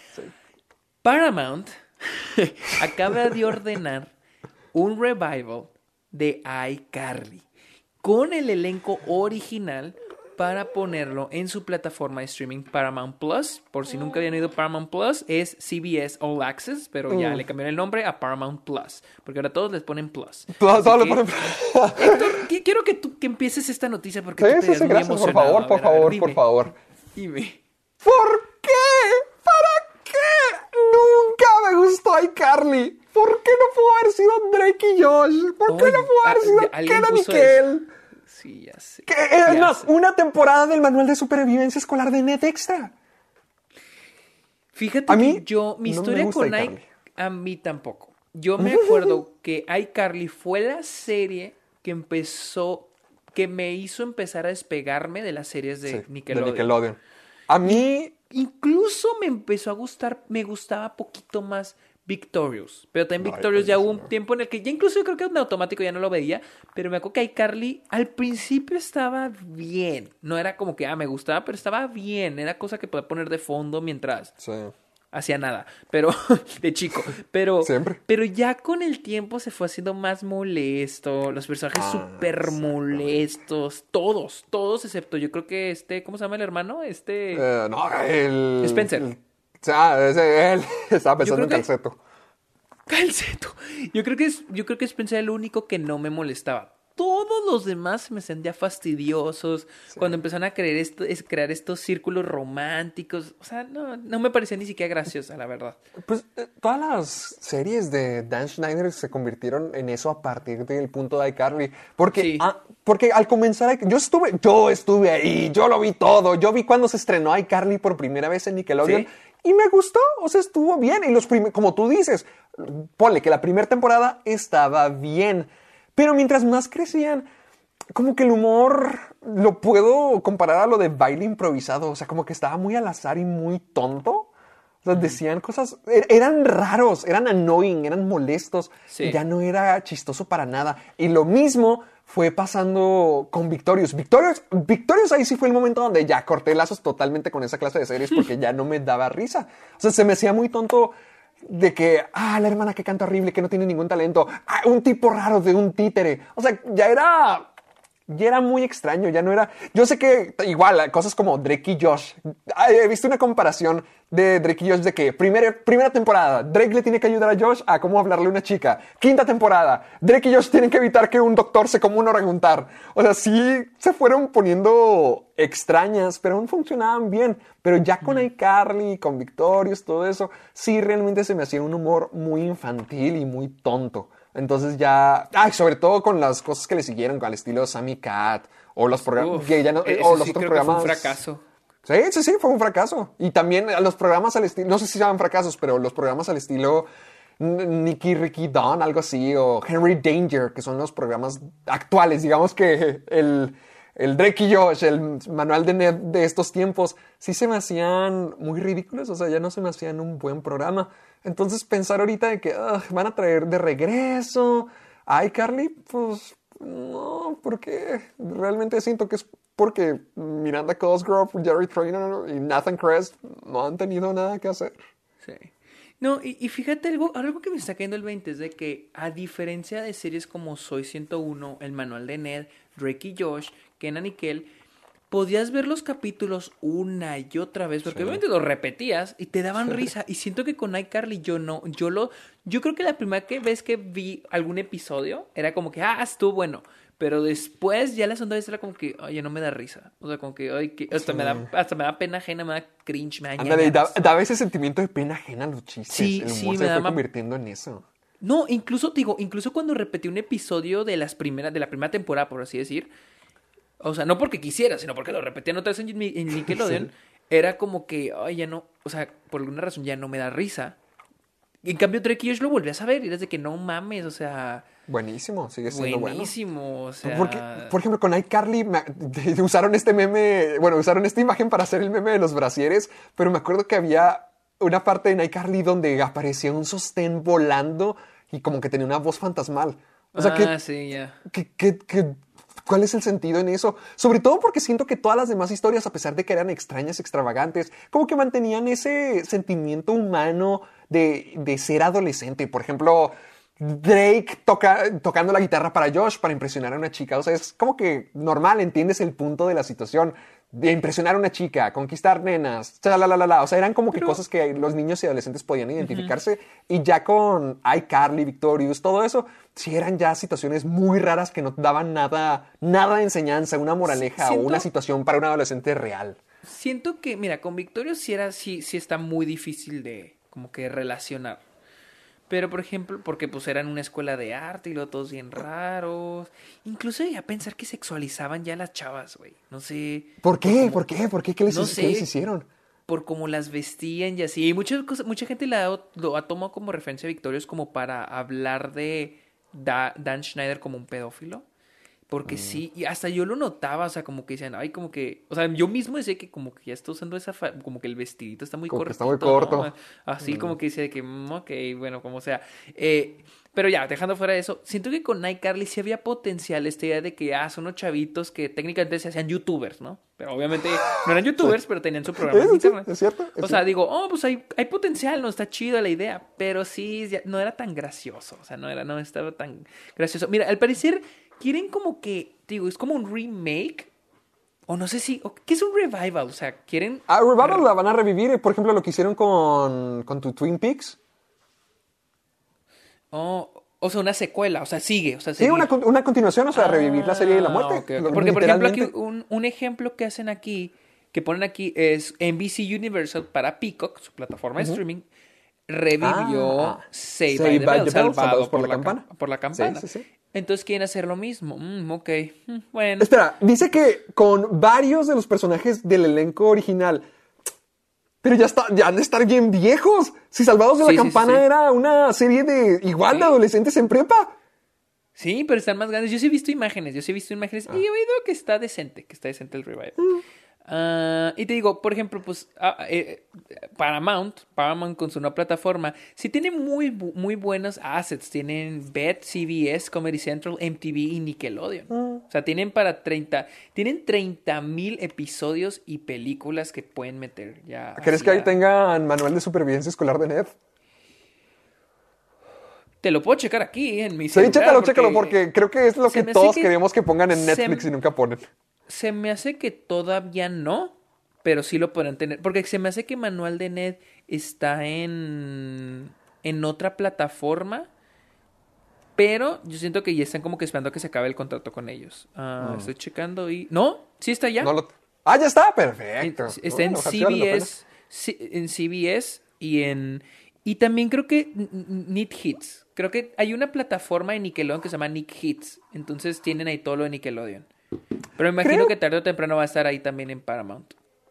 Paramount acaba de ordenar un revival de iCarly con el elenco original para ponerlo en su plataforma de streaming Paramount Plus. Por si nunca habían oído Paramount Plus, es C B S All Access, pero ya Mm. le cambiaron el nombre a Paramount Plus, porque ahora todos les ponen Plus. Todo- Así todo le que, ponen- Héctor, qui- quiero que tú que empieces esta noticia porque Sí, tú te sí, ves sí, muy gracias, por emocionado. favor, A por ver, a ver, favor, dime, por favor. Dime. ¿Por qué? ¿Para qué? Nunca me gustó iCarly. ¿Por qué no pudo haber sido Drake y Josh? ¿Por qué Oye, no pudo haber a- sido alguien Kenan y puso Kel? Sí, ya sé. Que, es Ya más, sé. una temporada del manual de supervivencia escolar de Net Extra. Fíjate A que mí yo, mi no me historia gusta con iCarly. Ike, a mí tampoco. Yo me acuerdo que iCarly fue la serie que empezó, que me hizo empezar a despegarme de las series de Sí, Nickelodeon. de Nickelodeon. A mí, Incluso me empezó a gustar, me gustaba poquito más Victorious. Pero también Ay, Victorious ya hubo un buenísimo. tiempo en el que ya incluso yo creo que en automático ya no lo veía. Pero me acuerdo que iCarly al principio estaba bien. No era como que, ah, me gustaba, pero estaba bien. Era cosa que podía poner de fondo mientras sí. hacía nada. Pero, de chico. Pero, Siempre. pero ya con el tiempo se fue haciendo más molesto. Los personajes Ah, súper molestos. Todos, todos, excepto yo creo que este, ¿cómo se llama el hermano? Este... Eh, no, el... Spencer. el- ah, ese, él. Estaba pensando en creo que- Calceto. Calceto. Yo creo que es, yo creo que es pensar el único que no me molestaba. Todos los demás se me hacían ya fastidiosos. Cuando empezaron a creer esto, es crear estos círculos románticos. O sea, no, no me parecía ni siquiera graciosa, la verdad. Pues eh, todas las series de Dan Schneider se convirtieron en eso a partir del punto de iCarly. Porque, Sí. ah, porque al comenzar, yo estuve, yo estuve ahí, yo lo vi todo. Yo vi cuando se estrenó iCarly por primera vez en Nickelodeon. ¿Sí? Y me gustó, o sea, estuvo bien. Y los prim- como tú dices, ponle que la primera temporada estaba bien. Pero mientras más crecían, como que el humor lo puedo comparar a lo de baile improvisado. O sea, como que estaba muy al azar y muy tonto. O sea, decían cosas, er- eran raros, eran annoying, eran molestos. Sí. Y ya no era chistoso para nada. Y lo mismo fue pasando con Victorious. Victorious, Victorious ahí sí fue el momento donde ya corté lazos totalmente con esa clase de series porque ya no me daba risa. O sea, se me hacía muy tonto de que, ah, la hermana que canta horrible, que no tiene ningún talento. Ah, un tipo raro de un títere. O sea, ya era... Ya era muy extraño, ya no era... Yo sé que igual, cosas como Drake y Josh. Ah, he visto una comparación de Drake y Josh de que primera, primera temporada, Drake le tiene que ayudar a Josh a cómo hablarle a una chica. Quinta temporada, Drake y Josh tienen que evitar que un doctor se coma un orangutar. O sea, sí se fueron poniendo extrañas, pero aún funcionaban bien. Pero ya con iCarly, con Victorious, todo eso, sí realmente se me hacía un humor muy infantil y muy tonto. Entonces ya... Ay, sobre todo con las cosas que le siguieron, al estilo Sammy Cat, o los programas... Uf, que ya no- ese o los sí otros creo que fue programas... un fracaso. Sí, sí, sí, fue un fracaso. Y también los programas al estilo... No sé si se llaman fracasos, pero los programas al estilo Nicky Ricky Dawn, algo así, o Henry Danger, que son los programas actuales. Digamos que el, el Drake y Josh, el manual de Ned de estos tiempos, sí se me hacían muy ridículos, o sea, ya no se me hacían un buen programa. Entonces pensar ahorita de que uh, van a traer de regreso a iCarly, pues no, porque realmente siento que es porque Miranda Cosgrove, Jerry Traynor y Nathan Kress no han tenido nada que hacer. Sí. No, y, y fíjate, algo, algo que me está cayendo el veinte es de que, a diferencia de series como Soy ciento uno, El Manual de Ned, Drake y Josh, Kenan y Kel, podías ver los capítulos una y otra vez, porque sí. obviamente los repetías y te daban risa. Y siento que con iCarly yo no, yo lo, yo creo que la primera que vez que vi algún episodio era como que, ah, estuvo bueno. Pero después, ya la segunda vez era como que, oye, no me da risa. O sea, como que, ay, que hasta, sí. me da, hasta me da pena ajena, me da cringe, me da Ándale, da, daba ese sentimiento de pena ajena a los chistes. Sí, el humor sí, se me fue da convirtiendo en eso. No, incluso, digo, incluso cuando repetí un episodio de las primeras, de la primera temporada, por así decir, o sea, no porque quisiera, sino porque lo repetían otra vez en, en Nickelodeon, sí. era como que, ay, ya no, o sea, por alguna razón ya no me da risa. En cambio, Drake y Josh lo volví a saber y eres de que no mames, o sea... Buenísimo, sigue siendo buenísimo, bueno. o sea... Porque, por ejemplo, con iCarly me, usaron este meme, bueno, usaron esta imagen para hacer el meme de los brasieres, pero me acuerdo que había una parte en iCarly donde aparecía un sostén volando y como que tenía una voz fantasmal. O sea, ah, que, sí, ya. Que, que, que, ¿cuál es el sentido en eso? Sobre todo porque siento que todas las demás historias, a pesar de que eran extrañas, extravagantes, como que mantenían ese sentimiento humano de, de ser adolescente. Por ejemplo, Drake toca, tocando la guitarra para Josh para impresionar a una chica. O sea, es como que normal, entiendes el punto de la situación. De impresionar a una chica, conquistar nenas, la, la, la, la. O sea, eran como que Pero... cosas que los niños y adolescentes podían identificarse. Uh-huh. Y ya con iCarly, Victorious, todo eso, sí eran ya situaciones muy raras que no daban nada, nada de enseñanza, una moraleja Siento... o una situación para un adolescente real. Siento que, mira, con Victorious sí, era, sí, sí está muy difícil de como que relacionar. Pero, por ejemplo, porque pues eran una escuela de arte y luego todos bien raros. Incluso llegué a pensar que sexualizaban ya a las chavas, güey. No sé. ¿Por qué? Por, como, ¿Por qué? ¿Por qué? ¿Qué les, no ¿qué sé, les hicieron? Por cómo las vestían y así. Y muchas cosas, mucha gente la, lo ha tomado como referencia a Victorious como para hablar de da, Dan Schneider como un pedófilo. Porque mm. sí, y hasta yo lo notaba, o sea, como que decían, ay, como que, o sea, yo mismo decía que como que ya está usando esa, fa- como que el vestidito está muy como corto. Está muy corto. ¿no? Así mm. como que decía que, mm, ok, bueno, como sea. Eh, pero ya, dejando fuera de eso, siento que con iCarly sí había potencial esta idea de que, ah, son unos chavitos que técnicamente se hacían youtubers, ¿no? Pero obviamente no eran youtubers, pero tenían su programa en internet. ¿Es cierto? ¿Es o cierto? sea, digo, oh, pues hay, hay potencial, ¿no? Está chido la idea, pero sí, ya, no era tan gracioso, o sea, no era, no estaba tan gracioso. Mira, al parecer quieren como que, digo, es como un remake, o no sé si, o, ¿qué es un revival? O sea, quieren... Ah, revival la van a revivir, por ejemplo, lo que hicieron con, con tu Twin Peaks. Oh, o sea, una secuela, o sea, sigue, o sea, sí, una, una continuación, o sea, ah, revivir la serie de la muerte. Okay, okay. Porque, por ejemplo, aquí un, un ejemplo que hacen aquí, que ponen aquí, es N B C Universal para Peacock, su plataforma uh-huh. de streaming, revivió ah, Save, Save by the Bell, the salvado Salvados por, por la, la campana. Por la campana. Sí, sí, sí. Entonces quieren hacer lo mismo. Mm, ok, mm, bueno. Espera, dice que con varios de los personajes del elenco original, pero ya, está, ya han de estar bien viejos. Si Salvados de sí, la sí, Campana sí, sí. era una serie de igual sí. de adolescentes en prepa. Sí, pero están más grandes. Yo sí he visto imágenes, yo sí he visto imágenes ah. y he oído que está decente, que está decente el revival. Mm. Uh, y te digo, por ejemplo, pues uh, eh, Paramount, Paramount con su nueva plataforma, sí tiene muy, muy buenos assets. Tienen B E T, C B S, Comedy Central, M T V y Nickelodeon. Uh. O sea, tienen para treinta, tienen treinta mil episodios y películas que pueden meter ya. ¿Crees que ahí tengan manual de supervivencia escolar de Ned? Te lo puedo checar aquí en mi sí, celular. Sí, chécalo, porque chécalo, porque creo que es lo que todos que queremos que pongan en Netflix se... y nunca ponen. Se me hace que todavía no, pero sí lo podrán tener. Porque se me hace que Manual de Ned está en, en otra plataforma, pero yo siento que ya están como que esperando a que se acabe el contrato con ellos. Uh, oh. Estoy checando y... ¿No? ¿Sí está ya? No lo... Ah, ya está, perfecto. Está en C B S, en C B S y en... Y también creo que Nick Hits. Creo que hay una plataforma en Nickelodeon que se llama Nick Hits. Entonces tienen ahí todo lo de Nickelodeon. Pero me imagino creo, que tarde o temprano va a estar ahí también en Paramount.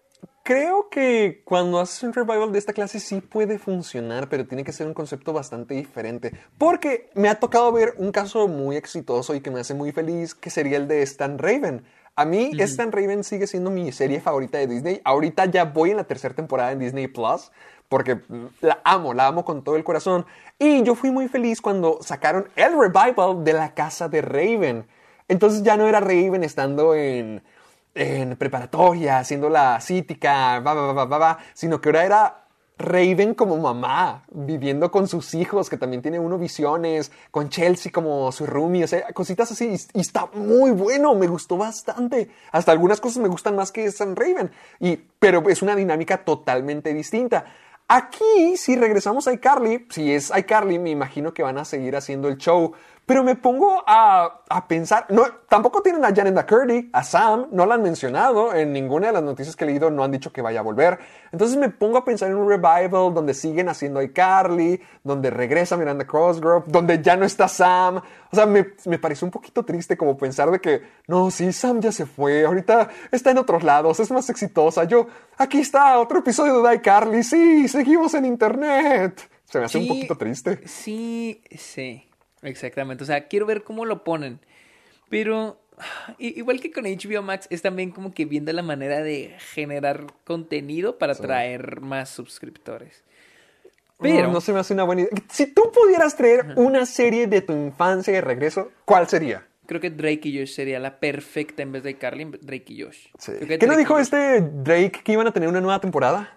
creo que cuando haces un revival de esta clase sí puede funcionar, pero tiene que ser un concepto bastante diferente. Porque me ha tocado ver un caso muy exitoso y que me hace muy feliz, que sería el de Stan Raven. A mí, uh-huh. Stan Raven sigue siendo mi serie favorita de Disney. Ahorita ya voy en la tercera temporada en Disney Plus, porque la amo, la amo con todo el corazón. Y yo fui muy feliz cuando sacaron el revival de La Casa de Raven. Entonces ya no era Raven estando en, en preparatoria, haciendo la cítica, va, va, va, va, va, sino que ahora era Raven como mamá, viviendo con sus hijos, que también tiene uno visiones, con Chelsea como su roomie, o sea, cositas así, y, y está muy bueno, me gustó bastante. Hasta algunas cosas me gustan más que Stan Raven, y, pero es una dinámica totalmente distinta. Aquí, si regresamos a iCarly, si es iCarly, me imagino que van a seguir haciendo el show. Pero me pongo a, a pensar, no, tampoco tienen a Janet McCurdy, a Sam, no la han mencionado, en ninguna de las noticias que he leído no han dicho que vaya a volver. Entonces me pongo a pensar en un revival donde siguen haciendo iCarly, donde regresa Miranda Cosgrove, donde ya no está Sam. O sea, me, me pareció un poquito triste como pensar de que, no, sí, Sam ya se fue, ahorita está en otros lados, es más exitosa. Yo, aquí está, otro episodio de iCarly, sí, seguimos en internet. Se me hace sí, un poquito triste. Sí, sí. Exactamente, o sea, quiero ver cómo lo ponen, pero igual que con H B O Max es también como que viendo la manera de generar contenido para sí. atraer más suscriptores. Pero no, no se me hace una buena idea. Si tú pudieras traer uh-huh. una serie de tu infancia de regreso, ¿cuál sería? Creo que Drake y Josh sería la perfecta en vez de Carly, Drake y Josh. Sí. ¿Qué Drake no dijo este Drake que iban a tener una nueva temporada?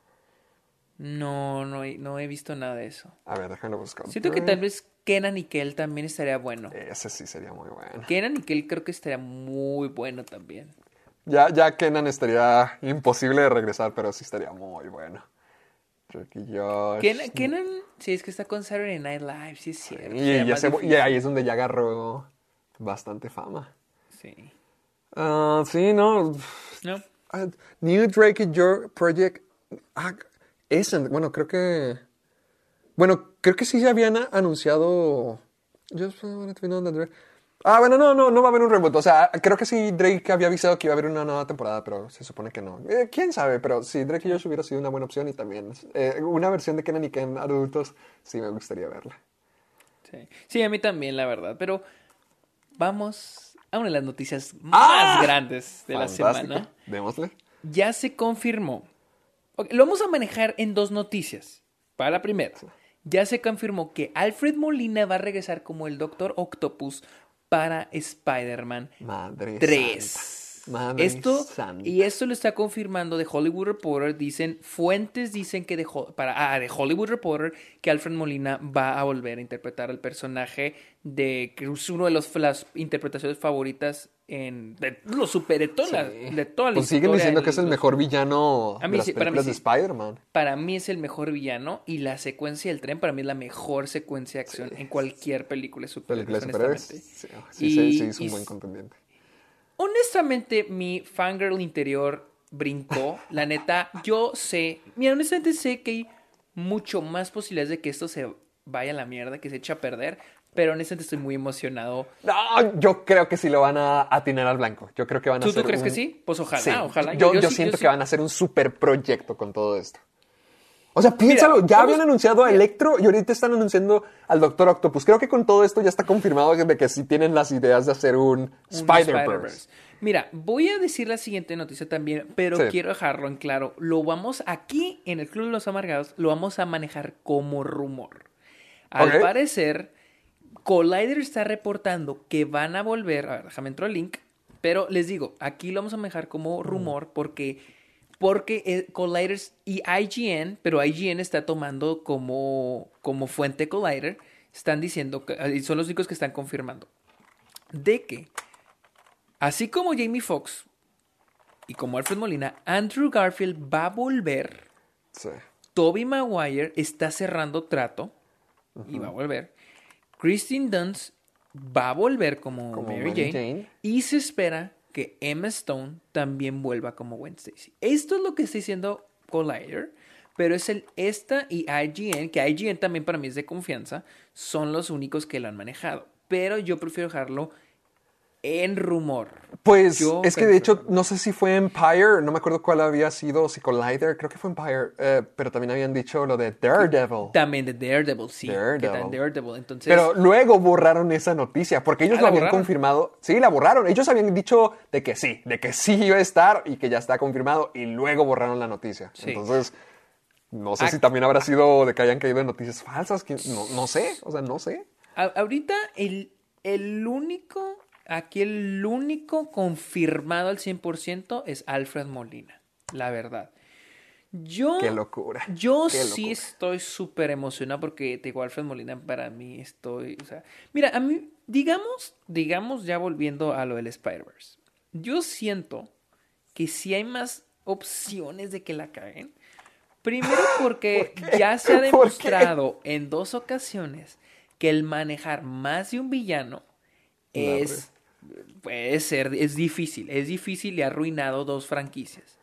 No, no he, no he visto nada de eso. A ver, déjalo buscar. Siento que tal vez Kenan y Kel también estaría bueno. Ese sí sería muy bueno. Kenan y Kel creo que estaría muy bueno también. Ya, ya Kenan estaría imposible de regresar, pero sí estaría muy bueno. Drake y Josh. Kenan, Kenan sí, es que está con Saturday Night Live, sí es cierto. Y, ya se, y ahí es donde ya agarró bastante fama. Sí. Uh, sí, no. No. Uh, New Drake y Josh Project... Ah, Es, bueno, creo que... Bueno, creo que sí se habían anunciado... Ah, bueno, no, no, no va a haber un reboot. O sea, creo que sí Drake había avisado que iba a haber una nueva temporada, pero se supone que no. Eh, ¿Quién sabe? Pero sí, Drake y Josh hubiera sido una buena opción y también... Eh, una versión de Kenan y Ken adultos, sí me gustaría verla. Sí. sí, a mí también, la verdad. Pero vamos a una de las noticias ¡Ah! más grandes de Fantástico. la semana. Démosle. Ya se confirmó. Okay, lo vamos a manejar en dos noticias. Para la primera, ya se confirmó que Alfred Molina va a regresar como el Doctor Octopus para Spider-Man Madre tres. Santa. Madre esto, Santa. Y esto lo está confirmando The Hollywood Reporter. Dicen, fuentes dicen que de, para, ah, The Hollywood Reporter que Alfred Molina va a volver a interpretar al personaje de que es uno de los, las interpretaciones favoritas en de los super de toda, sí. la, de toda la pues historia. siguen diciendo de que es el los, mejor villano a mí de las sí, películas para mí de sí. Spider-Man. Para mí es el mejor villano y la secuencia del tren para mí es la mejor secuencia de acción sí. en cualquier película de superhéroes. Película de superhéroes. Sí, sí, y, sí, sí, es un y, buen contendiente. Honestamente, mi fangirl interior brincó. La neta, yo sé, mira, honestamente sé que hay mucho más posibilidades de que esto se vaya a la mierda, que se eche a perder. Pero honestamente estoy muy emocionado. No, yo creo que sí lo van a atinar al blanco. Yo creo que van a ¿Tú, hacer ¿Tú crees un... que sí? Pues ojalá, sí. ojalá. Yo, yo, yo sí, siento yo que sí. van a hacer un super proyecto con todo esto. O sea, piénsalo, mira, ya vamos, habían anunciado a Electro y ahorita están anunciando al Doctor Octopus. Creo que con todo esto ya está confirmado de que sí tienen las ideas de hacer un, un Spider-Verse. Spider Mira, voy a decir la siguiente noticia también, pero sí. quiero dejarlo en claro. Lo vamos aquí, en el Club de los Amargados, lo vamos a manejar como rumor. Al okay. parecer, Collider está reportando que van a volver... A ver, déjame entrar al link. Pero les digo, aquí lo vamos a manejar como rumor porque... Porque Collider y I G N, pero I G N está tomando como, como fuente Collider, están diciendo, que, son los únicos que están confirmando, de que, así como Jamie Foxx y como Alfred Molina, Andrew Garfield va a volver, sí. Tobey Maguire está cerrando trato, uh-huh. y va a volver, Kristen Dunst va a volver como, como Mary, Mary Jane, Jane, y se espera que Emma Stone también vuelva como Gwen Stacy. Esto es lo que está diciendo Collider, pero es el esta y I G N, que I G N también para mí es de confianza, son los únicos que lo han manejado. Pero yo prefiero dejarlo en rumor. Pues Yo es que de pienso hecho, no sé si fue Empire, no me acuerdo cuál había sido, si Collider, creo que fue Empire, eh, pero también habían dicho lo de Daredevil. También de Daredevil, sí. Daredevil. Que tan Daredevil. Entonces, Pero luego borraron esa noticia, porque ellos Ah, lo ¿la habían borraron? confirmado. Sí, la borraron. Ellos habían dicho de que sí, de que sí iba a estar y que ya está confirmado, y luego borraron la noticia. Sí. Entonces, no sé Ah. si también habrá sido de que hayan caído en noticias falsas, que no, no sé, o sea, no sé. a- ahorita el, el único, aquí el único confirmado al cien por ciento es Alfred Molina, la verdad. Yo, Qué locura. Yo Qué sí locura. estoy súper emocionado porque, te digo, Alfred Molina para mí estoy, o sea, mira, a mí, digamos, digamos ya volviendo a lo del Spider-Verse, yo siento que sí hay más opciones de que la caguen. Primero porque ¿Por qué? ya se ha ¿Por qué? demostrado en dos ocasiones que el manejar más de un villano es, puede ser, es difícil, es difícil y ha arruinado dos franquicias.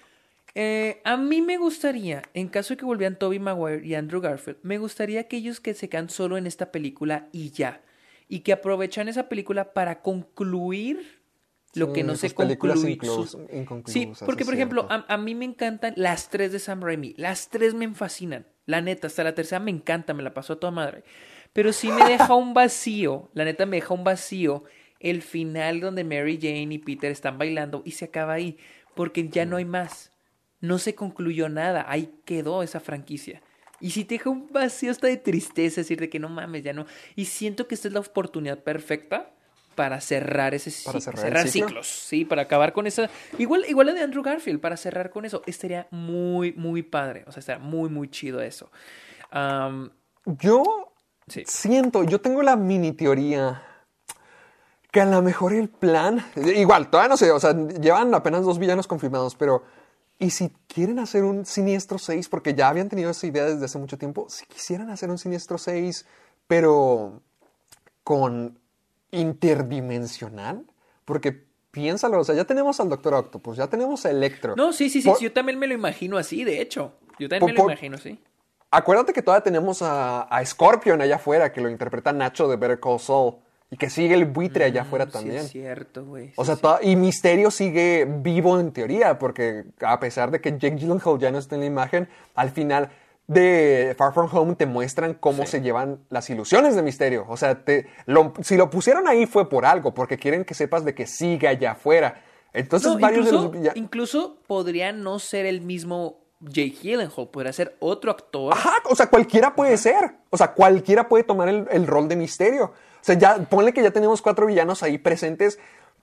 Eh, a mí me gustaría, en caso de que volvieran Tobey Maguire y Andrew Garfield, me gustaría que ellos que se quedan solo en esta película y ya. Y que aprovechan esa película para concluir lo Sí, que no sus se películas concluye. inclus- sus- inconclusas, Sí, porque es por ejemplo, cierto. a, a mí me encantan las tres de Sam Raimi. Las tres me fascinan. La neta, hasta la tercera me encanta, me la pasó a toda madre. Pero sí me deja un vacío, la neta me deja un vacío el final donde Mary Jane y Peter están bailando y se acaba ahí, porque ya no hay más. No se concluyó nada, ahí quedó esa franquicia. Y si te deja un vacío hasta de tristeza, decir de que no mames, ya no. Y siento que esta es la oportunidad perfecta para cerrar ese Para ciclo, cerrar el ciclo. ciclos, sí, para acabar con esa. Igual, igual la de Andrew Garfield, para cerrar con eso, estaría muy, muy padre. O sea, estaría muy, muy chido eso. Am, Yo sí. siento, yo tengo la mini teoría que a lo mejor el plan, igual, todavía no sé, o sea, llevan apenas dos villanos confirmados, pero ¿y si quieren hacer un Siniestro seis? Porque ya habían tenido esa idea desde hace mucho tiempo, si quisieran hacer un Siniestro seis, pero con interdimensional, porque piénsalo, o sea, ya tenemos al Doctor Octopus, ya tenemos a Electro. No, sí, sí, sí, Por- sí, yo también me lo imagino así, de hecho. Yo también Por- me lo por- imagino así. Acuérdate que todavía tenemos a, a Scorpion allá afuera, que lo interpreta Nacho de Better Call Saul, y que sigue el buitre allá afuera Mm, también. Sí, es cierto, güey. O sí, sea, sí. toda- y Misterio sigue vivo en teoría, porque a pesar de que Jake Gyllenhaal ya no está en la imagen, al final de Far From Home te muestran cómo Sí. se llevan las ilusiones de Misterio. O sea, te, lo- si lo pusieron ahí fue por algo, porque quieren que sepas de que sigue allá afuera. Entonces, No, varios incluso, de los... ya- incluso podría no ser el mismo Jake Gyllenhaal, podría ser otro actor. Ajá, o sea, cualquiera puede ser. O sea, cualquiera puede tomar el, el rol de Misterio. O sea, ya, ponle que ya tenemos cuatro villanos ahí presentes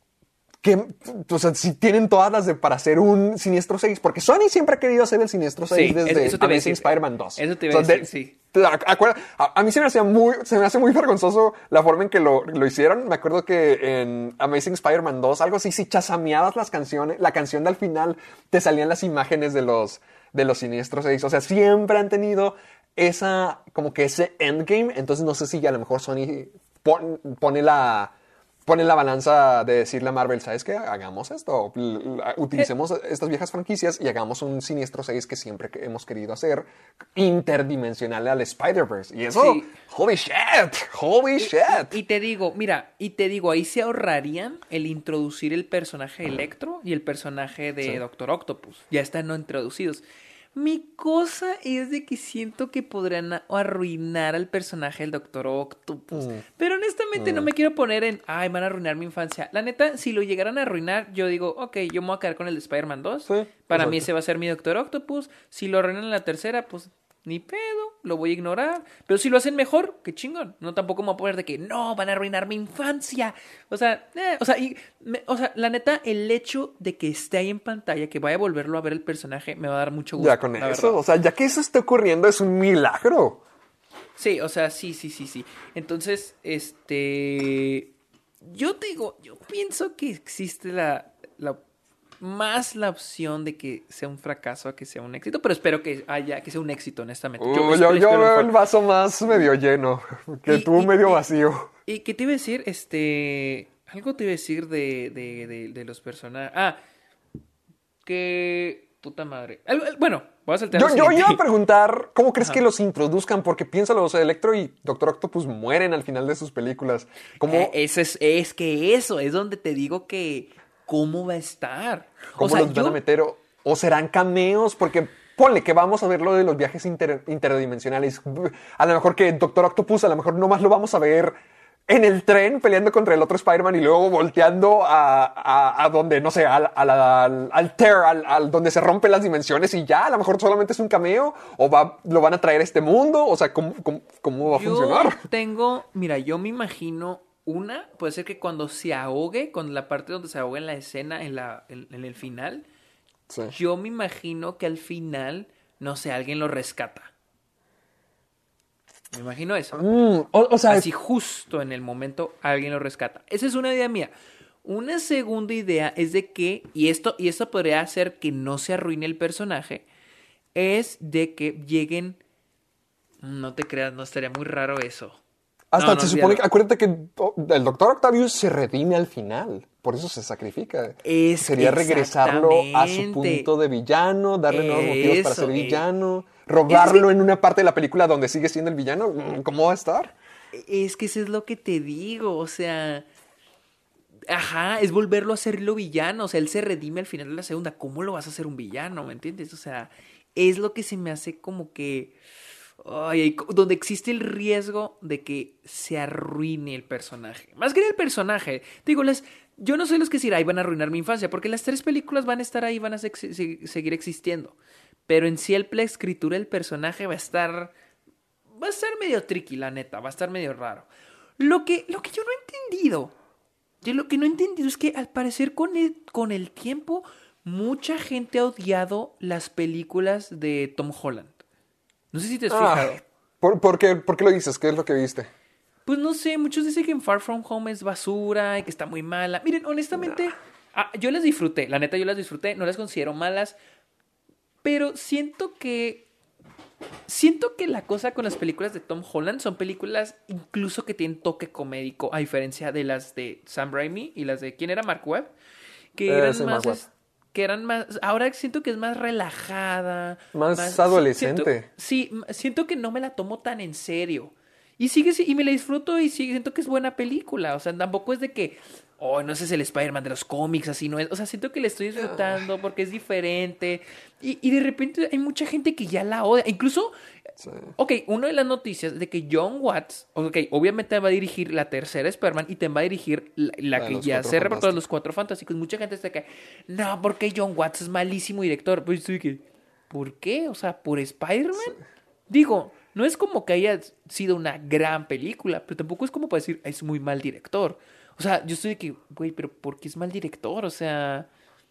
que, o sea, si tienen todas las de para hacer un Siniestro seis, porque Sony siempre ha querido hacer el Siniestro seis Sí, desde eso te iba a Amazing decir. Spider-Man dos. Eso te iba a O sea, decir, sí. te- acuerda- a, a mí se me hacía muy, se me hace muy vergonzoso la forma en que lo, lo hicieron. Me acuerdo que en Amazing Spider-Man dos, algo así, si chasameabas las canciones, la canción del final, te salían las imágenes de los, de los Siniestros seis. O sea, siempre han tenido esa, como que ese endgame. Entonces no sé si a lo mejor Sony pon- pone la... Pone la balanza de decirle a Marvel, ¿sabes qué? Hagamos esto. L- l- Utilicemos estas viejas franquicias y hagamos un Siniestro seis que siempre que hemos querido hacer, interdimensional al Spider-Verse. Y eso, Sí. holy shit, holy shit. Y te digo, mira, y te digo, ahí se ahorrarían el introducir el personaje de Electro y el personaje de Sí. Doctor Octopus. Ya están no introducidos. Mi cosa es de que siento que podrían a- arruinar al personaje del Doctor Octopus. Mm. Pero honestamente no me quiero poner en, ay, van a arruinar mi infancia. La neta, si lo llegaran a arruinar, yo digo, ok, yo me voy a quedar con el de Spider-Man dos. Sí, Para mí exacto. ese va a ser mi Doctor Octopus. Si lo arruinan en la tercera, pues ni pedo, lo voy a ignorar. Pero si lo hacen mejor, qué chingón. No tampoco me voy a poner de que no, van a arruinar mi infancia. O sea, eh, o sea, y, me- o sea, la neta, el hecho de que esté ahí en pantalla, que vaya a volverlo a ver el personaje, me va a dar mucho gusto. Ya con la eso, verdad. o sea, ya que eso esté ocurriendo es un milagro. Sí, o sea, sí, sí, sí, sí. Entonces, este. Yo te digo, yo pienso que existe la, la más la opción de que sea un fracaso a que sea un éxito, pero espero que haya, que sea un éxito, honestamente. Uh, yo espero- yo espero lo veo mejor. el vaso más medio lleno que Y- tú y- medio y- vacío. ¿Y qué te iba a decir? Este. Algo te iba a decir de, de, de, de los personajes. Ah, que puta madre. Bueno, voy a saltar. Yo, yo iba a preguntar, ¿cómo crees Ajá. que los introduzcan? Porque piénsalo, o sea, Electro y Doctor Octopus mueren al final de sus películas. ¿Cómo? Eh, eso es, es que eso es donde te digo que ¿cómo va a estar? ¿Cómo o sea, los van yo... a meter? O, ¿O serán cameos? Porque ponle que vamos a ver lo de los viajes inter, interdimensionales. A lo mejor que Doctor Octopus, a lo mejor nomás lo vamos a ver en el tren peleando contra el otro Spider-Man y luego volteando a, a, a donde, no sé, al, al, al, al tear, al, al donde se rompen las dimensiones y ya, a lo mejor solamente es un cameo o va, lo van a traer a este mundo. O sea, ¿cómo, cómo, cómo va a yo funcionar? Tengo, mira, yo me imagino una, puede ser que cuando se ahogue, con la parte donde se ahoga en la escena, en, la, en, en el final, sí. Yo me imagino que al final, no sé, alguien lo rescata. Me imagino eso. Mm, o, o sea, así justo en el momento alguien lo rescata. Esa es una idea mía. Una segunda idea es de que, y esto, y esto podría hacer que no se arruine el personaje, es de que lleguen... No te creas, no estaría muy raro eso. Hasta no, no, se supone que, acuérdate que el Doctor Octavius se redime al final. Por eso se sacrifica. Es Sería regresarlo a su punto de villano, darle nuevos motivos para ser villano, robarlo que, en una parte de la película donde sigue siendo el villano. ¿Cómo va a estar? Es que eso es lo que te digo, o sea... Ajá, es volverlo a hacerlo villano, o sea, él se redime al final de la segunda. ¿Cómo lo vas a hacer un villano, me entiendes? O sea, es lo que se me hace como que... Ay, donde existe el riesgo de que se arruine el personaje. Más que el personaje. Digo, les, yo no soy los que decir, ay, van a arruinar mi infancia, porque las tres películas van a estar ahí, van a se- se- seguir existiendo. Pero en sí, el, la escritura del personaje va a estar... Va a estar medio tricky, la neta. Va a estar medio raro. Lo que, lo que yo no he entendido... Yo lo que no he entendido es que, al parecer, con el, con el tiempo, mucha gente ha odiado las películas de Tom Holland. No sé si te has ah, fijado. ¿por, por, qué, ¿Por qué lo dices? ¿Qué es lo que viste? Pues no sé, muchos dicen que en Far From Home es basura y que está muy mala. Miren, honestamente, nah. ah, yo las disfruté. La neta, yo las disfruté. No las considero malas. Pero siento que... Siento que la cosa con las películas de Tom Holland son películas incluso que tienen toque comédico, a diferencia de las de Sam Raimi y las de... ¿Quién era? Mark Webb. Que eran eh, sí, más... Es, que eran más... Ahora siento que es más relajada. Más, más adolescente. Siento, sí, siento que no me la tomo tan en serio. Y sigue y me la disfruto y sigue, siento que es buena película. O sea, tampoco es de que... Oh, no ese es el Spider-Man de los cómics, así no es. O sea, siento que le estoy disfrutando porque es diferente. Y, y de repente hay mucha gente que ya la odia. Incluso, sí. Ok, una de las noticias de que John Watts, ok, obviamente va a dirigir la tercera Spider-Man y te va a dirigir la, la, la que ya se reportó de los Cuatro Fantásticos. Mucha gente está que, no, porque John Watts es malísimo director. Pues estoy que, ¿por qué? O sea, ¿por Spider-Man? Sí. Digo, no es como que haya sido una gran película, pero tampoco es como para decir, es muy mal director. O sea, yo estoy de que, güey, pero ¿por qué es mal director? O sea...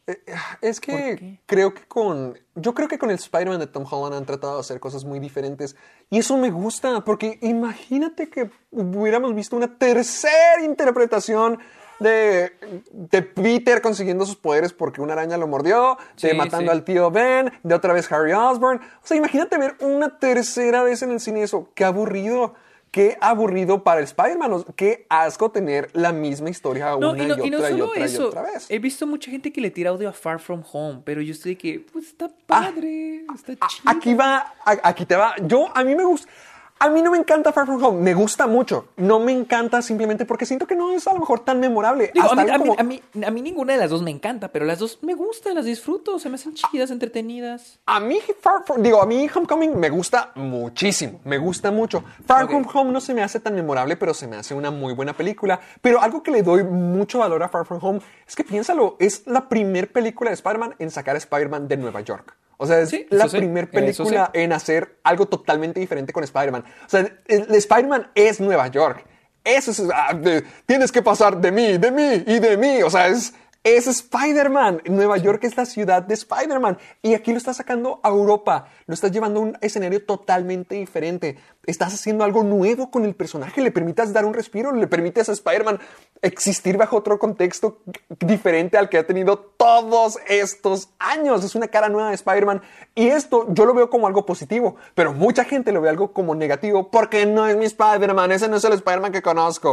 Es que creo que con... Yo creo que con el Spider-Man de Tom Holland han tratado de hacer cosas muy diferentes. Y eso me gusta, porque imagínate que hubiéramos visto una tercera interpretación de, de Peter consiguiendo sus poderes porque una araña lo mordió, sí, de matando sí. al tío Ben, de otra vez Harry Osborn. O sea, imagínate ver una tercera vez en el cine eso. ¡Qué aburrido! Qué aburrido para el Spider-Man. Qué asco tener la misma historia no, una y, no, y, y, otra, no y otra eso. y otra vez. He visto mucha gente que le tira audio a Far From Home, pero yo estoy de que, pues está padre, ah, está chido. Aquí va, aquí te va. Yo, a mí me gusta... A mí no me encanta Far From Home, me gusta mucho. No me encanta simplemente porque siento que no es a lo mejor tan memorable. Digo, Hasta a, mí, a, como... mí, a, mí, a mí ninguna de las dos me encanta, pero las dos me gustan, las disfruto, se me hacen chidas, entretenidas. A mí, Far From, digo, a mí Homecoming me gusta muchísimo, me gusta mucho. Far okay. From Home no se me hace tan memorable, pero se me hace una muy buena película. Pero algo que le doy mucho valor a Far From Home es que, piénsalo, es la primer película de Spider-Man en sacar a Spider-Man de Nueva York. O sea, es sí, la sí. primera película sí. en hacer algo totalmente diferente con Spider-Man. O sea, el, el Spider-Man es Nueva York. Eso es... Ah, de, tienes que pasar de mí, de mí y de mí. O sea, es... Es Spider-Man. Nueva York es la ciudad de Spider-Man. Y aquí lo estás sacando a Europa. Lo estás llevando a un escenario totalmente diferente. Estás haciendo algo nuevo con el personaje. Le permitas dar un respiro. Le permites a Spider-Man existir bajo otro contexto diferente al que ha tenido todos estos años. Es una cara nueva de Spider-Man. Y esto yo lo veo como algo positivo. Pero mucha gente lo ve algo como negativo. Porque no es mi Spider-Man. Ese no es el Spider-Man que conozco.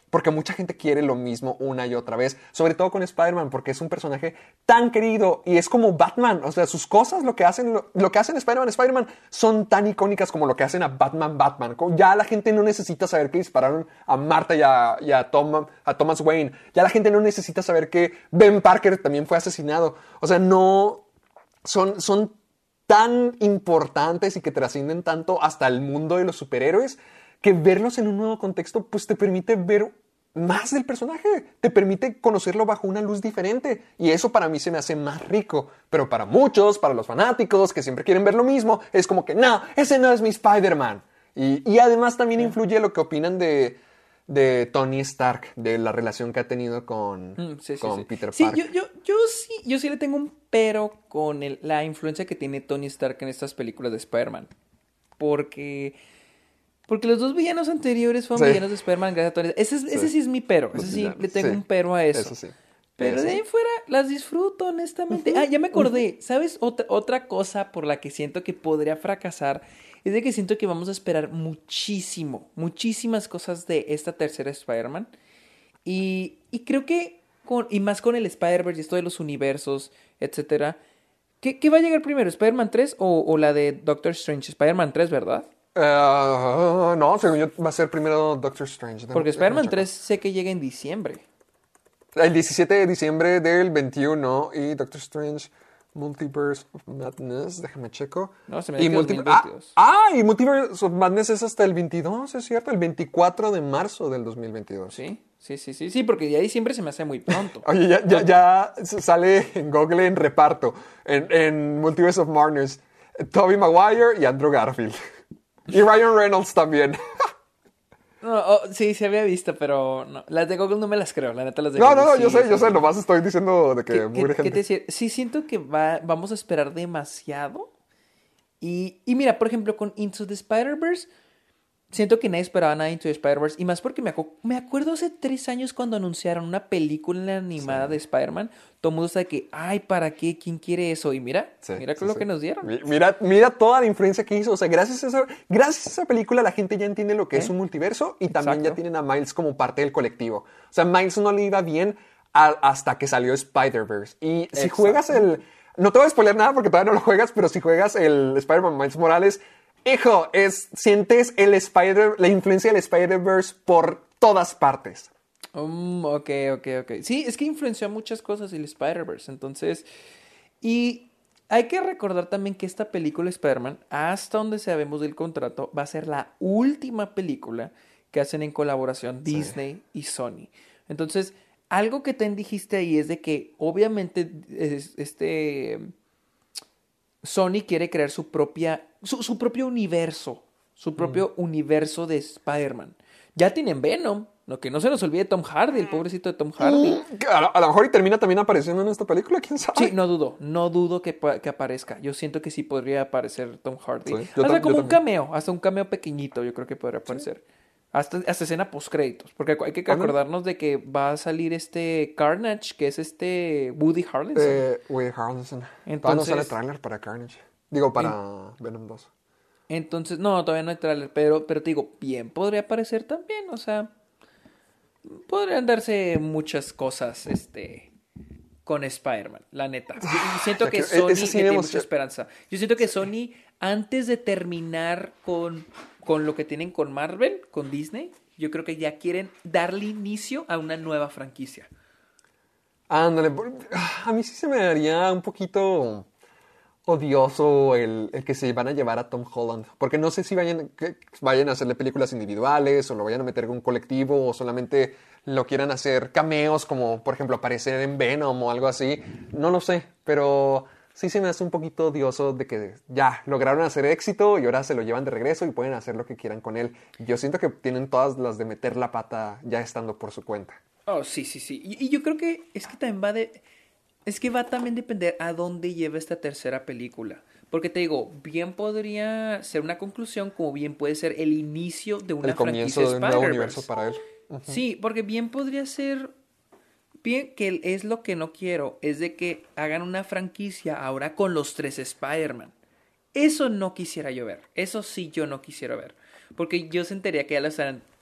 porque mucha gente quiere lo mismo una y otra vez, sobre todo con Spider-Man, porque es un personaje tan querido y es como Batman, o sea, sus cosas, lo que hacen, lo, lo que hacen Spider-Man, Spider-Man, son tan icónicas como lo que hacen a Batman, Batman. Ya la gente no necesita saber que dispararon a Marta y a, y a, Tom, a Thomas Wayne, ya la gente no necesita saber que Ben Parker también fue asesinado, o sea, no, son, son tan importantes y que trascienden tanto hasta el mundo de los superhéroes, que verlos en un nuevo contexto pues te permite ver más del personaje, te permite conocerlo bajo una luz diferente, y eso para mí se me hace más rico. Pero para muchos, para los fanáticos que siempre quieren ver lo mismo, es como que no, ese no es mi Spider-Man. Y, y además también influye lo que opinan de, de Tony Stark, de la relación que ha tenido con, mm, sí, sí, con sí. Peter sí, Parker. Yo, yo, yo, sí, yo sí le tengo un pero con el- la influencia que tiene Tony Stark en estas películas de Spider-Man. Porque... Porque los dos villanos anteriores fueron Sí. villanos de Spider-Man gracias a Tony. Ese, es- ese Sí. sí es mi pero. Los Ese sí villanos, le tengo sí. un pero a eso. Eso sí. Pero Eso de ahí sí. en fuera las disfruto, honestamente. Ah, ya me acordé. ¿Sabes? Otra, otra cosa por la que siento que podría fracasar es de que siento que vamos a esperar muchísimo, muchísimas cosas de esta tercera Spider-Man. Y, y creo que, con, y más con el Spider-Verse y esto de los universos, etcétera. ¿Qué, qué va a llegar primero? ¿Spider-Man tres o, o la de Doctor Strange? Spider-Man tres, ¿verdad? Uh, no, según yo va a ser primero Doctor Strange. Déjame- Porque déjame Spider-Man checar. tres sé que llega en diciembre. El diecisiete de diciembre del veintiuno y Doctor Strange Multiverse of Madness, déjame checo. No, se me y hace que Multi- dos mil veintidós. ah, ah, y Multiverse of Madness es hasta el veintidós, es cierto, el veinticuatro de marzo del dos mil veintidós. Sí, sí, sí, sí, sí, porque ya diciembre se me hace muy pronto. Oye, ya, ya, ya sale en Google en reparto, en, en Multiverse of Madness, Tobey Maguire y Andrew Garfield. Y Ryan Reynolds también. No, oh, sí, se había visto, pero no. Las de Google no me las creo, la neta las de No, Google no, no, sí, yo sé, yo son- sé, nomás estoy diciendo de que ¿Qué, muere qué- qué gente. te decía? Sí, siento que va, vamos a esperar demasiado. Y, y mira, por ejemplo, con Into the Spider-Verse, siento que nadie esperaba nada de Into the Spider-Verse. Y más porque me, acu- me acuerdo hace tres años cuando anunciaron una película animada de Spider-Man. Todo el mundo está de que, ay, ¿para qué? ¿Quién quiere eso? Y mira, Sí, mira sí, lo sí. que nos dieron. Mi- Mira, mira toda la influencia que hizo. O sea, gracias a, esa, gracias a esa película la gente ya entiende lo que ¿Eh? es un multiverso y también ya Exacto. tienen a Miles como parte del colectivo. O sea, Miles no le iba bien a- hasta que salió Spider-Verse. Y si Exacto. juegas el... No te voy a spoiler nada porque todavía no lo juegas, pero si juegas el Spider-Man Miles Morales, hijo, es, sientes el Spider, la influencia del Spider-Verse por todas partes. Um, ok, ok, ok. Sí, es que influenció a muchas cosas el Spider-Verse, entonces... Y hay que recordar también que esta película Spider-Man, hasta donde sabemos del contrato, va a ser la última película que hacen en colaboración Disney y Sony. Entonces, algo que te dijiste ahí es de que obviamente es- este... Sony quiere crear su propia, su, su propio universo, su propio universo de Spider-Man. Ya tienen Venom, lo que no se nos olvide Tom Hardy, el pobrecito de Tom Hardy. A, lo- a lo mejor y termina también apareciendo en esta película, quién sabe. Sí, no dudo, no dudo que, pa- que aparezca. Yo siento que sí podría aparecer Tom Hardy. Sí, yo hasta tam- como yo un también. cameo, hasta un cameo pequeñito yo creo que podría aparecer. Hasta, hasta escena post-créditos, porque hay que Ándale. acordarnos de que va a salir este Carnage, que es este Woody Harrelson. Eh, Woody Harrelson. Todavía no Entonces- sale tráiler para Carnage. Digo, para Venom dos. Entonces, no, todavía no hay tráiler, pero, pero te digo, bien podría aparecer también, o sea, podrían darse muchas cosas, este, con Spider-Man, la neta. Yo siento ya que que- Sony ese sí le tiene hemos- mucha esperanza. Yo siento que Sony, antes de terminar con, con lo que tienen con Marvel, con Disney, yo creo que ya quieren darle inicio a una nueva franquicia. Ándale, por- a mí sí se me haría un poquito odioso el, el que se van a llevar a Tom Holland. Porque no sé si vayan, que vayan a hacerle películas individuales o lo vayan a meter en un colectivo o solamente lo quieran hacer cameos como, por ejemplo, aparecer en Venom o algo así. No lo sé, pero sí se me hace un poquito odioso de que ya lograron hacer éxito y ahora se lo llevan de regreso y pueden hacer lo que quieran con él. Yo siento que tienen todas las de meter la pata ya estando por su cuenta. Oh, sí, sí, sí. Y, y yo creo que es que también va de... Es que va a también depender a dónde lleva esta tercera película. Porque te digo, bien podría ser una conclusión, como bien puede ser el inicio de una El comienzo franquicia de un nuevo Spider-Verse. universo para él. Ujú. Sí, porque bien podría ser... Bien, que es lo que no quiero, es de que hagan una franquicia ahora con los tres Spider-Man. Eso no quisiera yo ver. Eso sí yo no quisiera ver. Porque yo sentiría que ya lo estarán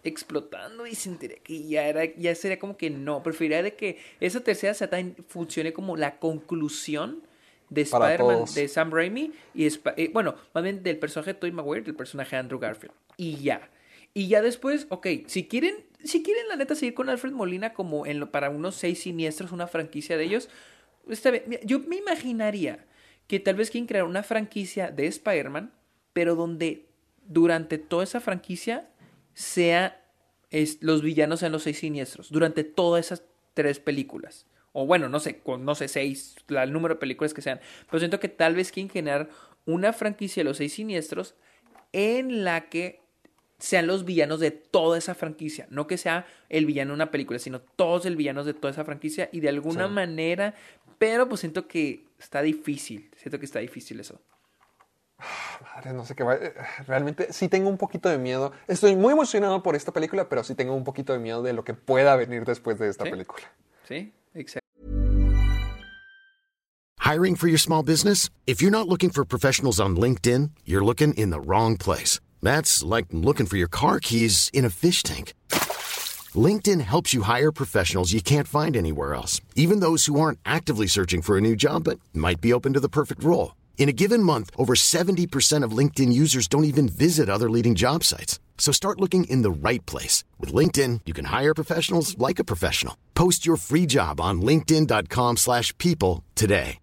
explotando y sentiría que ya, era, ya sería como que no. Preferiría de que esa tercera Satan funcione como la conclusión de Spider-Man, de Sam Raimi, y eh, bueno, más bien del personaje de Tobey Maguire, del personaje de Andrew Garfield. Y ya. Y ya después, ok, si quieren, si quieren la neta seguir con Alfred Molina como en lo, para unos seis siniestros, una franquicia de ellos, está bien. Yo me imaginaría que tal vez quieren crear una franquicia de Spider-Man, pero donde durante toda esa franquicia sea es, los villanos sean los seis siniestros, durante todas esas tres películas. O bueno, no sé, con, no sé, seis, la, el número de películas que sean. Pero siento que tal vez quieren generar una franquicia de los seis siniestros en la que sean los villanos de toda esa franquicia. No que sea el villano de una película, sino todos los villanos de toda esa franquicia. Y de alguna sí. manera, pero pues siento que está difícil. Siento que está difícil eso. Madre, no sé qué va. Realmente sí tengo un poquito de miedo. Estoy muy emocionado por esta película, pero sí tengo un poquito de miedo de lo que pueda venir después de esta ¿Sí? película. Sí, exacto. Hiring for your small business? If you're not looking for professionals on LinkedIn, you're looking in the wrong place. That's like looking for your car keys in a fish tank. LinkedIn helps you hire professionals you can't find anywhere else, even those who aren't actively searching for a new job but might be open to the perfect role. In a given month, over seventy percent of LinkedIn users don't even visit other leading job sites. So start looking in the right place. With LinkedIn, you can hire professionals like a professional. Post your free job on linkedin.com slash people today.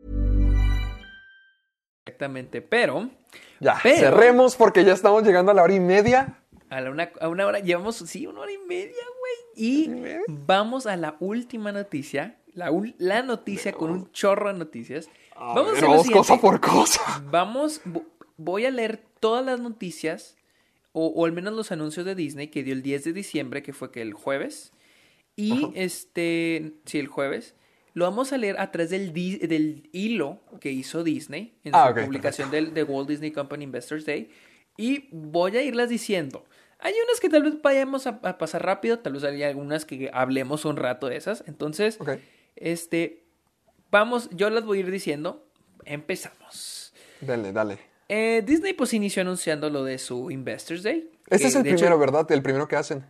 Exactamente, pero... Ya, pero, cerremos porque ya estamos llegando a la hora y media. A, la una, a una hora, llevamos, sí, una hora y media, güey. Y media? vamos a la última noticia, la, la noticia pero... con un chorro de noticias. A vamos ver, a vamos cosa por cosa. Vamos, voy a leer todas las noticias, o, o al menos los anuncios de Disney que dio el diez de diciembre, que fue que el jueves. Y Ajá. este, sí, el jueves. Lo vamos a leer a través del, del hilo que hizo Disney en ah, su okay, publicación del de Walt Disney Company Investors Day. Y voy a irlas diciendo. Hay unas que tal vez vayamos a, a pasar rápido, tal vez hay algunas que hablemos un rato de esas. Entonces, okay. este, vamos, yo las voy a ir diciendo. Empezamos. Dale, dale. Eh, Disney pues inició anunciando lo de su Investors Day. Este que, es el primero, hecho, ¿verdad? El primero que hacen.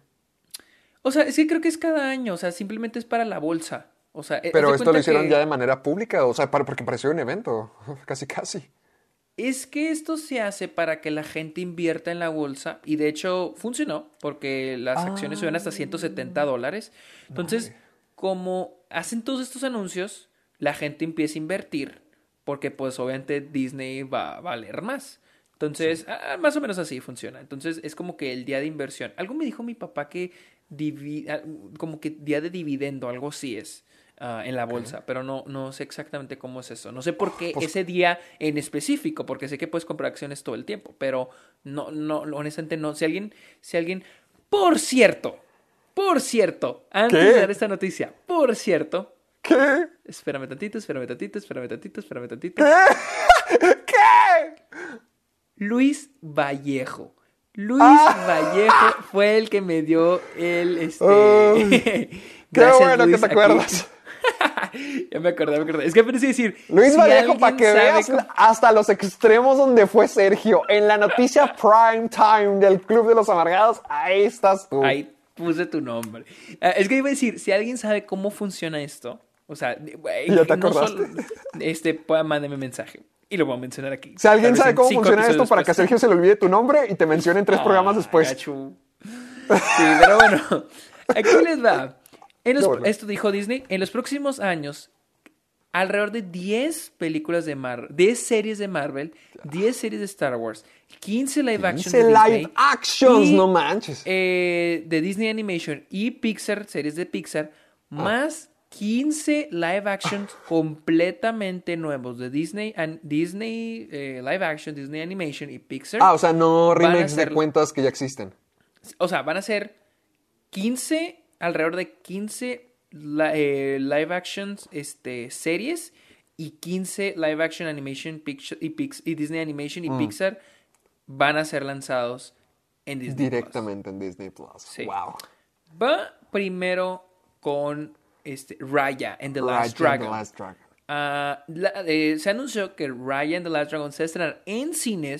O sea, sí creo que es cada año, o sea, simplemente es para la bolsa. O sea, pero esto lo hicieron que... ya de manera pública, o sea, para, porque pareció un evento, casi casi. Es que esto se hace para que la gente invierta en la bolsa, y de hecho funcionó, porque las ah, acciones suben hasta ciento setenta dólares. Entonces, no, como hacen todos estos anuncios, la gente empieza a invertir, porque pues obviamente Disney va a valer más. Entonces, sí. ah, más o menos así funciona. Entonces, es como que el día de inversión. Algo me dijo mi papá que divi- como que día de dividendo, algo así es. Uh, en la bolsa, okay. pero no, no sé exactamente cómo es eso. No sé por qué pues, ese día en específico, porque sé que puedes comprar acciones todo el tiempo, pero no, no, honestamente no. Si alguien, si alguien, por cierto, por cierto, antes ¿Qué? de dar esta noticia, por cierto, ¿qué? Espérame tantito, espérame tantito, espérame tantito, espérame tantito. ¿Qué? ¿Qué? Luis Vallejo. Luis ah. Vallejo fue el que me dio el, este... Uh, qué bueno Luis, que te acuerdas. Aquí. Ya me acordé, me acordé. Es que pensé decir... Luis si Vallejo, para que veas cómo... hasta los extremos donde fue Sergio. En la noticia prime time del Club de los Amargados, ahí estás tú. Ahí puse tu nombre. Uh, es que iba a decir, si alguien sabe cómo funciona esto, o sea... ¿Ya te no acordaste? Solo, este, pueda mándame mensaje. Y lo voy a mencionar aquí. Si alguien sabe cómo funciona esto después. Para que a Sergio se le olvide tu nombre y te mencione en tres ah, programas después. Gacho. Sí, pero bueno, aquí les va. En los, no, bueno. Esto dijo Disney, en los próximos años, alrededor de diez películas de Marvel, diez series de Marvel, diez series de Star Wars, quince live actions de Disney. live actions, y, no manches. Eh, de Disney Animation y Pixar, series de Pixar, ah. más quince live actions ah. completamente nuevos de Disney, and Disney eh, live action, Disney Animation y Pixar. Ah, o sea, no remakes ser, de cuentas que ya existen. O sea, van a ser quince... alrededor de quince eh, live actions este, series y quince live action animation Pixar, y, Pix, y Disney Animation y mm. Pixar van a ser lanzados en Disney directamente Plus. en Disney Plus. Sí. Wow. Va primero con este, Raya and the Raya Last Dragon. And the Last Dragon. Uh, la, eh, se anunció que Raya and the Last Dragon se estrenará en cines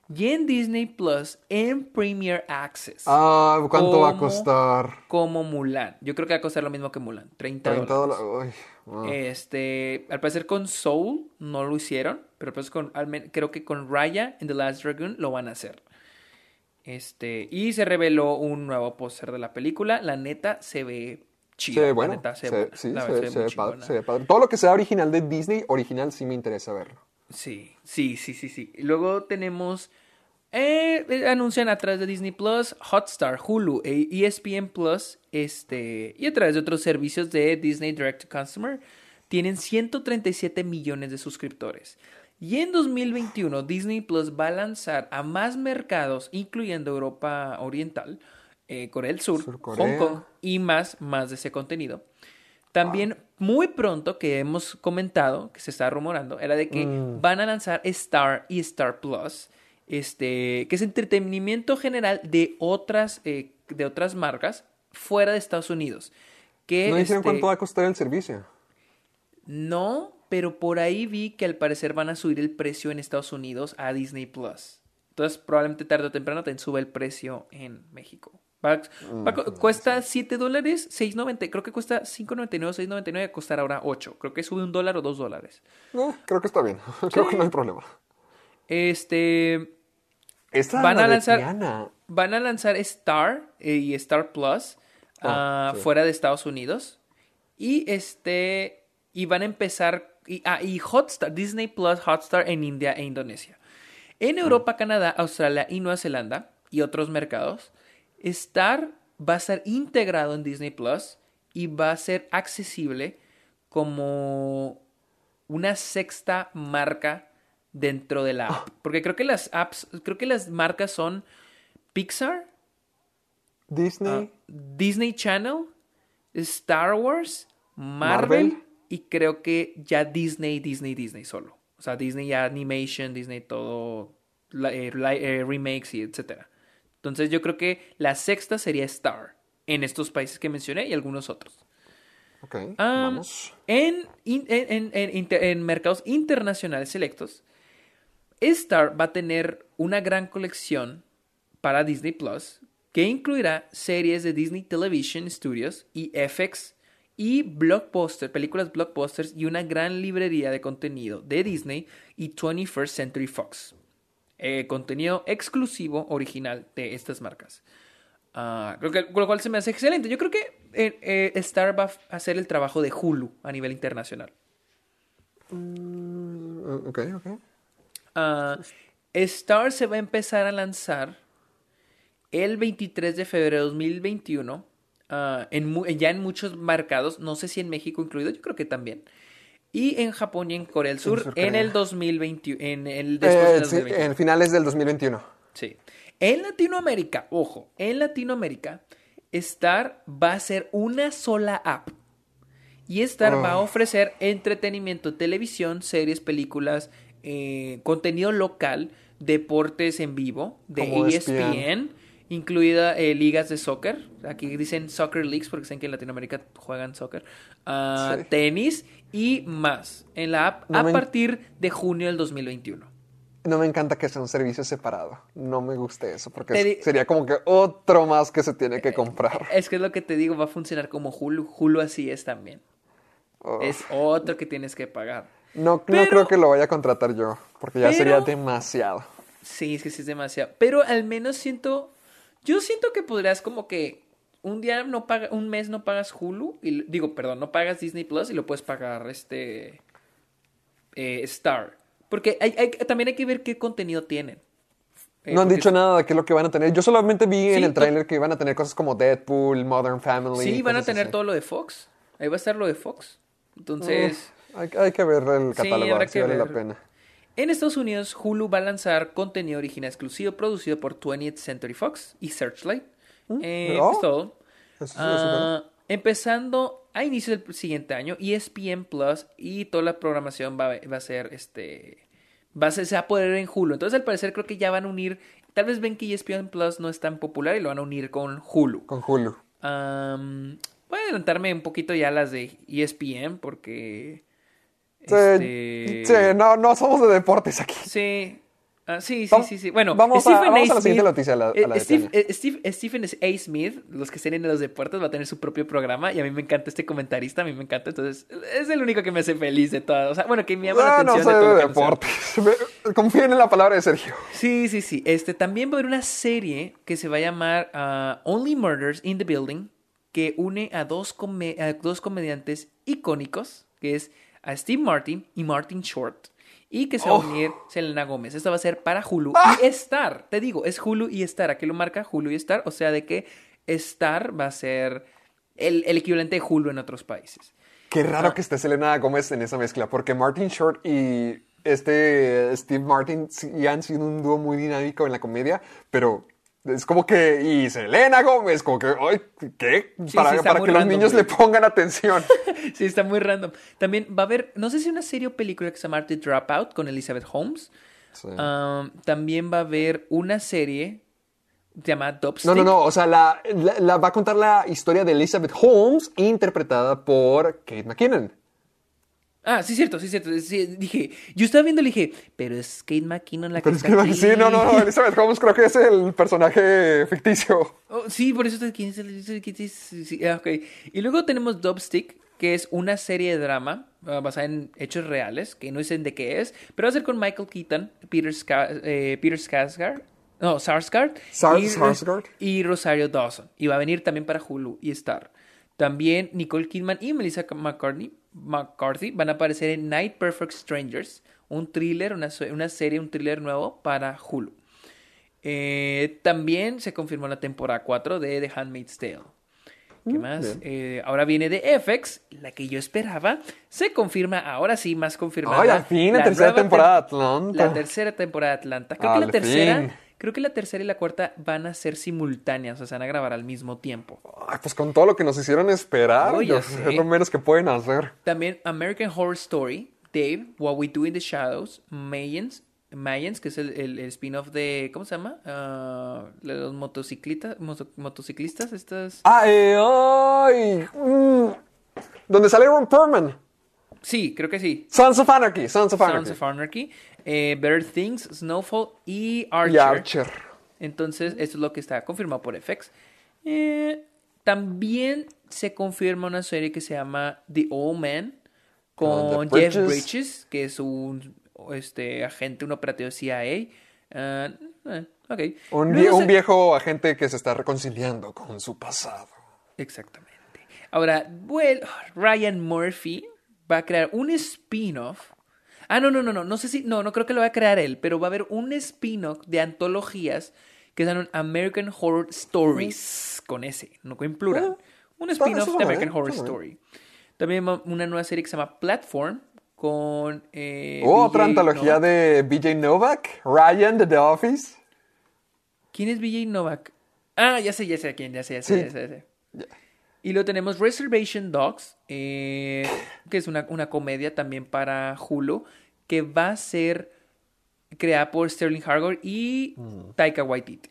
y en Disney Plus en Premier Access. Ah, ¿cuánto como, va a costar? Como Mulan. Yo creo que va a costar lo mismo que Mulan, treinta dólares. dólares. Wow. Este, al parecer con Soul no lo hicieron, pero pues con, al men- creo que con Raya and the Last Dragon lo van a hacer. Este, y se reveló un nuevo póster de la película. La neta se ve chida. Se ve la bueno. neta se, Se, ve buena. sí, La se, verdad ve- se se ve ve muy padre, chingona. se ve padre. Todo lo que sea original de Disney, original, sí me interesa verlo. Sí, sí, sí, sí, sí. Y luego tenemos, eh, eh, anuncian a través de Disney Plus, Hotstar, Hulu, e E S P N Plus, este, y a través de otros servicios de Disney Direct to Consumer, tienen ciento treinta y siete millones de suscriptores. Y en dos mil veintiuno, Disney Plus va a lanzar a más mercados, incluyendo Europa Oriental, eh, Corea del Sur, Surcorea. Hong Kong y más, más de ese contenido. También muy pronto, que hemos comentado, que se está rumorando, era de que Mm. van a lanzar Star y Star Plus, este, que es entretenimiento general de otras, eh, de otras marcas fuera de Estados Unidos. Que, ¿No dijeron este, cuánto va a costar el servicio? no, pero por ahí vi que al parecer van a subir el precio en Estados Unidos a Disney Plus. Entonces probablemente tarde o temprano te sube el precio en México. Va- va- cu- cuesta siete dólares, seis noventa, creo que cuesta cinco noventa y nueve, seis noventa y nueve, a costar ahora ocho. Creo que sube un dólar o dos dólares. Eh, creo que está bien. Creo que no hay problema. Este, Esta van la a de lanzar, Tiana. van a lanzar Star eh, y Star Plus Ah, ah, sí. fuera de Estados Unidos. Y este, y van a empezar, y, ah, y Hotstar, Disney Plus, Hotstar en India e Indonesia. En Europa, Canadá, Australia y Nueva Zelanda y otros mercados, Star va a estar integrado en Disney Plus y va a ser accesible como una sexta marca dentro de la app. Porque creo que las apps, creo que las marcas son Pixar, Disney. ah, Disney Channel, Star Wars, Marvel, Marvel. y creo que ya Disney, Disney, Disney solo. O sea, Disney ya Animation, Disney todo, la- eh, li- eh, remakes y etcétera. Entonces yo creo que la sexta sería Star en estos países que mencioné y algunos otros. Ok, Ah, vamos. En, in- en- en- en inter- en mercados internacionales selectos, Star va a tener una gran colección para Disney Plus que incluirá series de Disney Television Studios y F X y blockbuster, películas blockbusters y una gran librería de contenido de Disney y twenty-first Century Fox. Eh, contenido exclusivo original de estas marcas. Ah, creo que con lo cual se me hace excelente. Yo creo que eh, eh, Star va a hacer el trabajo de Hulu a nivel internacional. Mm, ok, ok. Ah, Star se va a empezar a lanzar el veintitrés de febrero de dos mil veintiuno. ah, en mu- ya en muchos mercados. No sé si en México incluido. Yo creo que también. Y en Japón y en Corea del Sur Surcorea. en el dos mil veintiuno. En el, después del Eh, sí, dos mil veintiuno. en finales del dos mil veintiuno. Sí. En Latinoamérica, ojo, en Latinoamérica, Star va a ser una sola app. Y Star Oh. va a ofrecer entretenimiento, televisión, series, películas, eh, contenido local, deportes en vivo de Como E S P N, E S P N. incluida eh, ligas de soccer. Aquí dicen soccer leagues porque saben que en Latinoamérica juegan soccer. Ah, Sí. Tenis y más en la app No a me- partir de junio del dos mil veintiuno. No me encanta que sea un servicio separado. No me gusta eso, porque Te es- di- sería como que otro más que se tiene que comprar. Es que es lo que te digo, va a funcionar como Hulu. Hulu así es también. Oh. Es otro que tienes que pagar. No, no pero- creo que lo vaya a contratar yo, porque ya pero- sería demasiado. Sí, es que sí es demasiado. Pero al menos siento. Yo siento que podrías como que un día no paga, un mes no pagas Hulu. Y, digo, perdón, no pagas Disney Plus y lo puedes pagar este. eh, Star. Porque hay, hay- también hay que ver qué contenido tienen. Eh, No han porque- dicho nada de qué es lo que van a tener. Yo solamente vi en Sí, el to- tráiler que iban a tener cosas como Deadpool, Modern Family. Sí, van a cosas tener así. todo lo de Fox. Ahí va a estar lo de Fox. Entonces. Uf, hay, hay que ver el Sí, catálogo, a habrá ver si que vale la ver. pena. En Estados Unidos, Hulu va a lanzar contenido original exclusivo producido por twentieth Century Fox y Searchlight. Eh, oh, es todo. Eso sí, eso Ah, empezando a inicios del siguiente año, E S P N Plus y toda la programación va, a- va a ser este. Va a ser, se va a poder ver en Hulu. Entonces, al parecer, creo que ya van a unir. Tal vez ven que E S P N Plus no es tan popular y lo van a unir con Hulu. Con Hulu. Am, voy a adelantarme un poquito ya a las de E S P N porque. Sí, este, sí, no, no somos de deportes aquí. Sí. Ah, sí, sí, sí, sí. Bueno, vamos, Stephen a, vamos A. a la siguiente Smith, noticia. A la, a la eh, de Steve, Tania. eh, Steve, eh, Stephen A. Smith, los que estén en los deportes, va a tener su propio programa y a mí me encanta este comentarista, a mí me encanta, entonces es el único que me hace feliz de todo. O sea, bueno, que me llama la Ah, no atención sé de todo de lo que deportes. Me- Confíen en la palabra de Sergio. Sí, sí, sí. Este, también va a haber una serie que se va a llamar ah, Only Murders in the Building, que une a dos, come- a dos comediantes icónicos, que es a Steve Martin y Martin Short, y que se va Oh. a unir Selena Gómez. Esto va a ser para Hulu ¡Ah! y Star. Te digo, es Hulu y Star. ¿A qué lo marca? Hulu y Star. O sea, de que Star va a ser el, el equivalente de Hulu en otros países. Qué raro Ah. que esté Selena Gómez en esa mezcla, porque Martin Short y este Steve Martin sí han sido un dúo muy dinámico en la comedia, pero es como que... Y Selena Gómez, como que... Ay, ¿qué? Sí, para sí, está para muy que los random, niños güey. le pongan atención. Sí, está muy random. También va a haber, no sé si una serie o película que se llama The Dropout con Elizabeth Holmes. Sí. Um, también va a haber una serie llamada Dubstick. No, no, no. O sea, la, la- la- va a contar la historia de Elizabeth Holmes, interpretada por Kate McKinnon. Ah, sí, cierto, sí, cierto. Sí, dije, yo estaba viendo y le dije, pero es Kate McKinnon la que Pero es está que aquí. sí, no, no, no. Elizabeth Holmes creo que es el personaje ficticio. Oh, sí, por eso te ¿quién es el- quién es? Sí, sí, ah, ok. Y luego tenemos Dubstick, que es una serie de drama uh, basada en hechos reales, que no dicen de qué es, pero va a ser con Michael Keaton, Peter, Ska, eh, Peter Skarsgård, no, Sarsgaard, Sar- y, Sarsgaard. y Rosario Dawson. Y va a venir también para Hulu y Star. También Nicole Kidman y Melissa McCarthy, McCarthy van a aparecer en Night Perfect Strangers, un thriller, una, una serie, un thriller nuevo para Hulu. Eh, también se confirmó la temporada cuatro de The Handmaid's Tale. ¿Qué más? Eh, ahora viene de F X, la que yo esperaba. Se confirma, ahora sí, más confirmada. Ay, al fin, la tercera nueva temporada tem- de Atlanta. La tercera temporada de Atlanta. Creo que Al la tercera, fin. creo que la tercera y la cuarta van a ser simultáneas, o sea, se van a grabar al mismo tiempo. Ay, pues con todo lo que nos hicieron esperar, Oh, ya yo- sé. es lo menos que pueden hacer. También American Horror Story, Dave, What We Do in the Shadows, Mayans, Mayans, que es el, el- el spin-off de, ¿cómo se llama? Ah, los motociclistas, moto- motociclistas, estas... Ah, eh, ay, mm, donde sale Ron Perlman. Sí, creo que sí. Sons of Anarchy, Sons of Anarchy. Sons of Anarchy, eh, Better Things, Snowfall y Archer. Y Archer. Entonces, esto es lo que está confirmado por F X. Eh, también se confirma una serie que se llama The Old Man Con con The Jeff Bridges. Bridges, que es un este, agente, un operativo de C I A. Ah, eh, ok. Un, Luego vie- un se- viejo agente que se está reconciliando con su pasado. Exactamente. Ahora, bueno, Ryan Murphy va a crear un spin-off. Ah, no, no, no, no, no sé si, no, no creo que lo va a crear él, pero va a haber un spin-off de antologías que se llaman American Horror Stories, con S, no en plural. Ah, Un está- spin-off eso de suena American bien, Horror suena Story. También va una nueva serie que se llama Platform con... Eh, Otra B J antología Novak. de B J Novak, Ryan de The Office. ¿Quién es B J Novak? Ah, ya sé, ya sé a quién, ya sé, ya sé, Sí. ya sé, ya sé. Y luego tenemos Reservation Dogs, eh, que es una, una comedia también para Hulu, que va a ser creada por Sterling Hargor y Taika Waititi.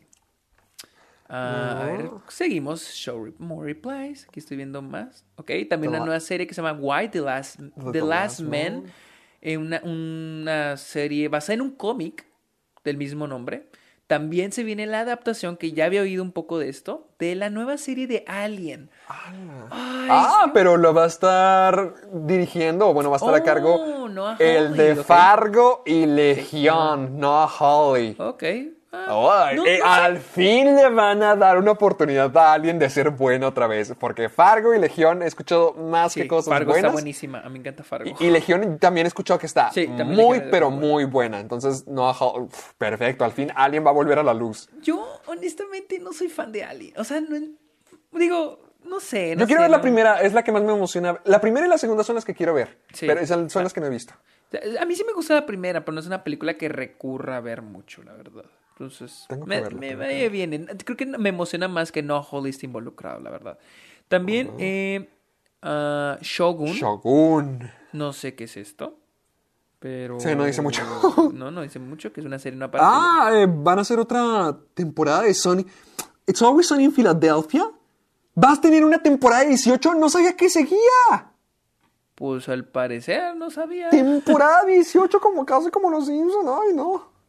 Ah, A ver, seguimos. Show re- More Replies. Aquí estoy viendo más. Ok, también The una La- nueva serie que se llama Why The Last, The The Last Last Man. Man. Eh, una, una serie basada en un cómic del mismo nombre. También se viene la adaptación, que ya había oído un poco de esto, de la nueva serie de Alien. Ay, Ah, qué- pero lo va a estar dirigiendo, o bueno, va a estar a Oh, cargo no a el Holly, de ok. Fargo y Legión, no a Holly. Ok. Ah, Ay, no- eh, no sé. al fin le van a dar una oportunidad a alguien de ser bueno otra vez, porque Fargo y Legión he escuchado más Sí, que cosas Fargo buenas. está buenísima. A mí me encanta Fargo. Y, y Legión también he escuchado que está Sí, también muy, Legión es pero muy buena. muy buena. Entonces, no a Holly. Uf, perfecto, al fin alguien va a volver a la luz. Yo, honestamente, no soy fan de Alien. O sea, no, en- digo, no sé. no Yo quiero sé, ver la no- primera, es la que más me emociona. La primera y la segunda son las que quiero ver, Sí. pero esas son las que no he visto. A mí sí me gusta la primera, pero no es una película que recurra a ver mucho, la verdad. Entonces, Tengo que me, verla, me tengo que vaya bien. Creo que me emociona más que no Holly esté involucrado, la verdad. También, eh, ah, Shogun. Shogun. No sé qué es esto, pero... Sí, no dice mucho. No, no dice mucho, que es una serie no aparte. Ah, eh, van a hacer otra temporada de Sony. It's Always Sunny in Philadelphia. Vas a tener una temporada de dieciocho, no sabía que seguía. Pues al parecer no sabía. Temporada dieciocho como casi como los Simpsons, ay no.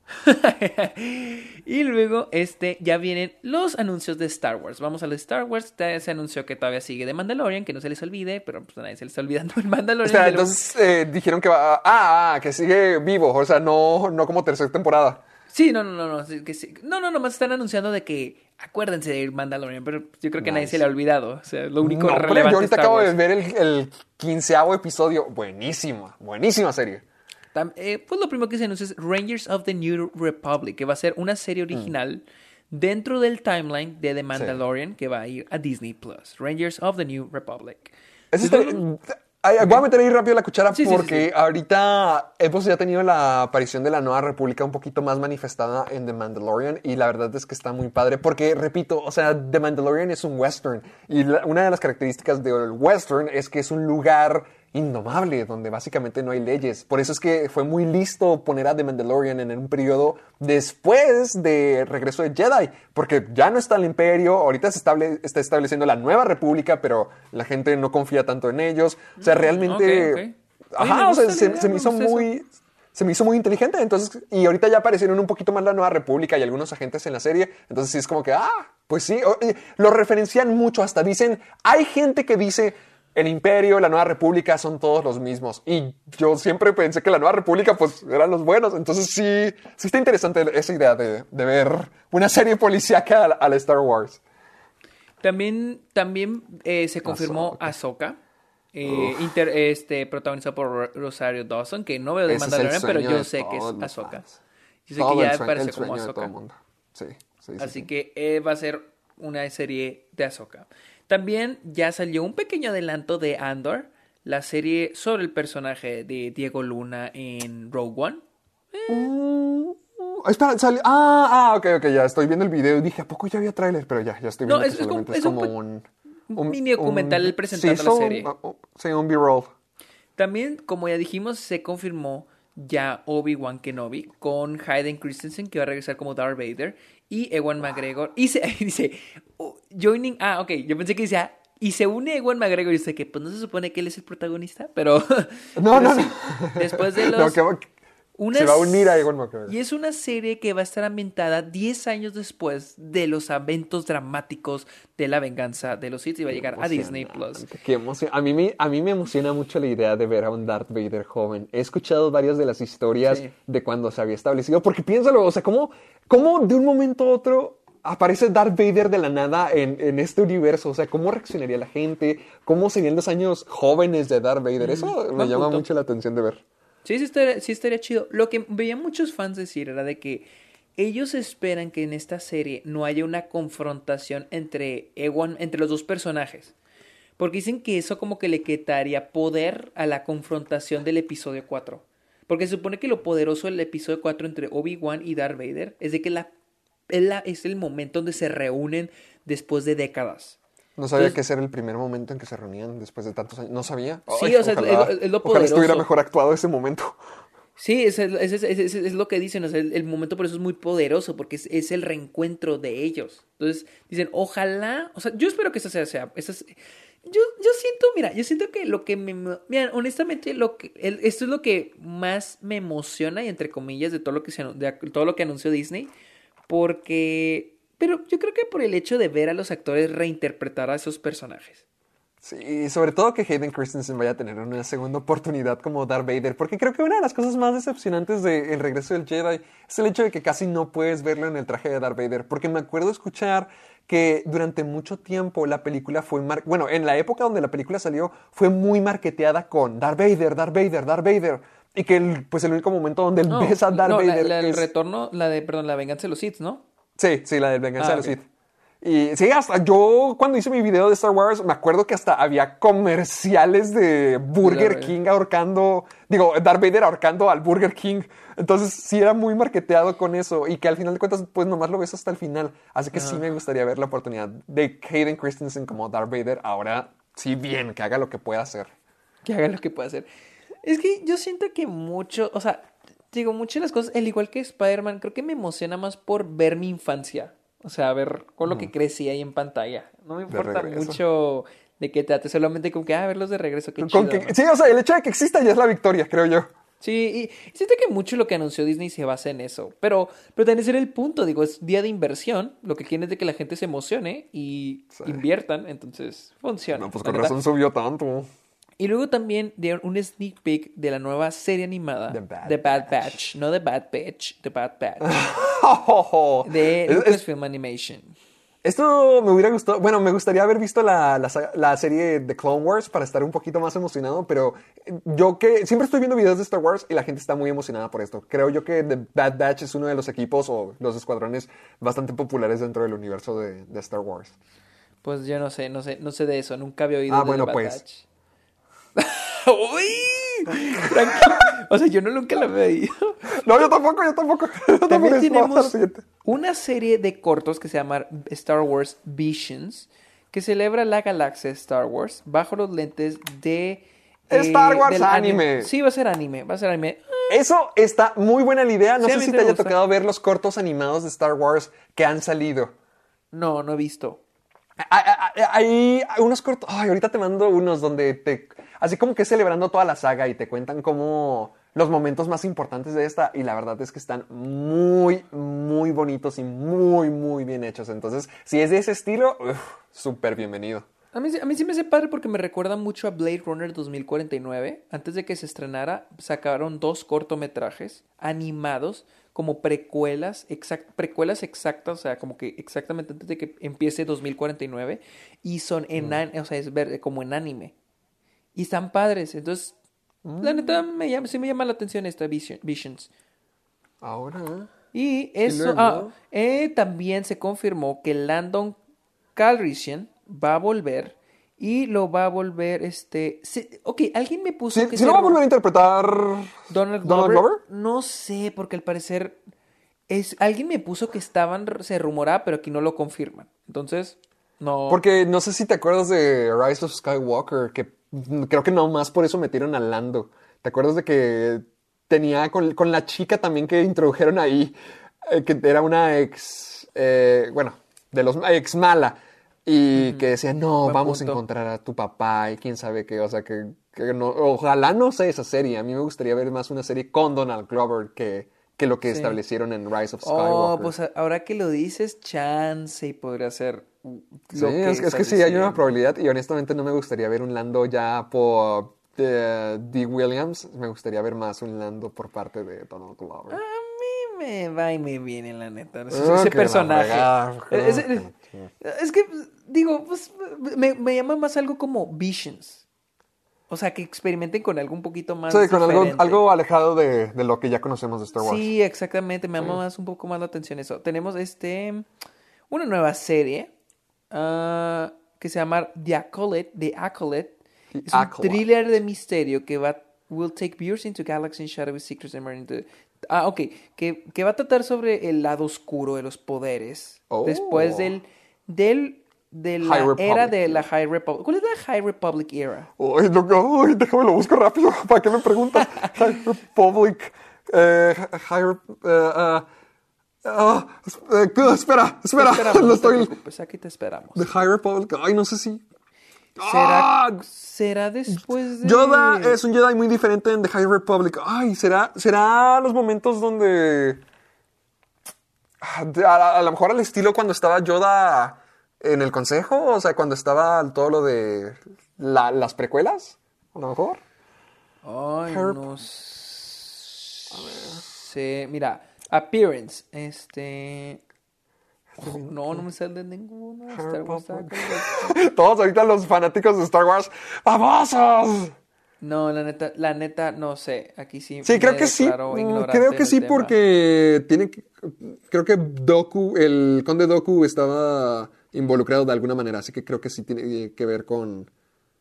Y luego este, ya vienen los anuncios de Star Wars. Vamos a los Star Wars. Se anunció que todavía sigue de Mandalorian, que no se les olvide, pero pues a nadie se les está olvidando el Mandalorian. O sea, de entonces eh, dijeron que va... Ah, ah, que sigue vivo. O sea, no, no como tercera temporada. Sí, no, no, no, no, sí, que sí. No, no, nomás están anunciando de que acuérdense de Mandalorian, pero yo creo que nice. Nadie se le ha olvidado. O sea, lo único no, relevante pero yo ahorita Star acabo Wars. de ver el, el quinceavo episodio. Buenísima, buenísima serie. Tam, eh, pues lo primero que se anuncia es Rangers of the New Republic, que va a ser una serie original mm. dentro del timeline de The Mandalorian, sí. que va a ir a Disney Plus. Rangers of the New Republic. Eso está... Ay, voy a meter ahí rápido la cuchara sí, porque sí, sí, sí. ahorita hemos ya tenido la aparición de la Nueva República un poquito más manifestada en The Mandalorian y la verdad es que está muy padre porque, repito, o sea, The Mandalorian es un western y la, una de las características del western es que es un lugar indomable donde básicamente no hay leyes. Por eso es que fue muy listo poner a The Mandalorian en un periodo después de Regreso de Jedi, porque ya no está el Imperio, ahorita se estable, está estableciendo la Nueva República, pero la gente no confía tanto en ellos. O sea, realmente... Okay, okay. Ajá, Oye, o sea, se, idea, se me hizo muy... Eso. Se me hizo muy inteligente, entonces, y ahorita ya aparecieron un poquito más la Nueva República y algunos agentes en la serie, entonces sí es como que, ah, pues sí, lo referencian mucho, hasta dicen, hay gente que dice, el Imperio, la Nueva República son todos los mismos, y yo siempre pensé que la Nueva República, pues, eran los buenos, entonces sí, sí está interesante esa idea de, de ver una serie policíaca a la, a la Star Wars. También, también eh, se confirmó Ahsoka. Eh, inter, este, protagonizado por Rosario Dawson, que no veo de Mandalorian, pero yo sé que es Ahsoka. Yo sé todo que ya el aparece sueño, como el Ahsoka. Sí, sí, sí, Así sí. que eh, va a ser una serie de Ahsoka. También ya salió un pequeño adelanto de Andor, la serie sobre el personaje de Diego Luna en Rogue One. Eh. Uh, uh, espera, salió. Ah, ah, ok, ok, ya estoy viendo el video y dije, ¿a poco ya había tráiler? Pero ya, ya estoy viendo no, que es, solamente es, es como, es como un... un... Un mini documental un, presentando sí, la serie. Un, sí, un B-roll. También, como ya dijimos, se confirmó ya Obi-Wan Kenobi con Hayden Christensen, que va a regresar como Darth Vader, y Ewan wow. McGregor. Y se dice, oh, joining... Ah, ok, yo pensé que decía... Y se une Ewan McGregor y dice que pues no se supone que él es el protagonista, pero... No, pero no, sí, no. Después de los... No, que, unas, se va a unir a Ewan McGregor. Y es una serie que va a estar ambientada diez años después de los eventos dramáticos de la venganza de los Sith y va a llegar a Disney Plus. Qué emoción. A mí, me, a mí me emociona mucho la idea de ver a un Darth Vader joven. He escuchado varias de las historias sí. de cuando se había establecido, porque piénsalo, o sea, ¿cómo, cómo de un momento a otro aparece Darth Vader de la nada en, en este universo? O sea, ¿cómo reaccionaría la gente? ¿Cómo serían los años jóvenes de Darth Vader? Eso mm, me llama punto. mucho la atención de ver. Sí, sí estaría, sí estaría chido. Lo que veía muchos fans decir era de que ellos esperan que en esta serie no haya una confrontación entre Ewan, entre los dos personajes. Porque dicen que eso como que le quitaría poder a la confrontación del episodio cuatro. Porque se supone que lo poderoso del episodio cuatro entre Obi-Wan y Darth Vader es de que la, es, la, es el momento donde se reúnen después de décadas. No sabía Entonces, que ese era el primer momento en que se reunían después de tantos años. No sabía. Sí, Ay, o sea, ojalá, es, es lo poderoso. Ojalá estuviera mejor actuado ese momento. Sí, es, es, es, es, es lo que dicen. O sea, el, el momento por eso es muy poderoso, porque es, es el reencuentro de ellos. Entonces, dicen, ojalá... O sea, yo espero que eso sea... sea eso es, yo, yo siento, mira, yo siento que lo que me... Mira, honestamente, lo que, el, esto es lo que más me emociona, y entre comillas, de todo lo que, se, de todo lo que anunció Disney, porque... Pero yo creo que por el hecho de ver a los actores reinterpretar a esos personajes. Sí, sobre todo que Hayden Christensen vaya a tener una segunda oportunidad como Darth Vader, porque creo que una de las cosas más decepcionantes de El Regreso del Jedi es el hecho de que casi no puedes verlo en el traje de Darth Vader, porque me acuerdo escuchar que durante mucho tiempo la película fue... Mar- bueno, en la época donde la película salió fue muy marketeada con Darth Vader, Darth Vader, Darth Vader, y que el, pues el único momento donde él no, ves a Darth no, Vader la, la, es... el retorno, la de, perdón, la venganza de los Sith, ¿no? Sí, sí, la del Venganza ah, de los okay. Sith. Y sí, hasta yo cuando hice mi video de Star Wars, me acuerdo que hasta había comerciales de Burger King ahorcando, digo, Darth Vader ahorcando al Burger King. Entonces sí era muy marketeado con eso y que al final de cuentas pues nomás lo ves hasta el final. Así que ah. sí me gustaría ver la oportunidad de Hayden Christensen como Darth Vader. Ahora sí bien, que haga lo que pueda hacer. Que haga lo que pueda hacer. Es que yo siento que mucho, o sea, digo, muchas de las cosas, al igual que Spider-Man, creo que me emociona más por ver mi infancia. O sea, ver con lo que crecí ahí en pantalla. No me importa mucho de qué trate, solamente con que, ah, verlos de regreso, qué chido. Que, ¿no? Sí, o sea, el hecho de que exista ya es la victoria, creo yo. Sí, y siento que mucho lo que anunció Disney se basa en eso. Pero, pero también ese era el punto, digo, es día de inversión. Lo que quieren es de que la gente se emocione y Sí. inviertan, entonces funciona. No, pues la con neta. razón subió tanto. Y luego también dieron un sneak peek de la nueva serie animada The Bad The Bad Batch. Batch. No The Bad Batch, The Bad Batch. de Es- es- Lucasfilm Animation. Esto me hubiera gustado, bueno, me gustaría haber visto la, la, saga- la serie de Clone Wars para estar un poquito más emocionado, pero yo que siempre estoy viendo videos de Star Wars y la gente está muy emocionada por esto. Creo yo que The Bad Batch es uno de los equipos o los escuadrones bastante populares dentro del universo de, de Star Wars. Pues yo no sé, no sé, no sé de eso. Nunca había oído Ah, de bueno, The Bad pues. Batch. ¡Uy! Tranquilo. O sea, yo no nunca la había oído. No, yo tampoco, yo tampoco. Yo También tampoco, vamos a la tenemos siguiente. una serie de cortos que se llama Star Wars Visions, que celebra la galaxia de Star Wars bajo los lentes de... Star Wars del anime. Sí, va a ser anime, va a ser anime. Eso está muy buena la idea. No Sí, a sé mí si me te haya gusta. tocado ver los cortos animados de Star Wars que han salido. No, no he visto. Hay, hay- hay unos cortos. Ay, ahorita te mando unos donde te. Así como que celebrando toda la saga y te cuentan como los momentos más importantes de esta. Y la verdad es que están muy, muy bonitos y muy, muy bien hechos. Entonces, si es de ese estilo, uf, súper bienvenido. A mí, sí- a mí sí me hace padre porque me recuerda mucho a Blade Runner dos mil cuarenta y nueve. Antes de que se estrenara, sacaron dos cortometrajes animados como precuelas, exact, precuelas exactas, o sea, como que exactamente antes de que empiece dos mil cuarenta y nueve. Y son en, an- o sea, es ver, como en anime. Y están padres. Entonces, la neta, me llama, sí me llama la atención esta Vision- Visions. Ahora. Y eso, luego? ah, eh, también se confirmó que Landon Calrissian va a volver y lo va a volver, este, se- ok, alguien me puso ¿Sí, que sí se lo va a ru- volver a interpretar Donald Glover, Donald Glover? no sé, porque al parecer es, alguien me puso que estaban, se rumoraba, pero aquí no lo confirman, entonces, no, Porque no sé si te acuerdas de Rise of Skywalker, que mm, creo que nomás por eso metieron a Lando. ¿Te acuerdas de que tenía con, con la chica también que introdujeron ahí, eh, que era una ex, eh, bueno, de los ex mala, y que decía, no, Buen vamos punto. a encontrar a tu papá y quién sabe qué, o sea, que, que no, ojalá no sea esa serie. A mí me gustaría ver más una serie con Donald Glover que, que lo que Sí. establecieron en Rise of Skywalker. oh, pues a- ahora que lo dices, chance y podría ser lo Sí, que es, es que estás sí, hay una diciendo. probabilidad y honestamente no me gustaría ver un Lando ya por eh, D. Williams, me gustaría ver más un Lando por parte de Donald Glover. A mí me va y me viene, la neta. Ese, Ah, ese que la personaje. fregada, Es, que la es- es que, digo, pues, me, me llama más algo como Visions. O sea, que experimenten con algo un poquito más Sí, con algo, diferente. algo alejado de, de lo que ya conocemos de Star Wars. Sí, exactamente. Me llama más un poco más la atención eso. Tenemos este una nueva serie ah, que se llama The Acolyte. The Acolyte. The Es un Acolyte. thriller de misterio que va will take viewers into galaxy and shadowy secrets emerging into- Ah, ok. Que, que va a tratar sobre el lado oscuro de los poderes. Oh. Después del del de la High Republic. era de la High Republic. ¿Cuál es la High Republic era? Ay, no, ay, déjame lo busco rápido. ¿Para qué me preguntas? High Republic. Eh, High Rep- eh, ah, ah, eh, espera, espera. Te esperamos, no no te estoy. preocupes, aquí te esperamos. The High Republic. Ay, no sé si. ¿Será, Ah, será después de... Yoda es un Jedi muy diferente en The High Republic. Ay, ¿será, será los momentos donde... A, a- a lo mejor al estilo cuando estaba Yoda en el consejo, o sea, cuando estaba todo lo de la- las precuelas, a lo mejor. Ay, Herb. no sé. Mira, appearance. Este... Oh, no, no me sale ninguno. Star Wars Republic. Acolyte. Todos ahorita los fanáticos de Star Wars, ¡famosos! No, la neta, la neta, no sé. Aquí sí. Sí, creo me que sí. declaro Mm, ignorante Creo en que el sí, tema. porque tiene que- creo que Doku, el conde Doku estaba involucrado de alguna manera, así que creo que sí tiene que ver con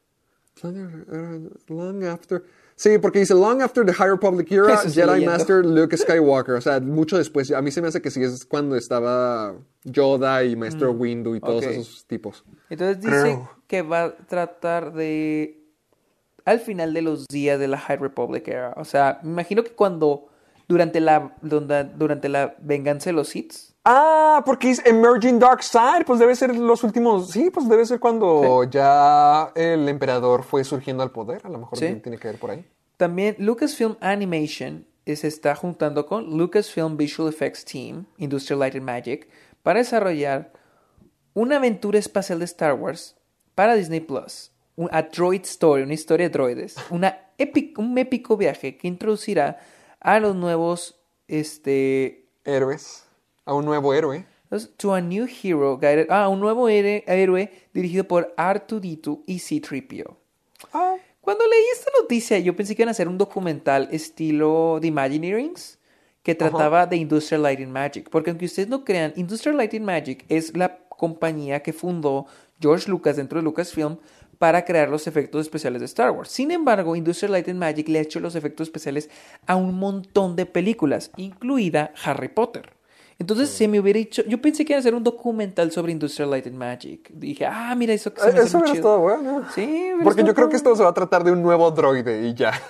Long after. Sí, porque dice Long after the High Republic era Eso estoy Jedi leyendo. Master Luke Skywalker, o sea, mucho después. A mí se me hace que sí es cuando estaba Yoda y Maestro Windu y todos ok. esos tipos. Entonces dice Creo. que va a tratar de... Al final de los días de la High Republic era. O sea, me imagino que cuando... Durante la, donde- durante la venganza de los Sith. Ah, porque es Emerging Dark Side, pues debe ser los últimos, sí, pues debe ser cuando ya el emperador fue surgiendo al poder, a lo mejor Sí. tiene que ver por ahí. También Lucasfilm Animation se está juntando con Lucasfilm Visual Effects Team, Industrial Light and Magic, para desarrollar una aventura espacial de Star Wars para Disney Plus. A Droid Story, una historia de droides. Una epic, un épico viaje que introducirá a los nuevos este, héroes. A un nuevo héroe. To a new hero guided, ah, un nuevo héroe, héroe dirigido por R dos D dos y C tres P O. Ah. Cuando leí esta noticia, yo pensé que iban a hacer un documental estilo The Imagineerings que trataba uh-huh. de Industrial Light and Magic. Porque aunque ustedes no crean, Industrial Light and Magic es la compañía que fundó George Lucas dentro de Lucasfilm para crear los efectos especiales de Star Wars. Sin embargo, Industrial Light and Magic le ha hecho los efectos especiales a un montón de películas, incluida Harry Potter. Entonces, sí. se me hubiera dicho... Yo pensé que iba a hacer un documental sobre Industrial Light and Magic. Dije, ah, mira, eso que se me Eso hubiera estado bueno. Sí, porque yo creo que esto se va a tratar de un nuevo droide y ya.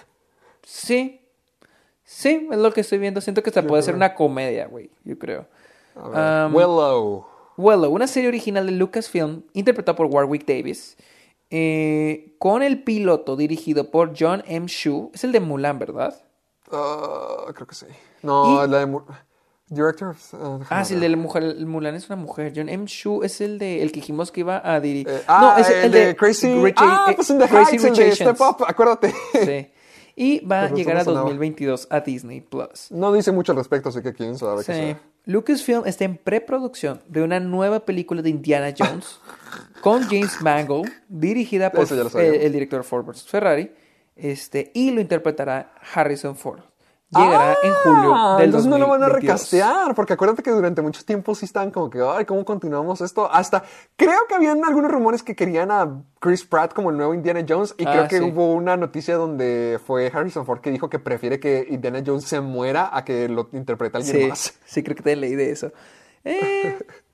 Sí. Sí, es lo que estoy viendo. Siento que hasta yo puede creo. ser una comedia, güey. Yo creo. A ver. Um, Willow. Willow, una serie original de Lucasfilm, interpretada por Warwick Davis, eh, con el piloto dirigido por John M. Chu. Es el de Mulan, ¿verdad? Uh, creo que sí. No, y, la de Mulan. Director of, uh, ah, sí, el de la mujer, el Mulan es una mujer. John M. Chu es el de el que dijimos que iba a dirigir. Eh, ah, no, es el, el de, de Crazy. Rich, ah, pues en The Heights, el de Step Up, acuérdate. Sí. Y va a llegar a dos mil veintidós a Disney Plus. No dice mucho al respecto, así que quién sabe sí. qué sea. Lucasfilm está en preproducción de una nueva película de Indiana Jones con James Mangold, dirigida por el, el director Ford versus Ferrari, este, y lo interpretará Harrison Ford. Llegará ah, en julio del entonces dos mil veintidós. No lo van a recastear, porque acuérdate que durante mucho tiempo sí estaban como que, ay, ¿cómo continuamos esto? Hasta, creo que habían algunos rumores que querían a Chris Pratt como el nuevo Indiana Jones, y ah, creo que sí. hubo una noticia donde fue Harrison Ford que dijo que prefiere que Indiana Jones se muera a que lo interprete alguien sí, más. Sí, creo que te leí de eso. Eh...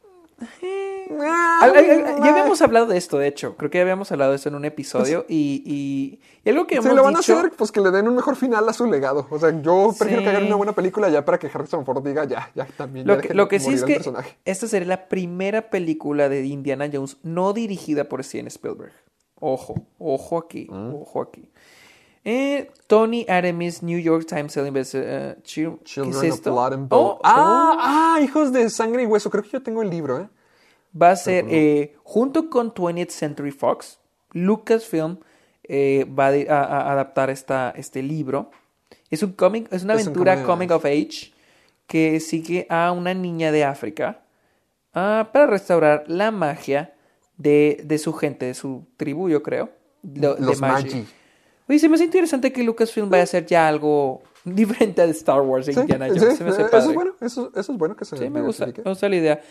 Eh, al, al, al, ya habíamos hablado de esto, de hecho. Creo que ya habíamos hablado de esto en un episodio. Y, y, y algo que hemos Si lo van dicho... a hacer, pues que le den un mejor final a su legado. O sea, yo prefiero sí. que hagan una buena película ya para que Harrison Ford diga ya, ya también. Lo ya que, lo que sí es que personaje. Esta sería la primera película de Indiana Jones no dirigida por Steven Spielberg. Ojo, ojo aquí, ¿Mm? ojo aquí. Eh, Tony Aramis, New York Times Selling Best, uh, Children ¿Qué es esto? Of Blood and Bone. Oh, ah, oh. ah, Hijos de Sangre y Hueso. Creo que yo tengo el libro, ¿eh? Va a ser, eh, junto con twentieth Century Fox, Lucasfilm eh, va a, a, a adaptar esta, este libro. Es, un comic, es una es aventura un coming of age que sigue a una niña de África uh, para restaurar la magia de, de su gente, de su tribu, yo creo. De, Los de Magi. Oye, se me hace interesante que Lucasfilm vaya a hacer ya algo diferente de Star Wars e sí, Indiana Jones. Sí, se me hace eso padre. es bueno, eso, eso es bueno que se Sí, me gusta, me gusta la idea.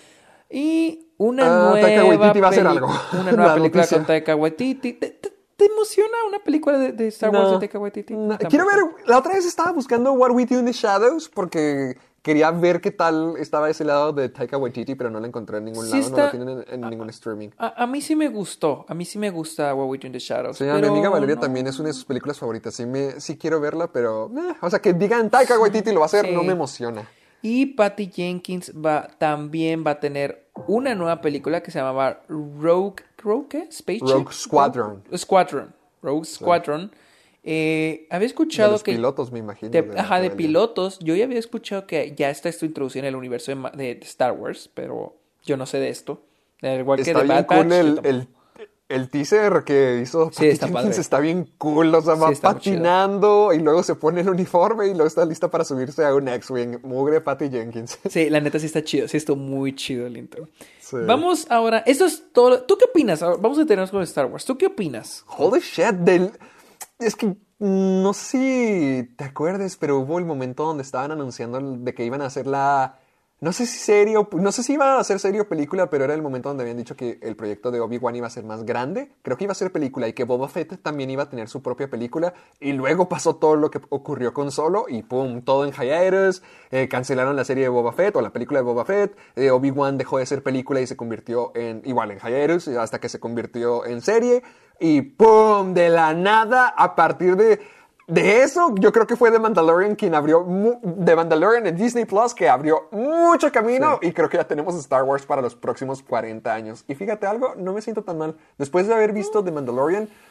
Y una uh, nueva Taika Waititi va a hacer algo. Una nueva película noticia. con Taika Waititi. ¿Te, te, te emociona una película de, de Star Wars no, de Taika Waititi? No. Quiero ver, la otra vez estaba buscando What We Do in the Shadows porque quería ver qué tal estaba ese lado de Taika Waititi, pero no la encontré en ningún sí lado, está, no la tienen en, en a, ningún streaming. A, a mí sí me gustó, a mí sí me gusta What We Do in the Shadows. Sí, pero a mi amiga Valeria no. también es una de sus películas favoritas, sí, me, sí quiero verla, pero, eh, o sea, que digan Taika Waititi lo va a hacer, sí. no me emociona. Y Patty Jenkins va, también va a tener una nueva película que se llamaba Rogue, ¿Rogue qué? Space Rogue Squadron. Rogue Squadron. Rogue Squadron. Sí. Eh, había escuchado de los que... pilotos, me imagino. De, de ajá, de pilotos. Yo ya había escuchado que ya está esto introducido en el universo de, de, de Star Wars, pero yo no sé de esto. Igual está que de bien Bad cool Batch, el, el, el teaser que hizo sí, está, está bien cool. O sea, va sí, patinando y luego se pone el uniforme y luego está lista para subirse a un X-Wing. Mugre Patty Jenkins. Sí, la neta sí está chido. Sí, está muy chido el intro. Sí. Vamos ahora... Esto es todo... ¿Tú qué opinas? Vamos a detenernos con Star Wars. ¿Tú qué opinas? Holy shit. Del... Es que... No sé si te acuerdes, pero hubo el momento donde estaban anunciando de que iban a hacer la... No sé si serio, no sé si iba a ser serio o película, pero era el momento donde habían dicho que el proyecto de Obi-Wan iba a ser más grande. Creo que iba a ser película y que Boba Fett también iba a tener su propia película. Y luego pasó todo lo que ocurrió con Solo y pum, todo en hiatus. Eh, cancelaron la serie de Boba Fett o la película de Boba Fett. Eh, Obi-Wan dejó de ser película y se convirtió en, igual en hiatus, hasta que se convirtió en serie. Y pum, de la nada, a partir de... De eso, yo creo que fue The Mandalorian quien abrió, The Mandalorian en Disney Plus, que abrió mucho camino sí. y creo que ya tenemos Star Wars para los próximos cuarenta años. Y fíjate algo, no me siento tan mal. Después de haber visto The Mandalorian,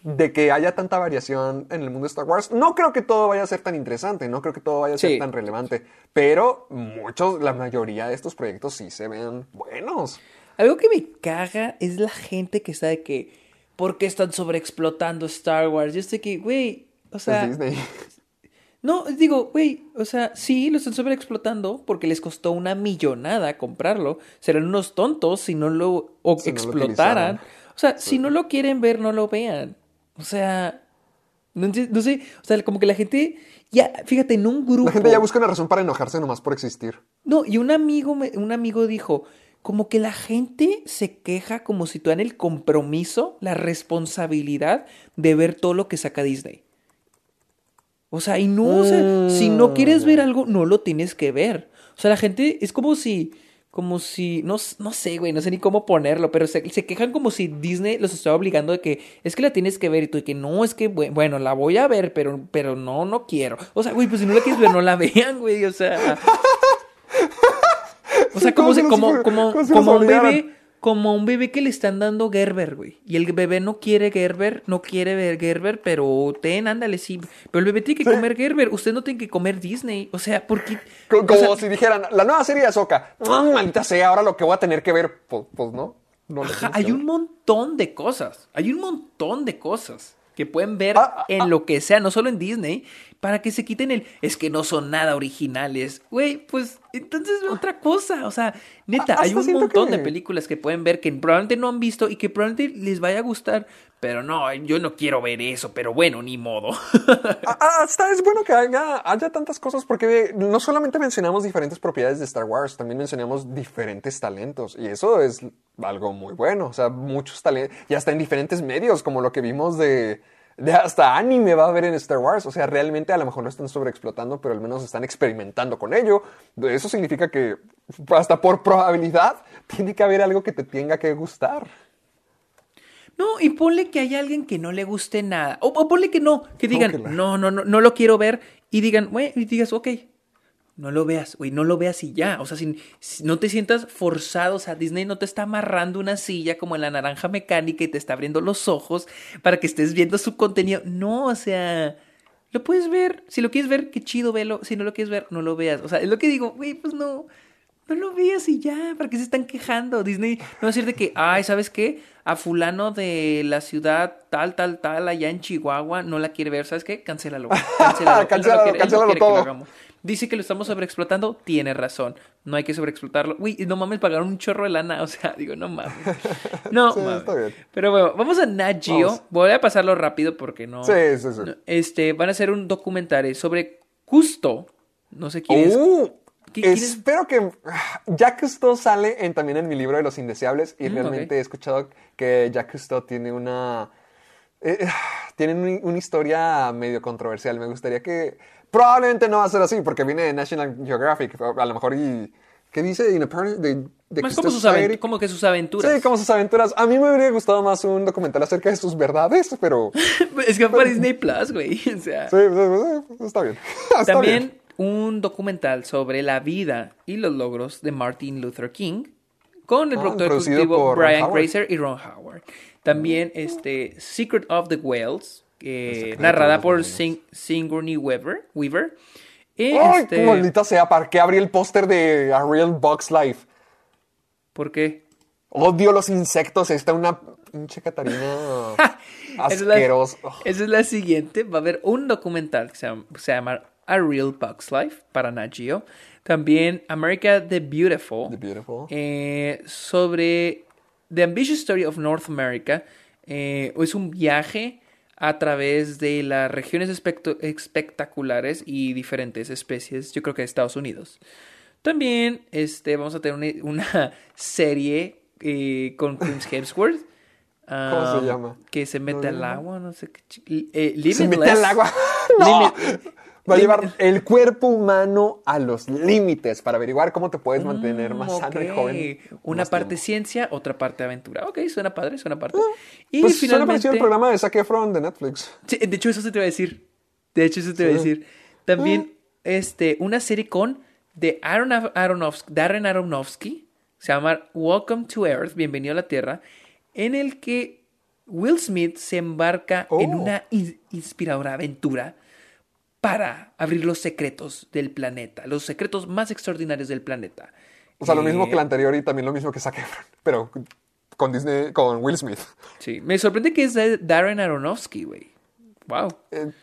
de que haya tanta variación en el mundo de Star Wars. No creo que todo vaya a ser tan interesante, no creo que todo vaya a ser Sí. tan relevante, pero muchos, la mayoría de estos proyectos sí se ven buenos. Algo que me caga es la gente que está de que, ¿por qué están sobreexplotando Star Wars? Yo estoy que, güey, o sea, Es Disney. no, digo, güey, o sea, sí, lo están sobreexplotando porque les costó una millonada comprarlo. Serán unos tontos si no lo o Si no lo explotaran. utilizaran. O sea, si no lo quieren ver, no lo vean. O sea, no, enti- no sé, o sea, como que la gente, ya, fíjate, en un grupo. La gente ya busca una razón para enojarse nomás por existir. No, y un amigo, me- un amigo dijo, como que la gente se queja como si tuvieran el compromiso, la responsabilidad de ver todo lo que saca Disney. O sea, y no, o sea, si no quieres ver algo, no lo tienes que ver. O sea, la gente es como si, como si, no, s- no sé, güey, no sé ni cómo ponerlo, pero se, se quejan como si Disney los estuviera obligando de que es que la tienes que ver y tú de que no, es que, bue- bueno, la voy a ver, pero, pero no, no quiero. O sea, güey, pues si no la quieres ver, no la vean, güey, o sea. O sea, como, Como se- si los como, fuera- como, como si como los un bebé, obligaran. como un bebé que le están dando Gerber, güey. Y el bebé no quiere Gerber, no quiere ver Gerber, pero ten, ándale, sí. Pero el bebé tiene que Sí. comer Gerber, usted no tiene que comer Disney. O sea, porque. Co- o Como sea, si dijeran, la nueva serie de Ahsoka. ¡Ah, maldita sea, ahora lo que voy a tener que ver. Pues, pues no. No lo ajá, tienes que hay ver. un montón de cosas. Hay un montón de cosas que pueden ver Ah, ah, en ah. lo que sea, no solo en Disney, para que se quiten el. Es que no son nada originales. Güey, pues entonces ve otra cosa. O sea, neta, Ah, hay hasta un siento montón que- de películas que pueden ver que probablemente no han visto y que probablemente les vaya a gustar. Pero no, yo no quiero ver eso, pero bueno, ni modo. Ah, ah, hasta es bueno que haya, haya tantas cosas porque no solamente mencionamos diferentes propiedades de Star Wars, también mencionamos diferentes talentos y eso es algo muy bueno. O sea, muchos talentos, y hasta en diferentes medios, como lo que vimos de, de hasta anime va a haber en Star Wars. O sea, realmente a lo mejor lo están sobreexplotando, pero al menos están experimentando con ello. Eso significa que hasta por probabilidad tiene que haber algo que te tenga que gustar. No, y ponle que hay alguien que no le guste nada. O, o ponle que no, que digan, que la- no, no, no, no lo quiero ver. Y digan, güey, y digas, ok, no lo veas, güey, no lo veas y ya. O sea, sin, si no te sientas forzado. O sea, Disney no te está amarrando una silla como en la naranja mecánica y te está abriendo los ojos para que estés viendo su contenido. No, o sea, lo puedes ver. Si lo quieres ver, qué chido, velo. Si no lo quieres ver, no lo veas. O sea, es lo que digo, güey, pues no. No lo veas y ya, ¿para qué se están quejando? Disney no va a decir de que, ay, ¿sabes qué? A fulano de la ciudad tal, tal, tal, allá en Chihuahua, no la quiere ver, ¿sabes qué? Cancélalo. Cancélalo. Él no lo Cancélalo, quiere- él no cancélalo quiere que lo todo. hagamos. Dice que lo estamos sobreexplotando, tiene razón. No hay que sobreexplotarlo. Uy, no mames, pagaron un chorro de lana. O sea, digo, no mames. No Sí, mames. está bien. Pero bueno, vamos a Nat Geo. Vamos. Voy a pasarlo rápido porque no. Sí, sí, sí. no, Este, van a hacer un documental sobre Custo. No sé quién es. Uh, ¿Qui- quién es? espero que ah, Jacques Cousteau sale en, también en mi libro de Los Indeseables y Mm, realmente ok. he escuchado que Jacques Cousteau tiene una eh, tiene un- una historia medio controversial. Me gustaría que probablemente no va a ser así porque viene de National Geographic, a lo mejor y ¿qué dice? In a part- de, de Más Cousteau como sus, Society. avent- como que sus aventuras. Sí, como sus aventuras. A mí me habría gustado más un documental acerca de sus verdades, pero Es que para Disney Plus, güey. O sea. sí, sí, sí, está bien. Está También bien. un documental sobre la vida y los logros de Martin Luther King con el Ah, productor producido ejecutivo por Ron Brian Howard. Grazer y Ron Howard. También este Secret of the Whales, El eh, secreto de narrada los por ballenas. Sing- Sigourney Weaver. Weaver. Y ¡Ay, este, qué maldita sea! ¿Para qué abrí el póster de A Real Bugs Life? ¿por qué? Odio los insectos. Está una pinche Catarina Esa es la- asquerosa. Esa es la siguiente. Va a haber un documental que se llama, se llama A Real Bugs Life para Nat Geo. También America the Beautiful. The Beautiful. eh, sobre The Ambitious Story of North America. Eh, es un viaje a través de las regiones especto- espectaculares y diferentes especies, yo creo que de Estados Unidos. También este, vamos a tener una, una serie eh, con Chris Hemsworth. ¿Cómo se um, llama? Que se mete ¿No al llama? agua, no sé qué. chi- eh, Se mete Limitless. al agua. ¡No! Limit- Va a Lim- llevar el cuerpo humano a los límites para averiguar cómo te puedes mantener Mm, más sano y ok. joven. Una más parte tiempo. ciencia, otra parte aventura. Ok, suena padre, suena padre. Y Pues suena parecido finalmente. al programa de Zac Efron de Netflix. Sí, de hecho, eso se te iba a decir. De hecho, eso te iba a Sí. decir. También, este, una serie con de Aaron Aronofsky, Darren Aronofsky. Se llama Welcome to Earth, Bienvenido a la Tierra. En el que Will Smith se embarca Oh. en una in- inspiradora aventura para abrir los secretos del planeta, los secretos más extraordinarios del planeta. O sea, lo Eh, mismo que la anterior y también lo mismo que Zac Efron, pero con Disney, con Will Smith. Sí, me sorprende que es de Darren Aronofsky, güey. Wow. Eh,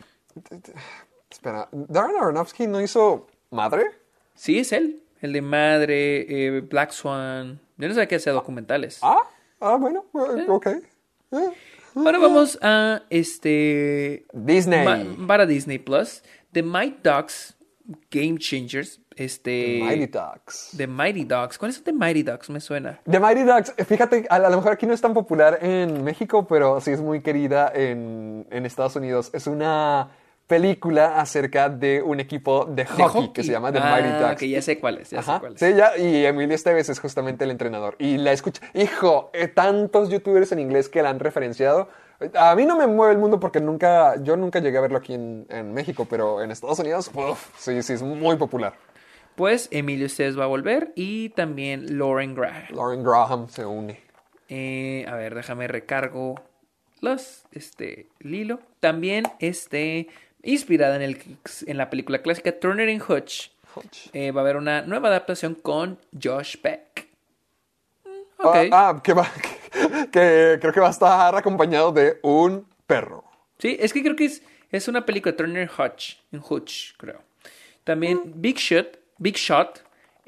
espera, ¿Darren Aronofsky no hizo Madre? Sí, es él. El de Madre, eh, Black Swan. Yo no sabía que hacía documentales. Ah, ah, bueno, eh, ok. Eh. Ahora vamos a este. Disney. Ma- para Disney Plus. The Mighty Ducks Game Changers. Este. Mighty Ducks. The Mighty Ducks. ¿Cuáles son The Mighty Ducks? Me suena. The Mighty Ducks, fíjate, a, a lo mejor aquí no es tan popular en México, pero sí es muy querida en, en Estados Unidos. Es una película acerca de un equipo de hockey, hockey. que se llama The Ah, Mighty Ducks. que ya sé cuál es, ya sé Ajá, cuál es. sí, ya, y Emilio Esteves es justamente el entrenador. Y la escucha, hijo, eh, tantos youtubers en inglés que la han referenciado. A mí no me mueve el mundo porque nunca, yo nunca llegué a verlo aquí en, en México, pero en Estados Unidos, uf, sí, sí, es muy popular. Pues Emilio Esteves va a volver y también Lauren Graham. Lauren Graham se une. Eh, a ver, déjame recargo los, este, Lilo. También, este, inspirada en, el, en la película clásica Turner and Hooch, eh, va a haber una nueva adaptación con Josh Peck. Mm, ok. Ah, ah, que, va, que, que creo que va a estar acompañado de un perro. Sí, es que creo que es, es una película Turner Hutch, en Hutch, creo. También Big Shot, Big Shot,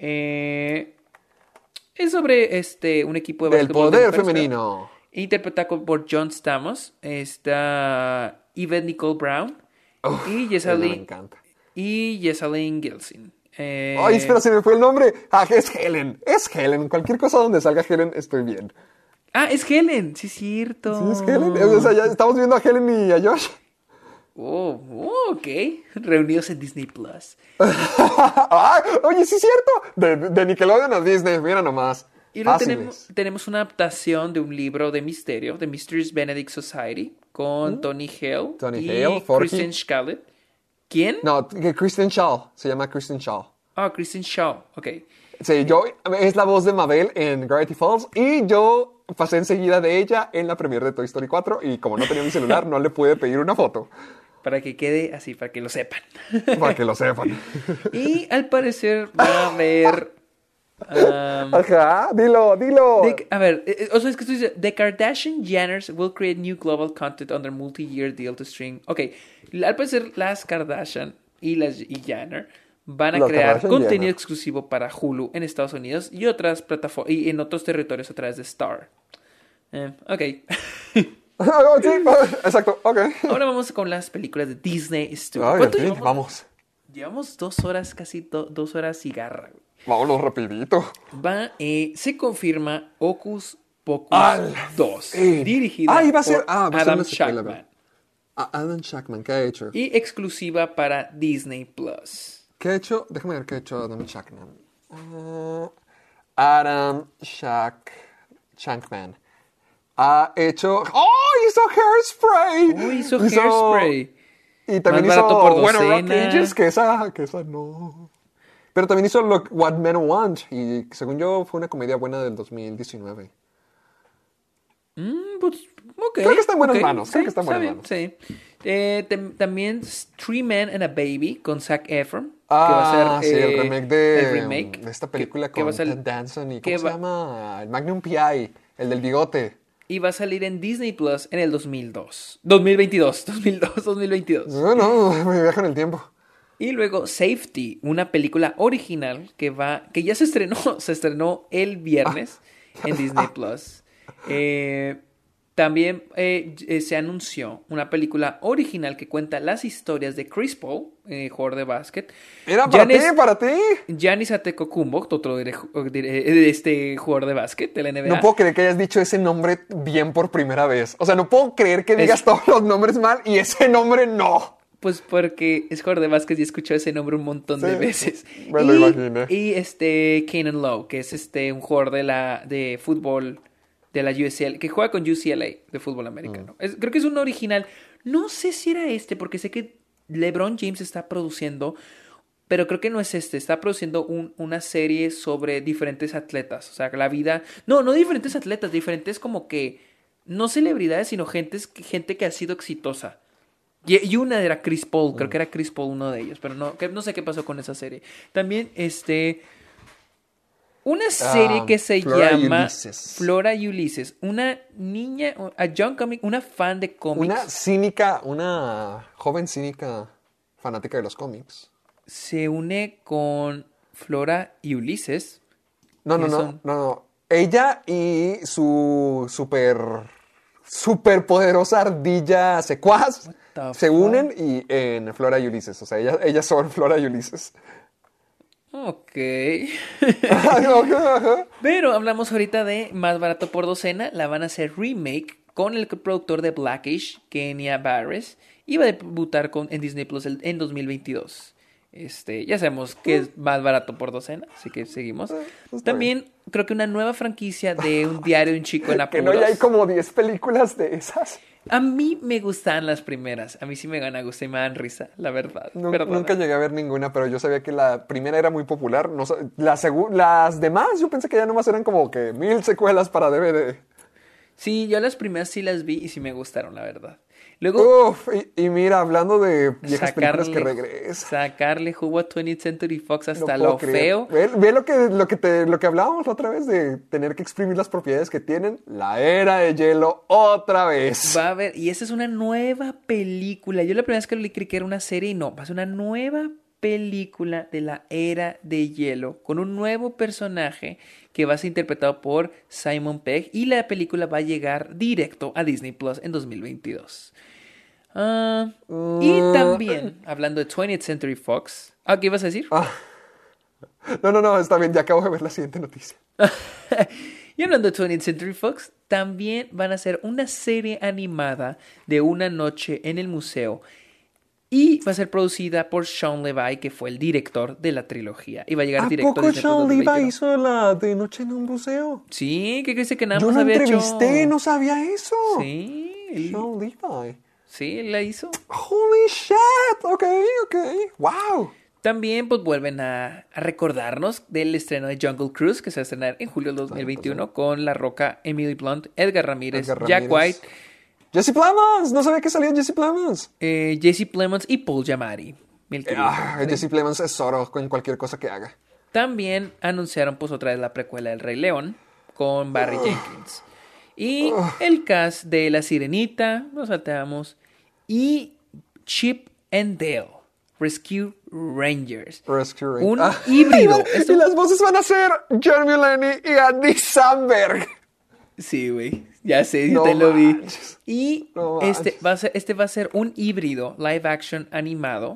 eh, es sobre este un equipo de Del básquetbol de poder mujeres, femenino. creo. Interpretado por John Stamos, está Yvette Nicole Brown Uf, y ella me Jessalyn encanta. y Jessalyn Gilson. Eh, Ay, espera, se me fue el nombre. Ah, es Helen. Es Helen. Cualquier cosa donde salga Helen, estoy bien. Ah, es Helen, sí es cierto. ¿Sí es Helen? O sea, ya estamos viendo a Helen y a Josh. Oh, oh, ok. Reunidos en Disney Plus. Ay, oye, sí es cierto. De, de Nickelodeon a Disney, mira nomás. Y luego Fáciles. tenemos, tenemos una adaptación de un libro de misterio, The Mysterious Benedict Society, con Tony Hale Tony y Hale, Forky. Kristen Scarlett. ¿Quién? No, que Kristen Shaw. Se llama Kristen Shaw. Ah, Kristen Shaw, ok. Sí, yo, es la voz de Mabel en Gravity Falls y yo pasé enseguida de ella en la premiere de Toy Story cuatro y como no tenía mi celular no le pude pedir una foto, Para que quede así, para que lo sepan. para que lo sepan. Y al parecer va a haber... um, Ajá, dilo, dilo. The- a ver, eh, eh, o sea, es que esto dice, The Kardashian Jenners will create new global content under multi-year deal to stream. Ok, al parecer las Kardashian y las y Jenner van a Las crear Kardashian contenido Jenner. exclusivo para Hulu en Estados Unidos y otras plataformas y en otros territorios a través de Star. Eh, ok. Ah, sí, ah, exacto, ok. Ahora vamos con las películas de Disney Studios. Ay, ¿Cuánto en fin, llevamos? vamos. Llevamos dos horas, casi do- dos horas y garra. güey. Vámonos rapidito. Va, eh, se confirma Hocus Pocus Al dos, fin. dirigida Ah, iba a ser- por ah, va a ser Adam una secuela, Shackman ¿verdad? Ah, Adam Shackman, ¿qué ha hecho? y exclusiva para Disney Plus. ¿Qué ha hecho? Déjame ver qué ha hecho Adam Shackman. Ah, Adam Shack... Shackman. Ha hecho... ¡Oh! Hizo Hairspray. Uy, hizo Hairspray. Y también Más hizo barato por Bueno Rock docena. Ages, que esa, que esa no. Pero también hizo Look, What Men Want. Y según yo fue una comedia buena del dos mil diecinueve. Mm, pues, ok, Creo que está en buenas ok, manos, creo sí, que está en buenas bien, manos. sí. Eh, tem- también Three Men and a Baby con Zac Efron. Ah, que va a ser sí, el eh, remake de, el remake de esta que- película que con va a sal- Ted Danson y que ¿cómo se va- llama? El Magnum P I, el del bigote. Y va a salir en Disney Plus en el dos mil dos. dos mil veintidós. dos mil dos, dos mil veintidós. No, no, me viajo en el tiempo. Y luego Safety, una película original que va, que ya se estrenó, se estrenó el viernes en Disney Plus. Eh, también eh, eh, se anunció una película original que cuenta las historias de Chris Paul, eh, jugador de básquet. Era para Giannis- ti, para ti. Giannis Antetokounmpo, otro dire- dire- este jugador de básquet de la N B A. No puedo creer que hayas dicho ese nombre bien por primera vez. O sea, no puedo creer que digas Es- todos los nombres mal y ese nombre no. Pues porque es jugador de básquet y he escuchado ese nombre un montón de Sí, veces. me lo y, imaginé. Y este Kenan Lowe, que es este un jugador de la de fútbol de la U C L A, que juega con U C L A de fútbol americano. Mm. Es- creo que es un original. No sé si era este, porque sé que LeBron James está produciendo, pero creo que no es este. Está produciendo un- una serie sobre diferentes atletas. O sea, la vida... No, no diferentes atletas, diferentes como que no celebridades, sino gentes, gente que ha sido exitosa. Y, y una era Chris Paul, creo que era Chris Paul uno de ellos, pero no, que, no sé qué pasó con esa serie. También, este... Una serie Ah, que se Flora y llama Ulises. Flora y Ulises. Una niña, a young comic, una fan de cómics. Una cínica, una joven cínica fanática de los cómics. Se une con Flora y Ulises. No, no, que no, son- no, no. Ella y su super, super poderosa ardilla secuaz the se fuck? unen y en Flora y Ulises. O sea, ellas, ellas son Flora y Ulises. Ok. Ajá, ajá. Pero hablamos ahorita de Más Barato por Docena. La van a hacer remake con el productor de Blackish, Kenya Barris. Y va a debutar con, en Disney Plus el- en dos mil veintidós. Este, ya sabemos que es Más Barato por Docena, así que seguimos. está También creo que una nueva franquicia de un diario de un chico en Que apuros. no, ya hay como diez películas de esas. A mí me gustan las primeras. A mí sí me gana gusto y me dan risa, la verdad. Nu- Perdona. nunca llegué a ver ninguna, pero yo sabía que la primera era muy popular. No, sa- la segu- las demás, yo pensé que ya nomás eran como que mil secuelas para D V D. Sí, yo las primeras sí las vi y sí me gustaron, la verdad. Luego, Uf, y, y mira, hablando de viejas películas que sacarle, regresan. sacarle jugo a twentieth Century Fox No hasta puedo lo creer. feo. Ve, ve lo que lo que te, lo que hablábamos la otra vez de tener que exprimir las propiedades que tienen. La era de hielo otra vez. Va a haber, y esa es una nueva película. Yo la primera vez que lo leí creí que era una serie y no, va a ser una nueva película de la era de hielo con un nuevo personaje que va a ser interpretado por Simon Pegg y la película va a llegar directo a Disney Plus en dos mil veintidós. Ah, y Mm. también, hablando de twentieth Century Fox, ¿ah, qué ibas a decir? Ah. No, no, no, está bien, ya acabo de ver la siguiente noticia. Y hablando de twentieth Century Fox, también van a hacer una serie animada de una noche en el museo. Y va a ser producida por Sean Levy, que fue el director de la trilogía. Y va a llegar ¿A directo poco a Disney Plus Sean dos mil Levy veintidós. hizo la de Noche en un Buceo? Sí, ¿qué crees que nada Yo más lo había entrevisté, hecho? no sabía eso. Sí, él- Sean Levy. sí, él la hizo. Holy shit. Ok, ok. Wow. También pues vuelven a, a recordarnos del estreno de Jungle Cruise, que se va a estrenar en julio del dos mil veintiuno, con La Roca, Emily Blunt, Edgar Ramírez, Edgar Jack Ramírez. White, Jesse Plemons. No sabía que salía Jesse Plemons. eh, Jesse Plemons y Paul Giamatti. El querido. Ah, Jesse Plemons es oro en cualquier cosa que haga. También anunciaron pues otra vez la precuela del Rey León con Barry Jenkins. Y el cast de La Sirenita, nos salteamos, y Chip and Dale, Rescue Rangers. Rescue Rangers. Un Ah, híbrido. Y Esto- las voces van a ser John Mulaney y Andy Samberg. Sí, güey. Ya sé, yo No te lo vi. manches. Y No este manches. va, a ser, este va a ser un híbrido live action animado.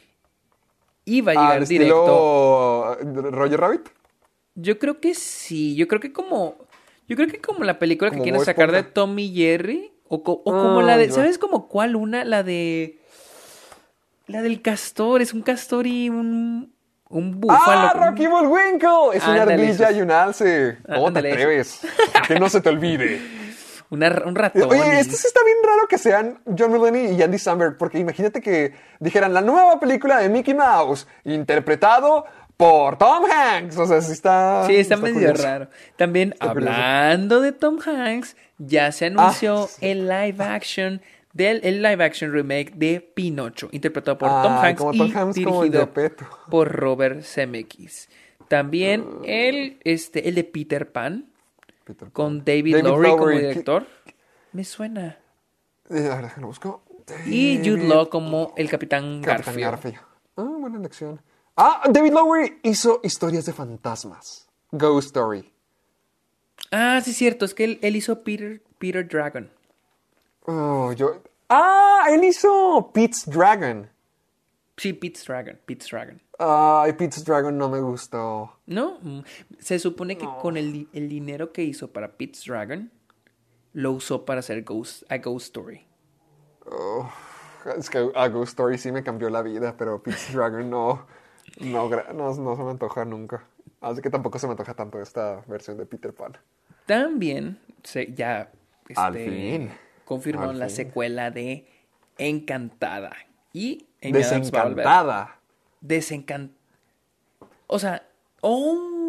Y va a llegar Al directo. estilo Roger Rabbit. Yo creo que sí. Yo creo que como. Yo creo que como la película que Como quieren Bob sacar de Esponja. Tom y Jerry. O, co- o como Ah, la de. ya. ¿Sabes como cuál una? La de. La del castor. Es un castor y un. Un búfalo. ¡Ah, Rocky Bullwinkle! Es una Ándale, ardilla eso. y un alce. Ah, ¿Cómo ándale, te eso. atreves? Que no se te olvide. Una- un ratón. Oye, y- esto sí está bien raro que sean John Mulaney y Andy Samberg, porque imagínate que dijeran la nueva película de Mickey Mouse, interpretado por Tom Hanks. O sea, sí está. Sí, está, medio curioso. raro. También, Está curioso. hablando de Tom Hanks, ya se anunció Ah, sí. el live action del el live action remake de Pinocho, interpretado por Tom Ah, Hanks como y Tom Hanks, como el de dirigido Peto. por Robert Zemeckis. También el, este, el de Peter Pan, Peter Pan. con David, David Lowery como Lowery, ¿qué- director. Me suena. Eh, a ver, déjalo busco. Y Jude David- Law como el Capitán Capitán Garfield. Garfield. Ah, buena elección. Ah, David Lowery hizo historias de fantasmas. Ghost Story. Ah, sí, es cierto. Es que él, él hizo Peter, Peter Dragon. Oh, yo. Ah, él hizo Pete's Dragon. Sí, Pete's Dragon. Pete's Dragon. Ay, Pete's Dragon no me gustó. ¿No? Mm, Se supone que con el, di- el dinero que hizo para Pete's Dragon, lo usó para hacer Ghost, a Ghost Story. Oh, es que a Ghost Story sí me cambió la vida, pero Pete's Dragon no, no, gra- no, no se me antoja nunca. Así que tampoco se me antoja tanto esta versión de Peter Pan. También se, ya este, Al fin. confirmaron Al la fin. secuela de Encantada. Y Amy Adams va a volver. Desencantada. Desencantada. O sea, oh,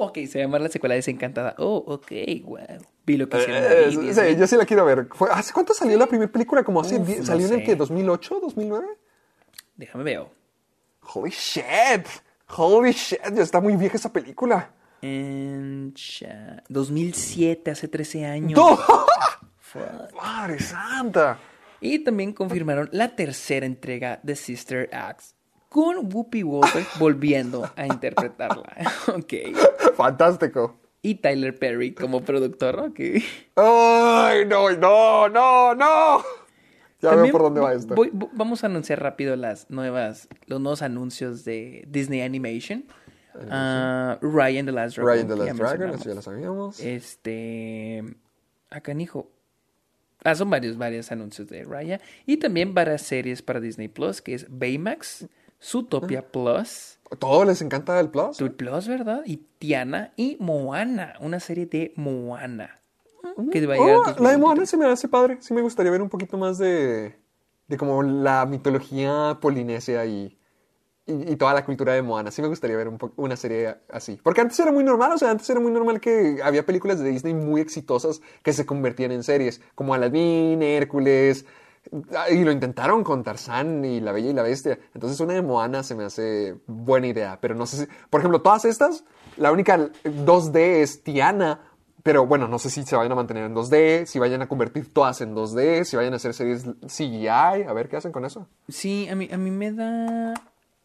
Oh, ok, se llama la secuela Desencantada. Oh, ok, wow. Vi lo que hicieron Eh, ahí. sí, Disney. yo sí la quiero ver. Fue- ¿Hace cuánto salió la primera película? Como hace Uf, die- no ¿Salió en el sé. que? ¿dos mil ocho? ¿dos mil nueve? Déjame ver. Holy shit. Holy shit. Ya está muy vieja esa película. En cha- dos mil siete, hace trece años. ¡No! Fuck. ¡Madre santa! Y también confirmaron la tercera entrega de Sister Act con Whoopi Goldberg volviendo a interpretarla. Ok. Fantástico. Y Tyler Perry como productor. Ok. ¡Ay, no, no, no, no! Ya También veo por dónde va vo- esto. voy- vo- vamos a anunciar rápido las nuevas, los nuevos anuncios de Disney Animation. Ah, Ryan the Last Dragon. Ryan the que ya Last Dragon, mencionamos. eso ya lo sabíamos. Este. Acá, hijo. Ah, son varios, varios anuncios de Raya. Y también varias series para Disney Plus, que es Baymax, Zootopia Plus, ¿Todo les encanta el Plus? Toy Plus, ¿verdad? Y Tiana y Moana, una serie de Moana. Que va a llegar Oh, en la de Moana dos mil veintitrés. se me hace padre. Sí me gustaría ver un poquito más de, de como la mitología polinesia y, y, y toda la cultura de Moana. Sí me gustaría ver un po- una serie así. Porque antes era muy normal, o sea, antes era muy normal que había películas de Disney muy exitosas que se convertían en series, como Aladdin, Hércules, y lo intentaron con Tarzán y La Bella y la Bestia. Entonces una de Moana se me hace buena idea, pero no sé si... Por ejemplo, todas estas, la única dos D es Tiana. Pero bueno, no sé si se vayan a mantener en dos D, si vayan a convertir todas en dos D, si vayan a hacer series C G I. A ver qué hacen con eso. Sí, a mí, a mí me da.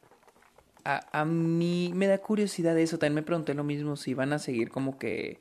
A, a mí me da curiosidad eso. También me pregunté lo mismo si van a seguir como que.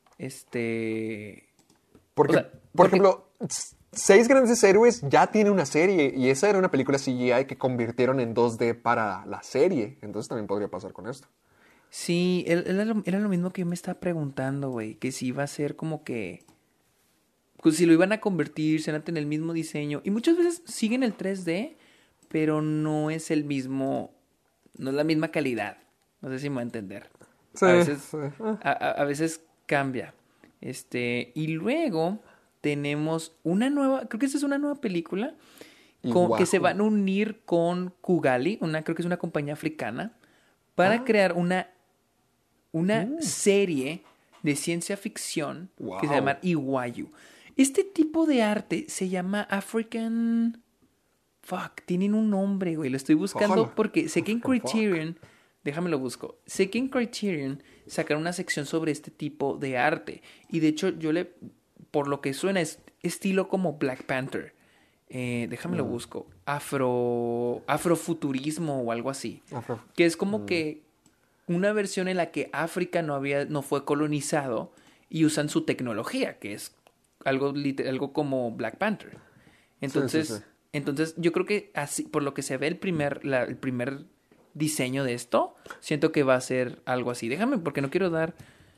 Este. Porque, O sea, por porque- ejemplo, S- Seis Grandes Héroes ya tiene una serie y esa era una película C G I que convirtieron en dos D para la serie. Entonces también podría pasar con esto. Sí, él- él era lo, era lo mismo que yo me estaba preguntando, güey. Que si iba a ser como que. Pues si lo iban a convertir, se van a tener el mismo diseño. Y muchas veces siguen el tres D, pero no es el mismo. No es la misma calidad. No sé si me va a entender. Sí, a veces, sí. Ah. a, a- a veces cambia. Este, y luego tenemos una nueva, creo que esta es una nueva película con- que se Iguajo. van a unir con Kugali, una, creo que es una compañía africana, para Ah. crear una, una serie de ciencia ficción que se Wow. llama Iwayu. Este tipo de arte se llama African... Fuck, tienen un nombre, güey. Lo estoy buscando Ojalá. porque sé que en African fuck. Criterion... Déjame lo busco. Sé que en Criterion sacaron una sección sobre este tipo de arte. Y de hecho, yo le... Por lo que suena, es estilo como Black Panther. Eh, déjame lo busco. Afro... Afrofuturismo o algo así. Afro- Que es como que una versión en la que África no había, no fue colonizado y usan su tecnología, que es algo, liter- algo como Black Panther. Entonces, sí, sí. entonces yo creo que así, por lo que se ve el primer, la- el primer diseño de esto, siento que va a ser algo así. Déjame, porque no quiero dar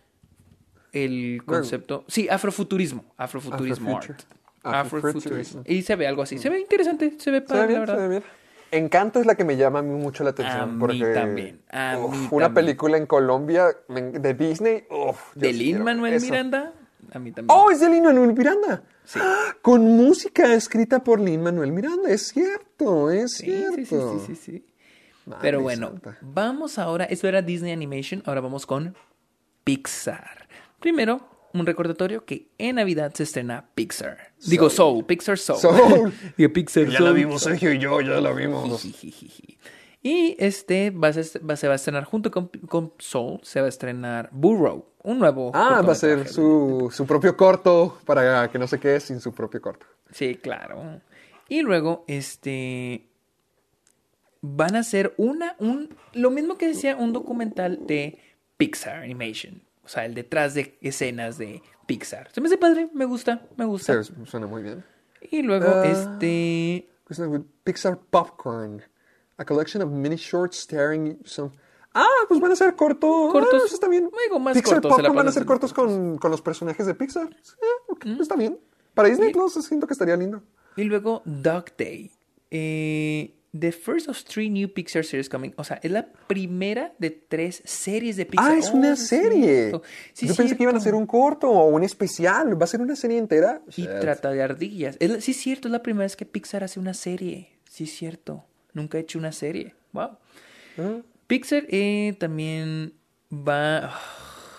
el Bueno. concepto. Sí, afrofuturismo. Afrofuturismo Afrofuture- art. Afrofuturism. Afrofuturismo. Y se ve algo así. Se ve interesante, se ve Se ve padre, bien, la se verdad. ve bien. Encanto es la que me llama a mí mucho la atención. A mí porque, también, a uf, mí una también. película en Colombia me- de Disney. Uf, yo De sí quiero ver Lin-Manuel eso. Miranda, a mí también. Oh, es de Lin-Manuel Miranda. Sí. ¡Ah! Con música escrita por Lin-Manuel Miranda. Es cierto, es Sí, cierto. sí, sí, sí, sí, sí. Madre Pero bueno, santa. vamos ahora, esto era Disney Animation, ahora vamos con Pixar. Primero, un recordatorio que en Navidad se estrena Pixar. Digo Soul, Pixar Soul. Soul. Digo Pixar Ya Soul. la vimos, Sergio y yo, ya la vimos. Jijijiji. Y este va a, ser- va- se va a estrenar junto con, con Soul, se va a estrenar Burrow, un nuevo Ah, va a ser cortometraje. su, su propio corto para que no se quede sin su propio corto. Sí, claro. Y luego, este... Van a hacer una... Un, lo mismo que decía un documental de Pixar Animation. O sea, el detrás de escenas de Pixar. Se me hace padre, me gusta, me gusta. Sí, suena muy bien. Y luego, Ah. este... Pixar Popcorn. A collection of mini shorts starring some... Ah, pues van a ser cortos. Cortos. Ah, eso está bien. Digo, más Pixar cortos, se la Popcorn van a pasan ser cortos con, con los personajes de Pixar. Ah, ok, está bien. Para Disney Y- Plus siento que estaría lindo. Y luego Dog Day. Eh, the first of three new Pixar series coming. O sea, es la primera de tres series de Pixar. Ah, es Oh, una sí, serie. cierto. Sí, Yo pensé que iban a cierto. hacer un corto o un especial. ¿Va a ser una serie entera? Y Shit. trata de ardillas. Es la- sí, es cierto, es la primera vez que Pixar hace una serie. Sí, es cierto. Nunca ha hecho una serie. Wow. Ah. Pixar eh, también va...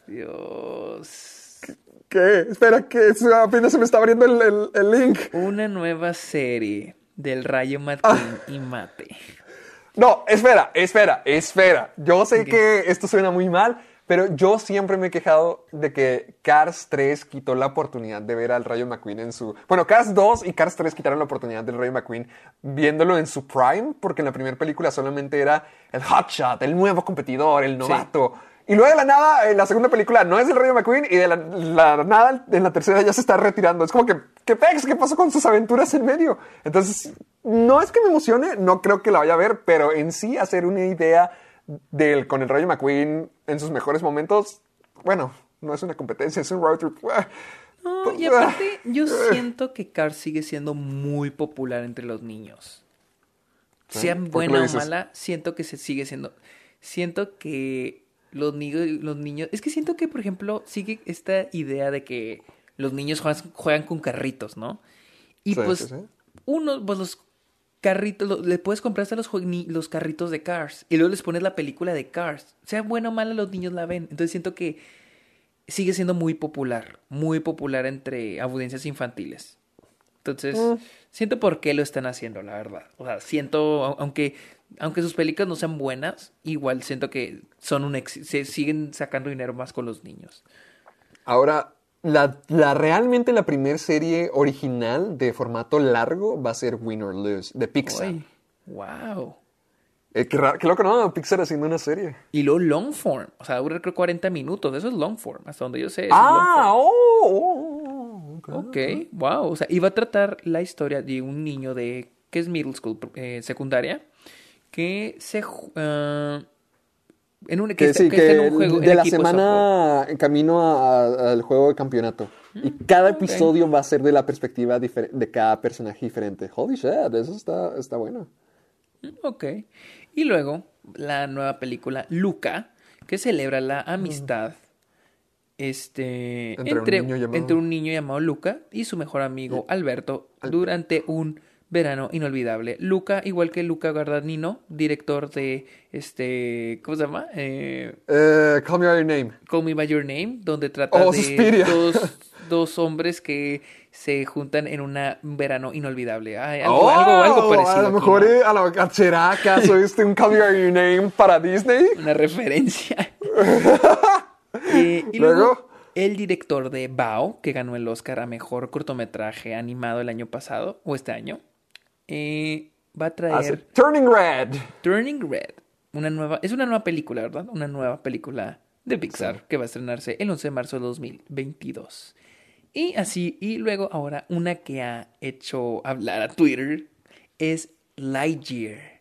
Dios. ¿Qué? Espera, que eso apenas se me está abriendo el, el, el link. Una nueva serie del Rayo McQueen Ah. y Mate. No, espera, espera, espera. Yo sé Ok. que esto suena muy mal, pero yo siempre me he quejado de que Cars tres quitó la oportunidad de ver al Rayo McQueen en su... Bueno, Cars dos y Cars tres quitaron la oportunidad del Rayo McQueen viéndolo en su prime, porque en la primera película solamente era el hotshot, el nuevo competidor, el novato. Y luego de la nada, en la segunda película no es el Rayo McQueen y de la, la nada, en la tercera ya se está retirando. Es como que, ¿qué pex? ¿Qué pasó con sus aventuras en medio? Entonces, no es que me emocione, no creo que la vaya a ver, pero en sí hacer una idea del, con el Rayo McQueen en sus mejores momentos, bueno, no es una competencia, es un road trip. No, y aparte, yo siento que Cars sigue siendo muy popular entre los niños. Sea ¿Por qué lo buena o dices? mala, siento que se sigue siendo. Siento que los niños, los niños. Es que siento que, por ejemplo, sigue esta idea de que los niños juegan, juegan con carritos, ¿no? Y Sí, pues, sí, sí. uno, pues los carritos, lo- le puedes comprar hasta los, jue- ni- los carritos de Cars. Y luego les pones la película de Cars. Sea buena o mala, los niños la ven. Entonces siento que sigue siendo muy popular. Muy popular entre audiencias infantiles. Entonces, Mm. siento por qué lo están haciendo, la verdad. O sea, siento, au- aunque, aunque sus películas no sean buenas, igual siento que son un ex- se siguen sacando dinero más con los niños. Ahora, la, la realmente la primera serie original de formato largo va a ser Win or Lose, de Pixar. Uy, wow. Eh, qué, raro, qué loco, ¿no? Pixar haciendo una serie. Y luego long form, o sea, dura creo cuarenta minutos, eso es long form, hasta donde yo sé. Eso es long Ah, form. oh, oh, oh, Ok, wow. O sea, iba a tratar la historia de un niño de, que es middle school, eh, secundaria, que se... ju- ah, en un, que, Que está, sí, que que está en un juego, de en la equipo de softball. semana en camino a- a- al juego de campeonato. Y cada ok. episodio va a ser de la perspectiva difer- de cada personaje diferente. Holy shit, eso está, está bueno. Ok. Y luego, la nueva película, Luca, que celebra la amistad este, Entre un entre, niño llamado- entre un niño llamado Luca y su mejor amigo Alberto durante un verano inolvidable. Luca, igual que Luca Guadagnino, director de este, ¿cómo se llama? Eh, Eh, Call Me By Your Name. Call Me By Your Name, donde trata Oh, de Suspiria. dos, dos hombres que se juntan en una- un verano inolvidable. Ay, algo, Oh, algo, algo parecido. a lo aquí, mejor ¿no? eh, a lo, ¿será acaso este un Call Me By Your Name para Disney? Una referencia. Eh, y luego, Luego. el director de Bao, que ganó el Oscar a mejor cortometraje animado el año pasado, o este año, eh, va a Hace traer Turning Red. Turning Red. Una nueva, es una nueva película, ¿verdad? Una nueva película de Pixar Sí. que va a estrenarse el once de marzo de dos mil veintidós. Y así, y luego ahora una que ha hecho hablar a Twitter es Lightyear.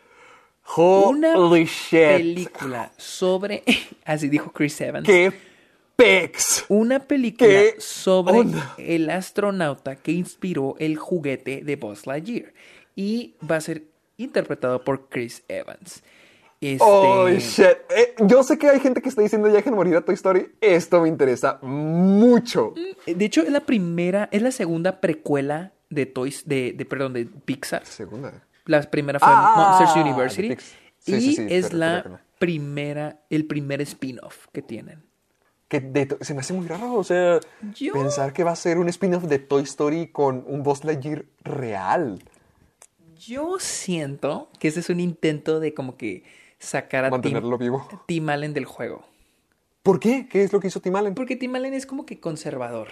Una Holy shit. película sobre, así dijo Chris Evans, ¡Qué pex! una película ¿Qué sobre onda? el astronauta que inspiró el juguete de Buzz Lightyear y va a ser interpretado por Chris Evans. Este, Holy shit. Eh, yo sé que hay gente que está diciendo ya dejen morir a Toy Story. Esto me interesa mucho. de hecho es la primera, es la segunda precuela de Toys, de, de perdón, de Pixar. Segunda. La primera fue Ah, Monsters de University Pixar. Sí, y sí, sí, es pero la recuerdo. primera, el primer spin-off que tienen. Que de to- se me hace muy raro, o sea, Yo- pensar que va a ser un spin-off de Toy Story con un Buzz Lightyear real. Yo siento que ese es un intento de como que sacar a Tim, Mantenerlo vivo. Tim Allen del juego. ¿Por qué? ¿Qué es lo que hizo Tim Allen? Porque Tim Allen es como que conservador.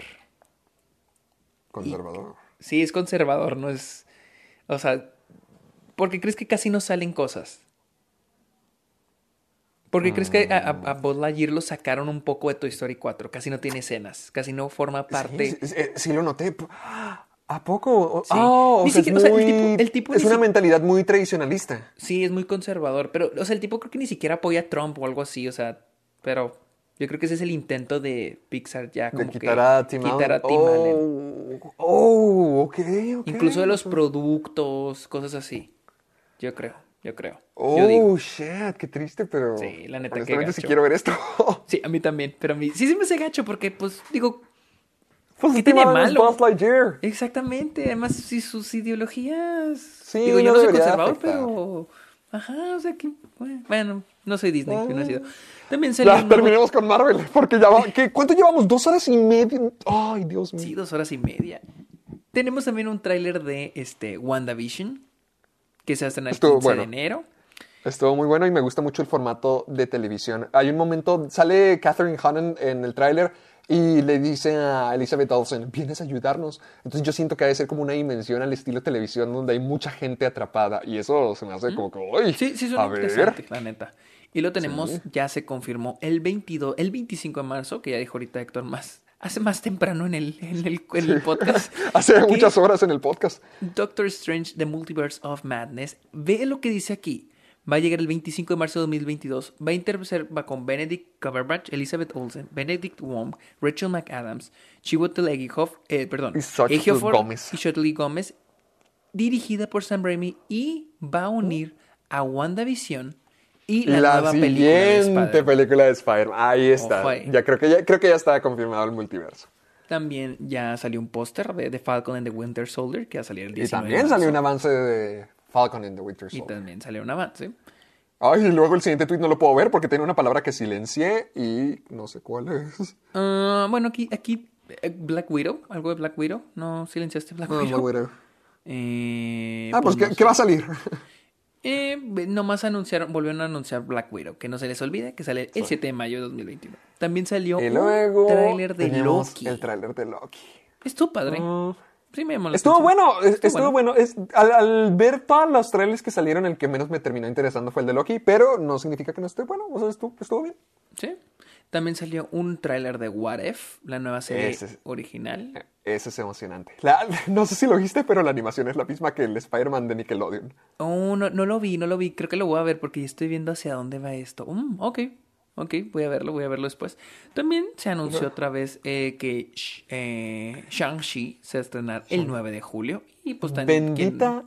Conservador. Sí, es conservador, no es... O sea, porque crees que casi no salen cosas. Porque crees que a, a, a Buzz Lightyear lo sacaron un poco de Toy Story cuatro. Casi no tiene escenas, casi no forma parte... Sí, sí, sí, sí lo noté. ¿A poco? Sí. Ah, o Ni sea, siquiera- es, o sea, el muy- tipo- el tipo es ni una si- mentalidad muy tradicionalista. Sí, es muy conservador, pero, o sea, el tipo creo que ni siquiera apoya a Trump o algo así, o sea, pero yo creo que ese es el intento de Pixar ya como De quitar que a Tim quitar Allen. a Tim Allen. Oh, oh, ok, ok. Incluso de los Pues, productos, cosas así. Yo creo, yo creo. Yo Oh, digo. shit, qué triste, pero... Sí, la neta, qué honestamente sí gacho. quiero ver esto. Sí, a mí también, pero a mí sí se me hace gacho porque, pues, digo, Pues ¿qué Tim tiene Allen es malo? Buzz Exactamente, además, si sus ideologías... Sí, digo, yo no no soy debería conservador, afectar. pero Ajá, o sea que, bueno, no soy Disney, yo no he sido. También salió Ya, un nuevo- terminemos con Marvel, porque ya va... ¿qué? ¿Cuánto llevamos? ¿Dos horas y media? Ay, Dios mío. Sí, dos horas y media. Tenemos también un tráiler de este WandaVision, que se va a estrenar el Estuvo quince bueno. de enero. Estuvo muy bueno y me gusta mucho el formato de televisión. Hay un momento, sale Catherine Hahn en, en el tráiler y le dice a Elizabeth Olsen, ¿vienes a ayudarnos? Entonces yo siento que ha de ser como una dimensión al estilo televisión donde hay mucha gente atrapada y eso se me hace como que, uy, Sí, sí, a suena ver. interesante, la neta. Y lo tenemos, Sí. ya se confirmó el veintidós, el veinticinco de marzo, que ya dijo ahorita Héctor más, hace más temprano en el, en el, en el podcast. Hace que muchas horas en el podcast. Doctor Strange, The Multiverse of Madness, ve lo que dice aquí. Va a llegar el veinticinco de marzo de dos mil veintidós. Va a interpretar va con Benedict Cumberbatch, Elizabeth Olsen, Benedict Wong, Rachel McAdams, Chiwetel Ejiofor, eh, perdón, Y Xochitl Ejiofor Gómez. y Xochitl Gómez, dirigida por Sam Raimi y va a unir a WandaVision y la, La nueva película de siguiente Spider-Man. película de Spider-Man. Ahí está. Ojo ahí. Ya creo que ya creo que ya está confirmado el multiverso. También ya salió un póster de The Falcon and the Winter Soldier que va a salir el Y diecinueve también de salió un marzo. avance de Falcon and the Winter Y Soldier. también salió un avance. Ay, y luego el siguiente tweet no lo puedo ver porque tiene una palabra que silencié y no sé cuál es. Ah, bueno, aquí, aquí eh, Black Widow, algo de Black Widow. ¿No silenciaste Black No, Widow? no, güey. Eh, Ah, pues, no ¿qué, sé. ¿qué va a salir? Eh, nomás anunciaron, volvieron a anunciar Black Widow. Que no se les olvide que sale el siete de mayo de dos mil veintiuno. También salió Y luego un tráiler de tenemos Loki. el tráiler de Loki. Estuvo padre. Mm. Sí me llamó la Estuvo atención. bueno, es- estuvo bueno. Es, al, al ver todos los trailers que salieron, el que menos me terminó interesando fue el de Loki, pero no significa que no esté bueno. O sea, estuvo, estuvo bien. Sí. También salió un tráiler de What If, la nueva serie Ese es- original. Ese es emocionante. La- no sé si lo viste, pero la animación es la misma que el Spider-Man de Nickelodeon. Oh, no, no lo vi, no lo vi. Creo que lo voy a ver porque ya estoy viendo hacia dónde va esto. Mm, ok, ok, voy a verlo, voy a verlo después. También se anunció otra vez eh, que Sh- eh, Shang-Chi se va a estrenar el nueve de julio. Y pues también... Bendita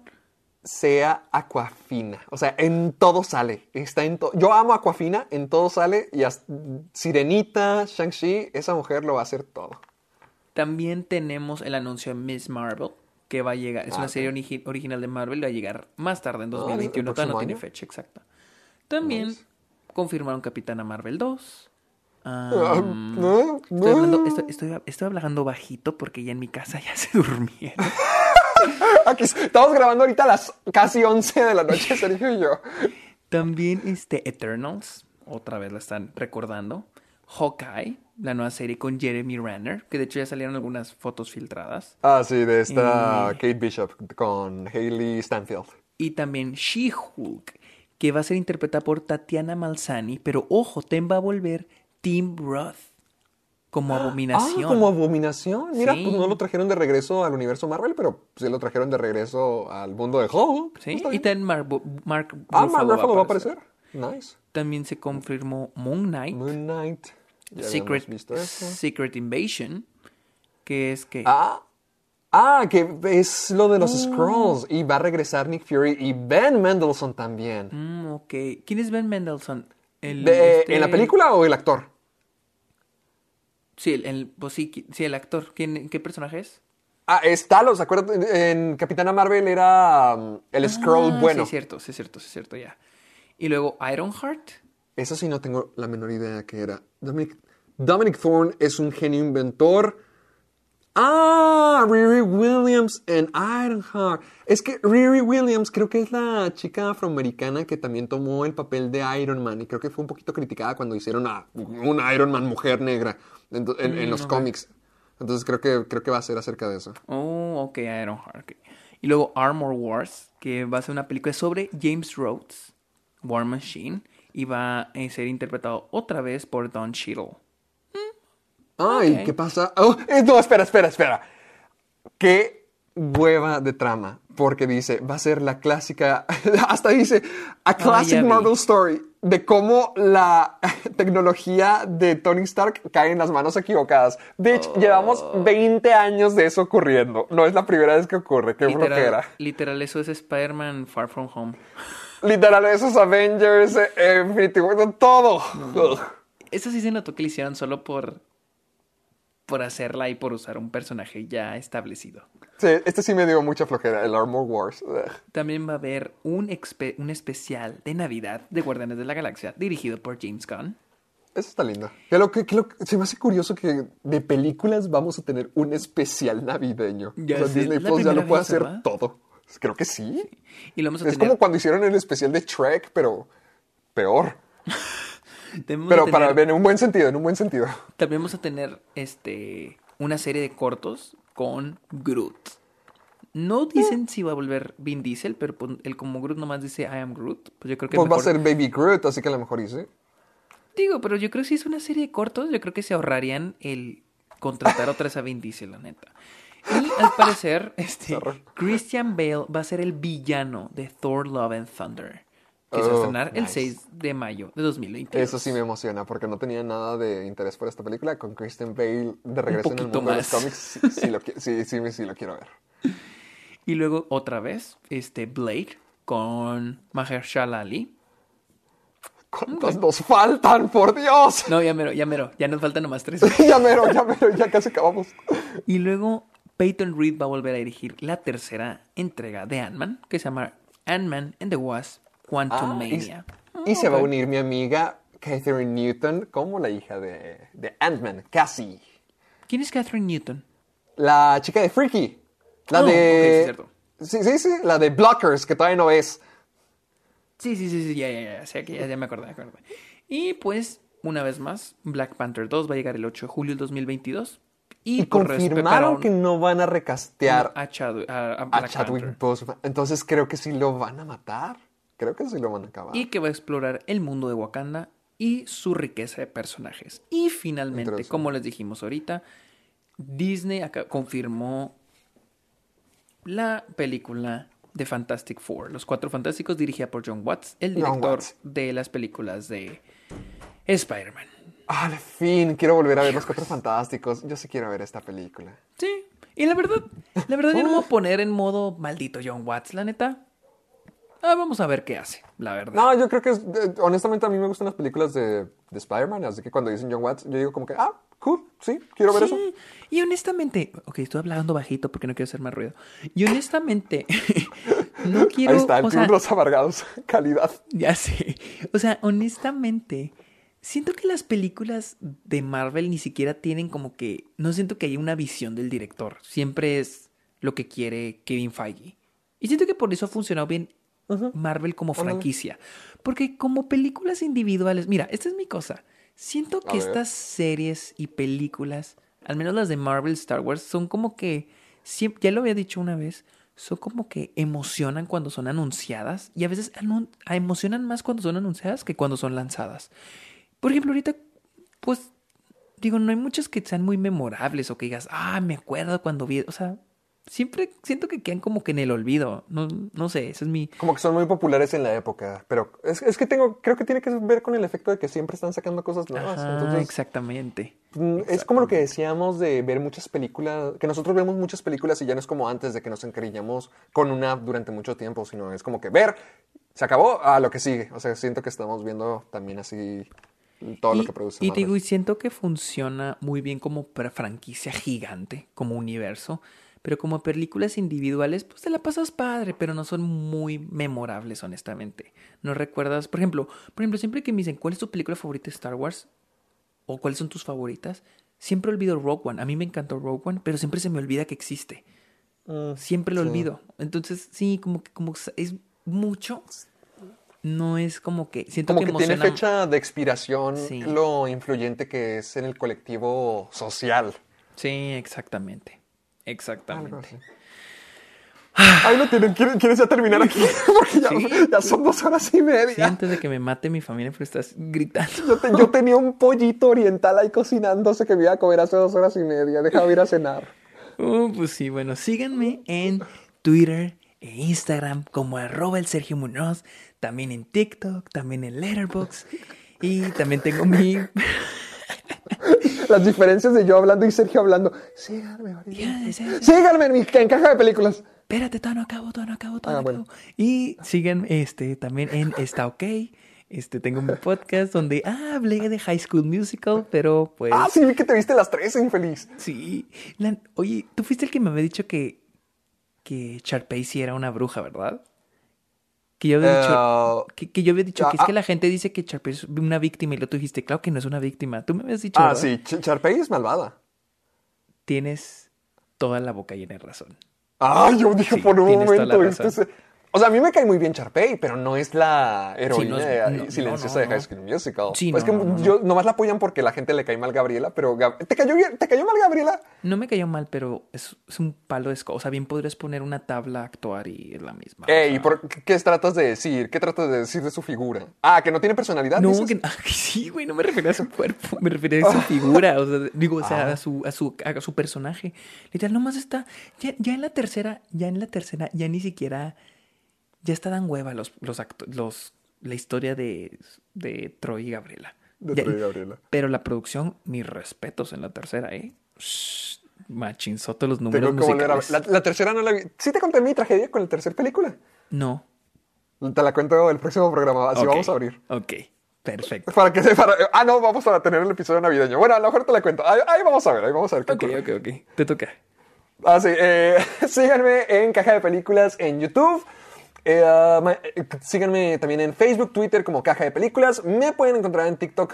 sea Aquafina. O sea, en todo sale. Está en to- Yo amo a Aquafina, en todo sale. Y hasta Sirenita, Shang-Chi, esa mujer lo va a hacer todo. También tenemos el anuncio de Miss Marvel, que va a llegar. Es Ah, una ok. serie origi- original de Marvel, va a llegar más tarde, en Ah, dos mil veintiuno. ¿el Todavía no próximo tiene año? fecha exacta. También Nice. confirmaron Capitana Marvel dos. Ah, Am, no, estoy, no. hablando, estoy, estoy- estoy hablando bajito porque ya en mi casa ya se durmieron. Aquí estamos grabando ahorita a las casi once de la noche, Sergio y yo. También este Eternals, otra vez la están recordando. Hawkeye, la nueva serie con Jeremy Renner, que de hecho ya salieron algunas fotos filtradas. Ah, sí, de esta Y- Kate Bishop con Hailey Stanfield. Y también She-Hulk, que va a ser interpretada por Tatiana Maslany, pero ojo, Tem va a volver Tim Roth como abominación. Ah, como abominación. Mira, Sí. pues no lo trajeron de regreso al universo Marvel, pero sí lo trajeron de regreso al mundo de Hulk. Sí, Está y bien. también Mark, Bu- Mark Ah, Ruffalo Mark Ruffalo va a aparecer. Nice. También se confirmó Moon Knight, Moon Knight. Ya Secret, habíamos visto eso. Secret Invasion, que es que... Ah, ah, que es lo de los Skrulls. Y va a regresar Nick Fury y Ben Mendelsohn también. Mm, ok. ¿Quién es Ben Mendelsohn? El, De- este- ¿En la película o el actor? Sí, el, el- pues sí, qui- sí, el actor. ¿Quién, ¿Qué personaje es? Ah, es Talos, ¿se acuerdan? En Capitana Marvel era um, el Skrull Ah, bueno. Sí, es cierto, sí, es cierto, sí, es cierto, ya. Y luego Ironheart. Eso sí no tengo la menor idea que era. Dominic, Dominic Thorne es un genio inventor. Ah, Riri Williams en Ironheart. Es que Riri Williams creo que es la chica afroamericana que también tomó el papel de Iron Man y creo que fue un poquito criticada cuando hicieron a una Iron Man mujer negra en, en- en Mm, los ok. cómics. Entonces creo que, creo que va a ser acerca de eso. Oh, ok, Ironheart. ok. Y luego Armor Wars, que va a ser una película sobre James Rhodes, War Machine, y va a ser interpretado otra vez por Don Cheadle. Ay, Ok. ¿qué pasa? Oh, eh, no, espera, espera, espera. Qué hueva de trama. Porque dice, va a ser la clásica, hasta dice, a classic ya vi. Marvel story de cómo la tecnología de Tony Stark cae en las manos equivocadas. Bitch, Oh. llevamos veinte años de eso ocurriendo. No es la primera vez que ocurre. Qué Literal, flojera. literal, eso es Spider-Man Far From Home. Literal, esos Avengers, eh, Infinity War, todo. Ugh. Eso sí se notó que lo hicieron solo por... por hacerla y por usar un personaje ya establecido. Sí, este sí me dio mucha flojera, el Armor Wars. Ugh. También va a haber un, expe- un especial de Navidad de Guardianes de la Galaxia dirigido por James Gunn. Eso está lindo. Que lo que, que lo, se me hace curioso que de películas vamos a tener un especial navideño. Ya o sea, sé, Disney la Plus ya lo primera puede vez, hacer ¿verdad? todo. Creo que sí. Y lo vamos a Es tener... como cuando hicieron el especial de Shrek, pero peor. También vamos Pero a tener- para en un buen sentido, en un buen sentido. También vamos a tener este, una serie de cortos con Groot. No dicen si va a volver Vin Diesel, pero pues, él como Groot nomás dice I am Groot. Pues yo creo que Pues va a mejor... ser Baby Groot, así que a lo mejor hice. Digo, pero yo creo que si es una serie de cortos, yo creo que se ahorrarían el contratar otra vez a Vin Diesel, la neta. Y al parecer, este, Sorry. Christian Bale va a ser el villano de Thor Love and Thunder, que se va a Oh, estrenar el nice. seis de mayo de dos mil veintidós. Eso sí me emociona, porque no tenía nada de interés por esta película. Con Kristen Bale de regreso en el poquito mundo más. de los cómics, sí, sí, lo, qui- sí, sí, sí lo quiero ver. Y luego otra vez, este Blade con Mahershala Ali. ¿Cuántos nos faltan, por Dios? No, ya mero, ya mero, ya nos faltan nomás tres. ya mero, ya mero, ya casi acabamos. Y luego Peyton Reed va a volver a dirigir la tercera entrega de Ant-Man, que se llama Ant-Man and the Wasp Quantum Ah, y, Mania. y se va a ok. unir mi amiga Catherine Newton como la hija de, de Ant-Man, Cassie. ¿Quién es Catherine Newton? La chica de Freaky. La Oh, de... ok, sí, cierto. Sí, sí, sí, la de Blockers, que todavía no ves. Sí, sí, sí, sí, ya, ya, ya, sé que ya, ya me acordé, me acordé. Y pues, una vez más, Black Panther dos va a llegar el ocho de julio del dos mil veintidós. Y, Y por confirmaron respetaron que no van a recastear a, Chad- a- a a Black Chadwick Panther. Boseman. Entonces creo que sí lo van a matar. Creo que sí lo van a acabar. Y que va a explorar el mundo de Wakanda y su riqueza de personajes. Y finalmente, Interesante. como les dijimos ahorita, Disney acá confirmó la película de Fantastic Four, Los Cuatro Fantásticos, dirigida por John Watts, el John director Watts. de las películas de Spider-Man. Al fin, quiero volver a ver Los Cuatro Fantásticos. Yo sí quiero ver esta película. Sí, y la verdad, la verdad yo no me voy a poner en modo maldito John Watts, la neta. Ah, vamos a ver qué hace, la verdad. No, yo creo que, es, eh, honestamente, a mí me gustan las películas de, de Spider-Man. Así que cuando dicen John Watts, yo digo como que, ah, cool, sí, quiero ver eso. Sí, y honestamente, ok, estoy hablando bajito porque no quiero hacer más ruido. Y honestamente, no quiero. Ahí está, el o Club sea, de los Amargados. Calidad. ya sé. O sea, honestamente, siento que las películas de Marvel ni siquiera tienen como que. No siento que haya una visión del director. Siempre es lo que quiere Kevin Feige. Y siento que por eso ha funcionado bien Marvel como Ándale. franquicia. Porque como películas individuales. Mira, esta es mi cosa. Siento que A ver. estas series y películas, al menos las de Marvel, Star Wars, son como que. siem- Ya lo había dicho una vez. Son como que emocionan cuando son anunciadas. Y a veces anun- emocionan más cuando son anunciadas que cuando son lanzadas. Por ejemplo, ahorita, pues, digo, no hay muchas que sean muy memorables o que digas, ah, me acuerdo cuando vi. O sea, siempre siento que quedan como que en el olvido. No, no sé, ese es mi. Como que son muy populares en la época. Pero es, es que tengo, creo que tiene que ver con el efecto de que siempre están sacando cosas nuevas. Ajá, Entonces, exactamente. Mm, es como lo que decíamos de ver muchas películas, que nosotros vemos muchas películas y ya no es como antes de que nos encariñamos con una durante mucho tiempo, sino es como que ver, se acabó, a lo que sigue. O sea, siento que estamos viendo también así todo lo Y- que produce Y Marvel. digo, y siento que funciona muy bien como pra- franquicia gigante, como universo. Pero como películas individuales, pues te la pasas padre, pero no son muy memorables, honestamente. No recuerdas, por ejemplo, por ejemplo, siempre que me dicen, ¿cuál es tu película favorita de Star Wars? ¿O cuáles son tus favoritas? Siempre olvido Rogue One. A mí me encantó Rogue One, pero siempre se me olvida que existe. Mm, Siempre lo sí. olvido. Entonces, sí, como que como es mucho. No es como que siento Como que, que tiene emociona- fecha de expiración Sí. lo influyente que es en el colectivo social. Sí, exactamente. Algo Exactamente. así. Ahí lo tienen. ¿Quieres, quieres ya terminar aquí? Porque ya, Sí. ya son dos horas y media. Sí, antes de que me mate mi familia, pero estás gritando. Yo, te- yo tenía un pollito oriental ahí cocinándose que me iba a comer hace dos horas y media. Déjame ir a cenar. Uh, pues sí, bueno, síganme en Twitter e Instagram como arroba el Sergio Muñoz, también en TikTok, también en Letterboxd y también tengo mi... Las diferencias de yo hablando y Sergio hablando. Síganme ahorita. Ya, ya, ya. Síganme en mi en caja de películas. Espérate, todavía no acabo, todavía no acabo, todavía Ah, no bueno. acabo. Y sigan este, también en Está OK Este, tengo mi podcast donde ah, hablé de High School Musical, pero pues... Ah, sí, vi que te viste las tres, infeliz. Sí. La- Oye, tú fuiste el que me había dicho que, que Sharpay sí era una bruja, ¿verdad? Que yo había dicho, Eh, que, que yo había dicho ah, que es que ah. la gente dice que Sharpay es una víctima y luego tú dijiste, claro que no es una víctima. Tú me habías dicho, Ah, ¿verdad? sí, Ch- Sharpay es malvada. Tienes toda la boca llena de razón. Ah, yo dije Sí, por un tienes toda la momento. razón. Este es- O sea, a mí me cae muy bien Sharpay, pero no es la heroína Sí, no es- de- no, silenciosa no, no, de High no. School Musical. Sí, Pues no, que no, no, yo nomás la apoyan porque la gente le cae mal Gabriela, pero Gab- ¿te cayó bien? ¿Te cayó mal Gabriela? No me cayó mal, pero es, es un palo de escoba. O sea, bien podrías poner una tabla a actuar y es la misma. o Ey, sea. ¿por qué, qué tratas de decir? ¿Qué tratas de decir de su figura? Ah, que no tiene personalidad. No, ¿dices? que, ah, que sí, güey, no me refería a su cuerpo, me refería a su figura, o sea, digo, o sea, Ah. a su, a su, a su personaje. Literal, nomás está, ya, ya en la tercera, ya en la tercera, ya ni siquiera, ya está dan hueva los, los actos, los, la historia de, de Troy y Gabriela. De Ya- Troy y Gabriela. Pero la producción, mis respetos en la tercera, ¿eh? Shh, machinzote los números Tengo que volver a ver. musicales. La, la tercera no la vi. ¿Sí te conté mi tragedia con la tercera película? No. Te la cuento el próximo programa, así Ok, vamos a abrir. Ok, perfecto. Para que se para... Ah, no, vamos a tener el episodio navideño. Bueno, a lo mejor te la cuento. Ahí, ahí vamos a ver, ahí vamos a ver qué Ok, ocurre. ok, ok, te toca. Ah, sí. Eh, síganme en Caja de Películas en YouTube. Eh, uh, ma- eh, síganme también en Facebook, Twitter como Caja de Películas. Me pueden encontrar en TikTok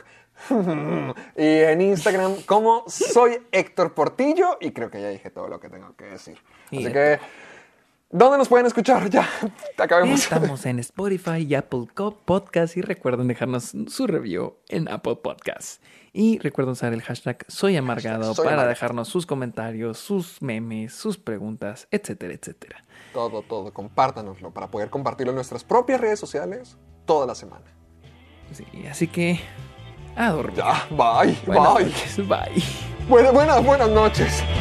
y en Instagram como soy Héctor Portillo. Y creo que ya dije todo lo que tengo que decir. Y Así de que, ¿dónde nos pueden escuchar? Ya, acabemos. Estamos en Spotify y Apple Co- Podcast y recuerden dejarnos su review en Apple Podcast. Y recuerden usar el hashtag Soy Amargado Soy para Amargado. dejarnos sus comentarios, sus memes, sus preguntas, etcétera, etcétera. Todo, todo, compártanoslo para poder compartirlo en nuestras propias redes sociales toda la semana. Sí, así que a dormir. Ya, bye, Buenas bye. noches, bye. Buenas, buenas, buenas noches.